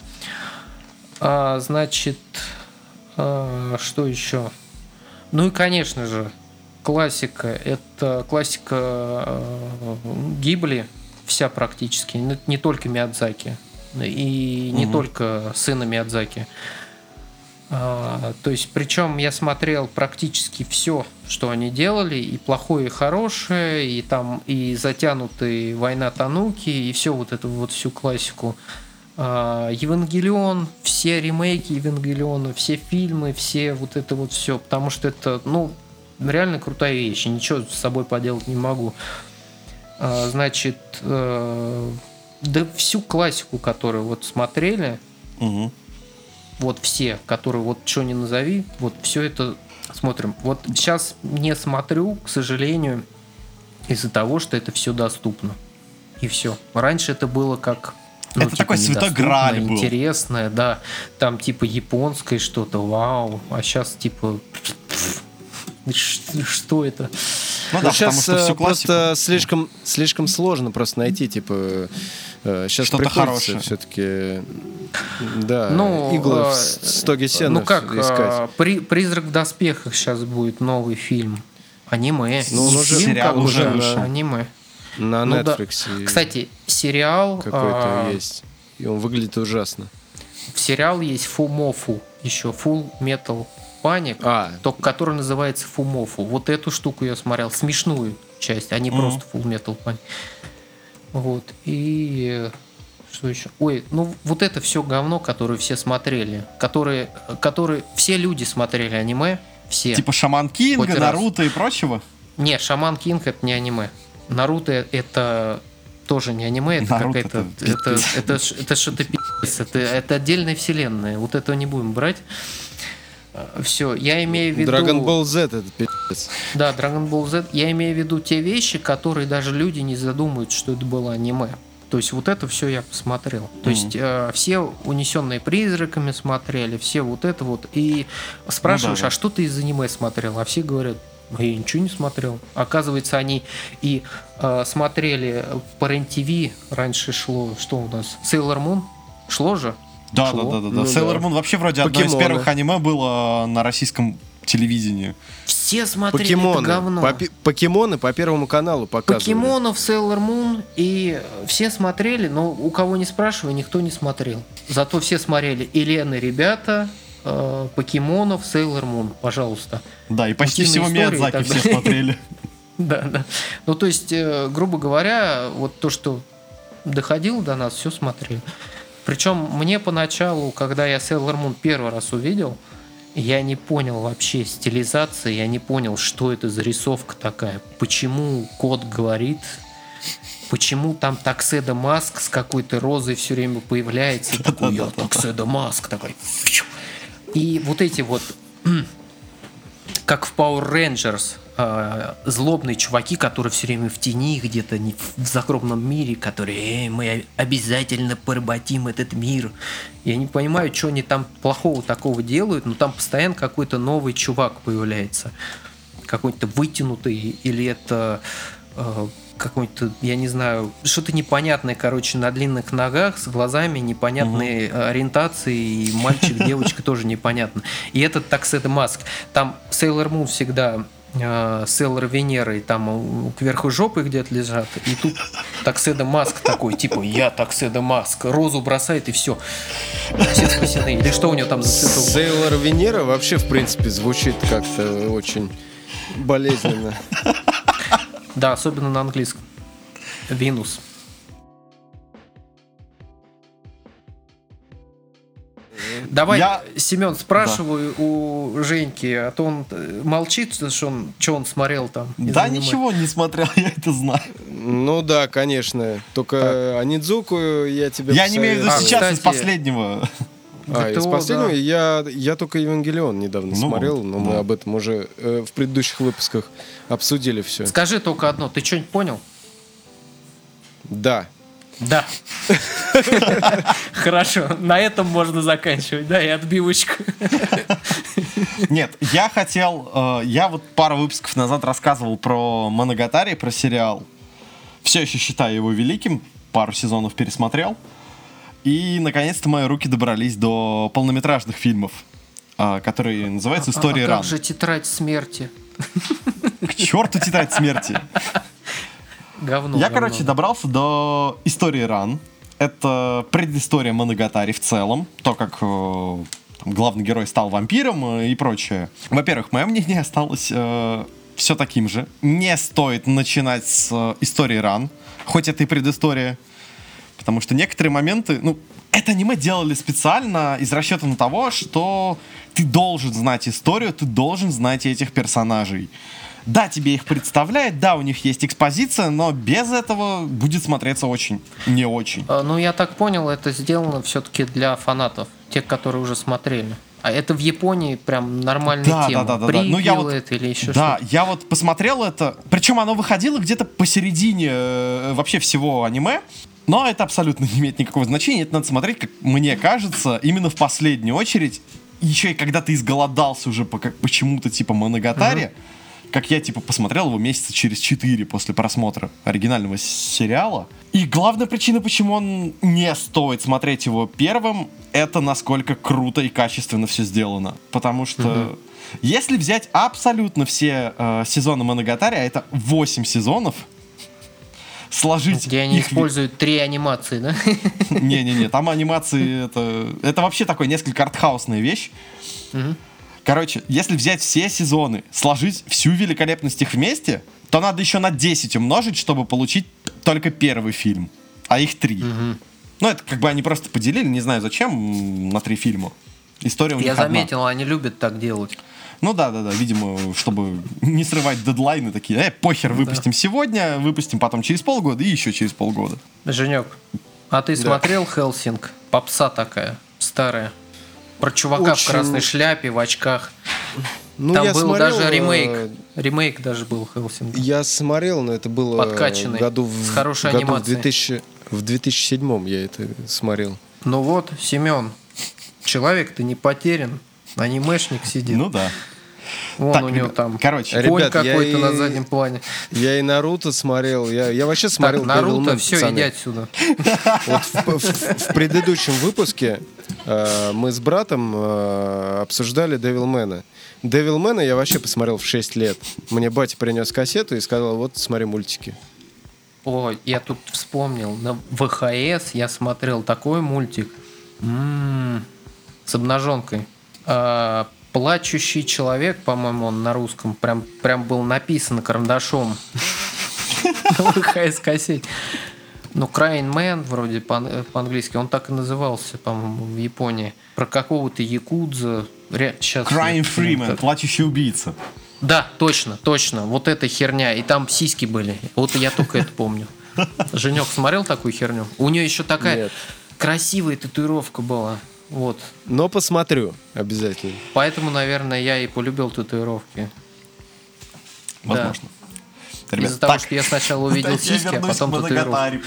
значит... что еще? Ну и, конечно же, классика. Это классика Гибли. Вся практически, не только Миядзаки и не только сына Миядзаки. То есть, причем я смотрел практически все, что они делали, и плохое, и хорошее, и там и затянутые «Война Тануки», и все вот эту вот всю классику. Евангелион, все ремейки Евангелиона, все фильмы, все вот это вот все, потому что это, ну, реально крутая вещь, и ничего с собой поделать не могу. Значит, да всю классику, которую вот смотрели, вот все, которые вот что ни назови, вот все это смотрим. Вот сейчас не смотрю, к сожалению, из-за того, что это все доступно. И все. Раньше это было как... Ну, это типа, такой святой грааль был. Интересное, да. Там типа японское что-то, вау. А сейчас типа... Что это? Ну да, сейчас что просто слишком сложно просто найти, типа, сейчас что-то хорошее. Все-таки, да, иглы в стоге сена искать. «Призрак в доспехах» сейчас будет новый фильм. Аниме. Ну, он уже сериал уже аниме. На Netflix. Да. Кстати, сериал... Какой-то есть. И он выглядит ужасно. В сериал есть Фумофу. Еще Full Metal Panic, только который называется Фумофу. Вот эту штуку я смотрел, смешную часть, а не просто Full Metal Panic. Вот. И что еще? Ой, ну вот это все говно, которое все смотрели. Которые все люди смотрели аниме. Все. Типа Шаман Кинга, Наруто и прочего? Не, Шаман Кинг это не аниме. Наруто это тоже не аниме, это какая-то... Это что-то пи***ц. Это отдельная вселенная. Вот этого не будем брать. Все, я имею в виду... Dragon Ball Z это пи***ц. Да, Dragon Ball Z. Я имею в виду те вещи, которые даже люди не задумают, что это было аниме. То есть вот это все я посмотрел. То есть все «Унесенные призраками» смотрели, все вот это вот. И спрашиваешь, а что ты из аниме смотрел? А все говорят, я ничего не смотрел. Оказывается, они и смотрели по РЕН-ТВ, раньше шло, что у нас, Sailor Moon шло же? Да. Sailor Moon вообще вроде одно из первых аниме было на российском телевидении. Все смотрели это говно. Покемоны по Первому каналу показывали. Покемонов, Sailor Moon, и все смотрели, но у кого не спрашивай, никто не смотрел. Зато все смотрели Елена, ребята, покемонов, Sailor Moon, пожалуйста. Да, и почти всего Миядзаки все смотрели. Да. Ну, то есть, грубо говоря, вот то, что доходило до нас, все смотрели. Причем мне поначалу, когда я Sailor Moon первый раз увидел, я не понял вообще стилизации, я не понял, что это за рисовка такая, почему кот говорит, почему там Такседа Маск с какой-то розой все время появляется, и такой, я Такседа Маск, такой. И вот эти вот, как в Power Rangers, злобные чуваки, которые все время в тени, где-то в загробном мире, которые мы обязательно поработим этот мир. Я не понимаю, что они там плохого такого делают, но там постоянно какой-то новый чувак появляется. Какой-то вытянутый, или это какой-то, я не знаю, что-то непонятное, короче, на длинных ногах, с глазами, непонятной ориентации, и мальчик, девочка тоже непонятно. И этот Такседа Маск. Там Sailor Moon всегда Sailor Венеры, там кверху жопы где-то лежат, и тут Такседа Маск такой, типа, я Такседа Маск, розу бросает, и все спасены. Или что у него там за цветок? Sailor Венера вообще, в принципе, звучит как-то очень болезненно. Да, особенно на английском. Винус. Давай, Семен, спрашиваю у Женьки, а то он молчит, что он смотрел там. Да ничего не смотрел, я это знаю. Ну да, конечно. Только Анидзуку я тебе... Я не имею в виду сейчас, из последнего. Из последнего я только Евангелион недавно смотрел, но мы об этом уже в предыдущих выпусках обсудили все. Скажи только одно, ты что-нибудь понял? Да. Да. Хорошо, на этом можно заканчивать, да, и отбивочку. Нет, я вот пару выпусков назад рассказывал про Моногатари, про сериал. Все еще считаю его великим, пару сезонов пересмотрел. И, наконец-то, мои руки добрались до полнометражных фильмов, которые называются «История Ран». Как же «Тетрадь смерти»? К черту «Тетрадь смерти». Говно. Я, короче, добрался до «Истории Ран». Это предыстория Моногатари в целом. То, как главный герой стал вампиром и прочее. Во-первых, мое мнение осталось все таким же. Не стоит начинать с «Истории Ран», хоть это и предыстория. Потому что некоторые моменты... это аниме делали специально из расчета на того, что ты должен знать историю, ты должен знать этих персонажей. Да, тебе их представляет, да, у них есть экспозиция, но без этого будет смотреться очень не очень. Я так понял, это сделано все-таки для фанатов, тех, которые уже смотрели. А это в Японии прям нормальная тема. Да. Приквел это или еще что-то. Да, я вот посмотрел это. Причем оно выходило где-то посередине вообще всего аниме. Но это абсолютно не имеет никакого значения. Это надо смотреть, как мне кажется, именно в последнюю очередь. Еще и когда ты изголодался уже по почему-то типа Моногатари, как я типа посмотрел его месяца через 4 после просмотра оригинального сериала. И главная причина, почему он не стоит смотреть его первым, это насколько круто и качественно все сделано. Потому что если взять абсолютно все сезоны Моногатари, а это 8 сезонов, сложить где они используют 3 анимации, да? Не-не-не, там анимации это вообще такой несколько артхаусная вещь. Короче, если взять все сезоны, сложить всю великолепность их вместе, то надо еще на 10 умножить, чтобы получить только первый фильм. А их 3. Это как бы они просто поделили, не знаю зачем, на 3 фильма. История у них одна. Я заметил, они любят так делать. Да, видимо, чтобы не срывать дедлайны такие. Похер, выпустим сегодня, выпустим потом через полгода и еще через полгода. Женек, а ты смотрел «Хеллсинг»? Попса такая, старая. Про чувака в красной шляпе, в очках. Там был смотрел, даже ремейк. Ремейк даже был «Хеллсинг». Я смотрел, но это было подкачанный, с хорошей анимацией. В 2007 я это смотрел. Семен, человек-то не потерян. Анимешник сидит. Да. Вон так, у него там конь какой-то на заднем плане. Я и Наруто смотрел. Я вообще смотрел Наруто, все, иди отсюда. В предыдущем выпуске мы с братом обсуждали Девилмена. Девилмена я вообще посмотрел в 6 лет. Мне батя принес кассету и сказал, смотри мультики. Я тут вспомнил. На ВХС я смотрел такой мультик с обнаженкой. Плачущий человек, по-моему, он на русском прям был написан карандашом. ВХС-кассете. Ну, Crying Man, вроде по-английски, он так и назывался, по-моему, в Японии. Про какого-то якудза. Crying Freeman, плачущий убийца. Да, точно. Вот эта херня. И там сиськи были. Вот я только это помню. Женек смотрел такую херню? У нее еще такая красивая татуировка была. Вот. Но посмотрю обязательно. Поэтому, наверное, я и полюбил татуировки. Возможно. Да. Из-за того, что я сначала увидел сиськи, а потом татуировку.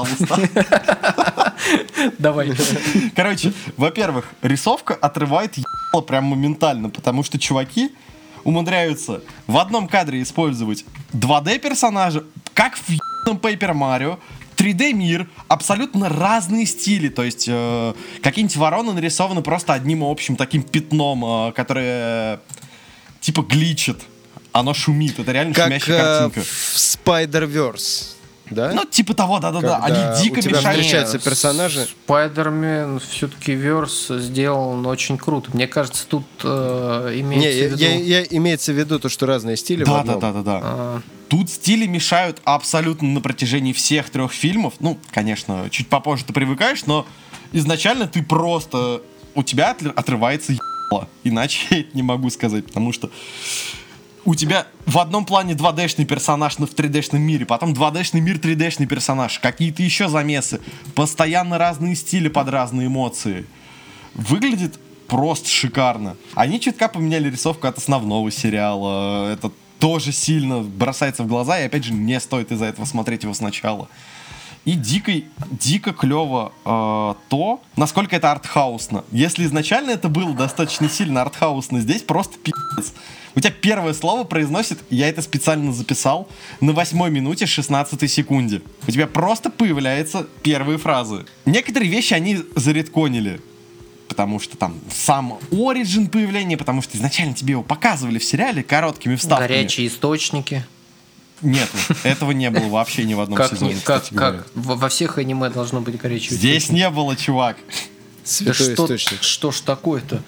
Пожалуйста. Давай. Короче, во-первых, рисовка отрывает ебало прям моментально, потому что чуваки умудряются в одном кадре использовать 2D-персонажа, как в ебаном Paper Mario, 3D-мир, абсолютно разные стили. То есть какие-нибудь вороны нарисованы просто одним общим таким пятном, которое типа гличит. Оно шумит. Это реально шумящая картинка. В Spider-Verse. Да? Ну, типа того, да-да-да. Они дико у тебя мешают. встречаются персонажи. Spider-Man все-таки верс сделан очень круто. Мне кажется, тут имеется в виду... Имеется в виду то, что разные стили в одном. Да. Тут стили мешают абсолютно на протяжении всех 3 фильмов. Ну, конечно, чуть попозже ты привыкаешь, но изначально ты просто... У тебя отрывается ебало. Иначе я это не могу сказать, потому что у тебя в одном плане 2D-шный персонаж в 3D-шном мире, потом 2D-шный мир, 3D-шный персонаж, какие-то еще замесы, постоянно разные стили под разные эмоции. Выглядит просто шикарно. Они чутка поменяли рисовку от основного сериала. Это тоже сильно бросается в глаза, и опять же, не стоит из-за этого смотреть его сначала. И дико клево то, насколько это артхаусно. Если изначально это было достаточно сильно артхаусно, здесь просто пи***ц. У тебя первое слово произносит, я это специально записал, на 8 минуте 16 секунде. У тебя просто появляются первые фразы. Некоторые вещи они заредконили. Потому что там сам оригин появления, потому что изначально тебе его показывали в сериале короткими вставками. Горячие источники. Нет, этого не было вообще ни в одном сезоне. Как? Во всех аниме должно быть горячие источники. Здесь не было, чувак. Святой источник. Что ж такое-то?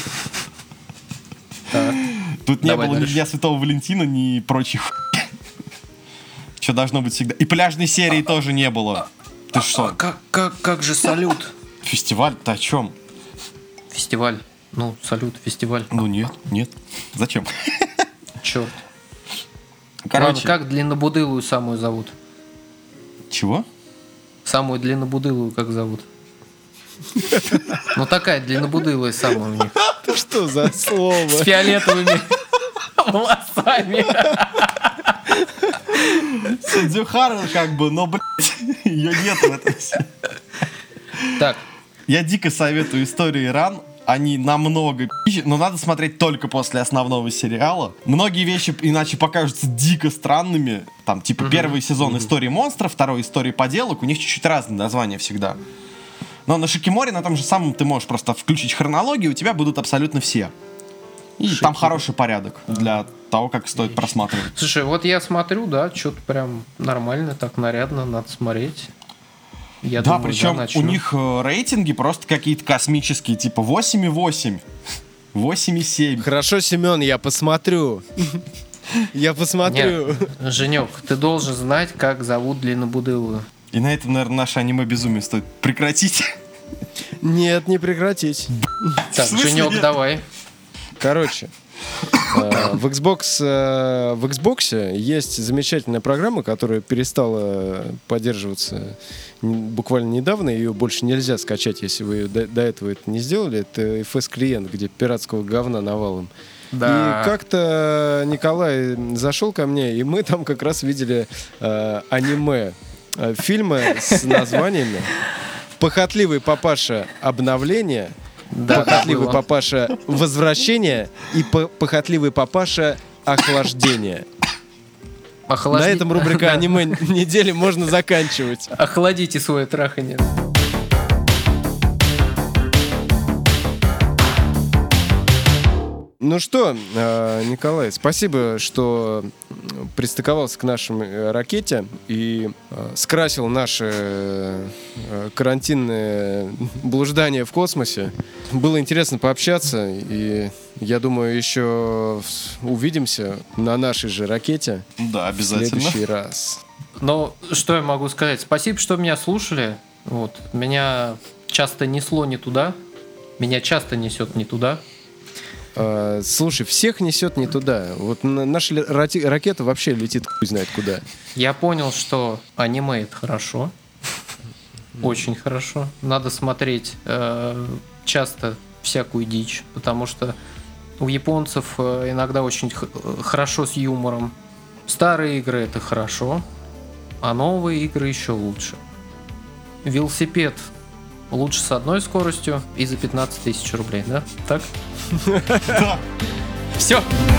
Тут не было ни Дня Святого Валентина, ни прочих. Что должно быть всегда. И пляжной серии тоже не было. Ты что? Как же салют? Фестиваль? Ты о чем? Фестиваль. Ну, салют, фестиваль. Ну нет. Зачем? Черт. Короче. Ладно, как длиннобудылую самую зовут? Чего? Самую длиннобудылую как зовут? Ну, такая длиннобудылая самая у них. Это что за слово? С фиолетовыми волосами. Судзухара как бы, но, блядь, ее нет в этом. Так. Я дико советую «Истории Ран». Они намного пи***, но надо смотреть только после основного сериала. Многие вещи иначе покажутся дико странными. Там, типа, первый сезон «Истории монстров», второй «Истории поделок». У них чуть-чуть разные названия всегда. Но на Шикиморе, на том же самом, ты можешь просто включить хронологию, у тебя будут абсолютно все. И там хороший порядок для того, как стоит просматривать. Слушай, вот я смотрю, да, что-то прям нормально, так нарядно, надо смотреть. Я да, думаю, причем у них рейтинги просто какие-то космические, типа 8,8, 8,7. Хорошо, Семен, я посмотрю. Я посмотрю. Нет, Женек, ты должен знать, как зовут длиннобудылую. И на этом, наверное, наше аниме-безумие стоит прекратить. Нет, не прекратить. Так, Женек, давай. Короче, в Xbox есть замечательная программа, которая перестала поддерживаться буквально недавно. Ее больше нельзя скачать, если вы до этого это не сделали. Это FS-клиент, где пиратского говна навалом. Да. И как-то Николай зашел ко мне, и мы там как раз видели аниме. Фильмы с названиями «Похотливый папаша. Обновление», да, «Похотливый папаша. Возвращение» и «Похотливый папаша. Охлаждение». На этом рубрика аниме недели можно заканчивать. Охладите свое трахание. Ну что, Николай, спасибо, что пристыковался к нашей ракете и скрасил наши карантинные блуждания в космосе. Было интересно пообщаться, и я думаю, еще увидимся на нашей же ракете. Да, обязательно. В следующий раз. Ну, что я могу сказать? Спасибо, что меня слушали. Вот. Меня часто несло не туда. Меня часто несет не туда. Слушай, всех несет не туда. Вот наша ракета вообще летит хуй знает куда. Я понял, что аниме — это хорошо. Очень хорошо. Надо смотреть часто всякую дичь, потому что у японцев иногда очень хорошо с юмором. Старые игры — это хорошо, а новые игры еще лучше. Велосипед лучше с одной скоростью и за 15 000 рублей, да? Так? Да. Все.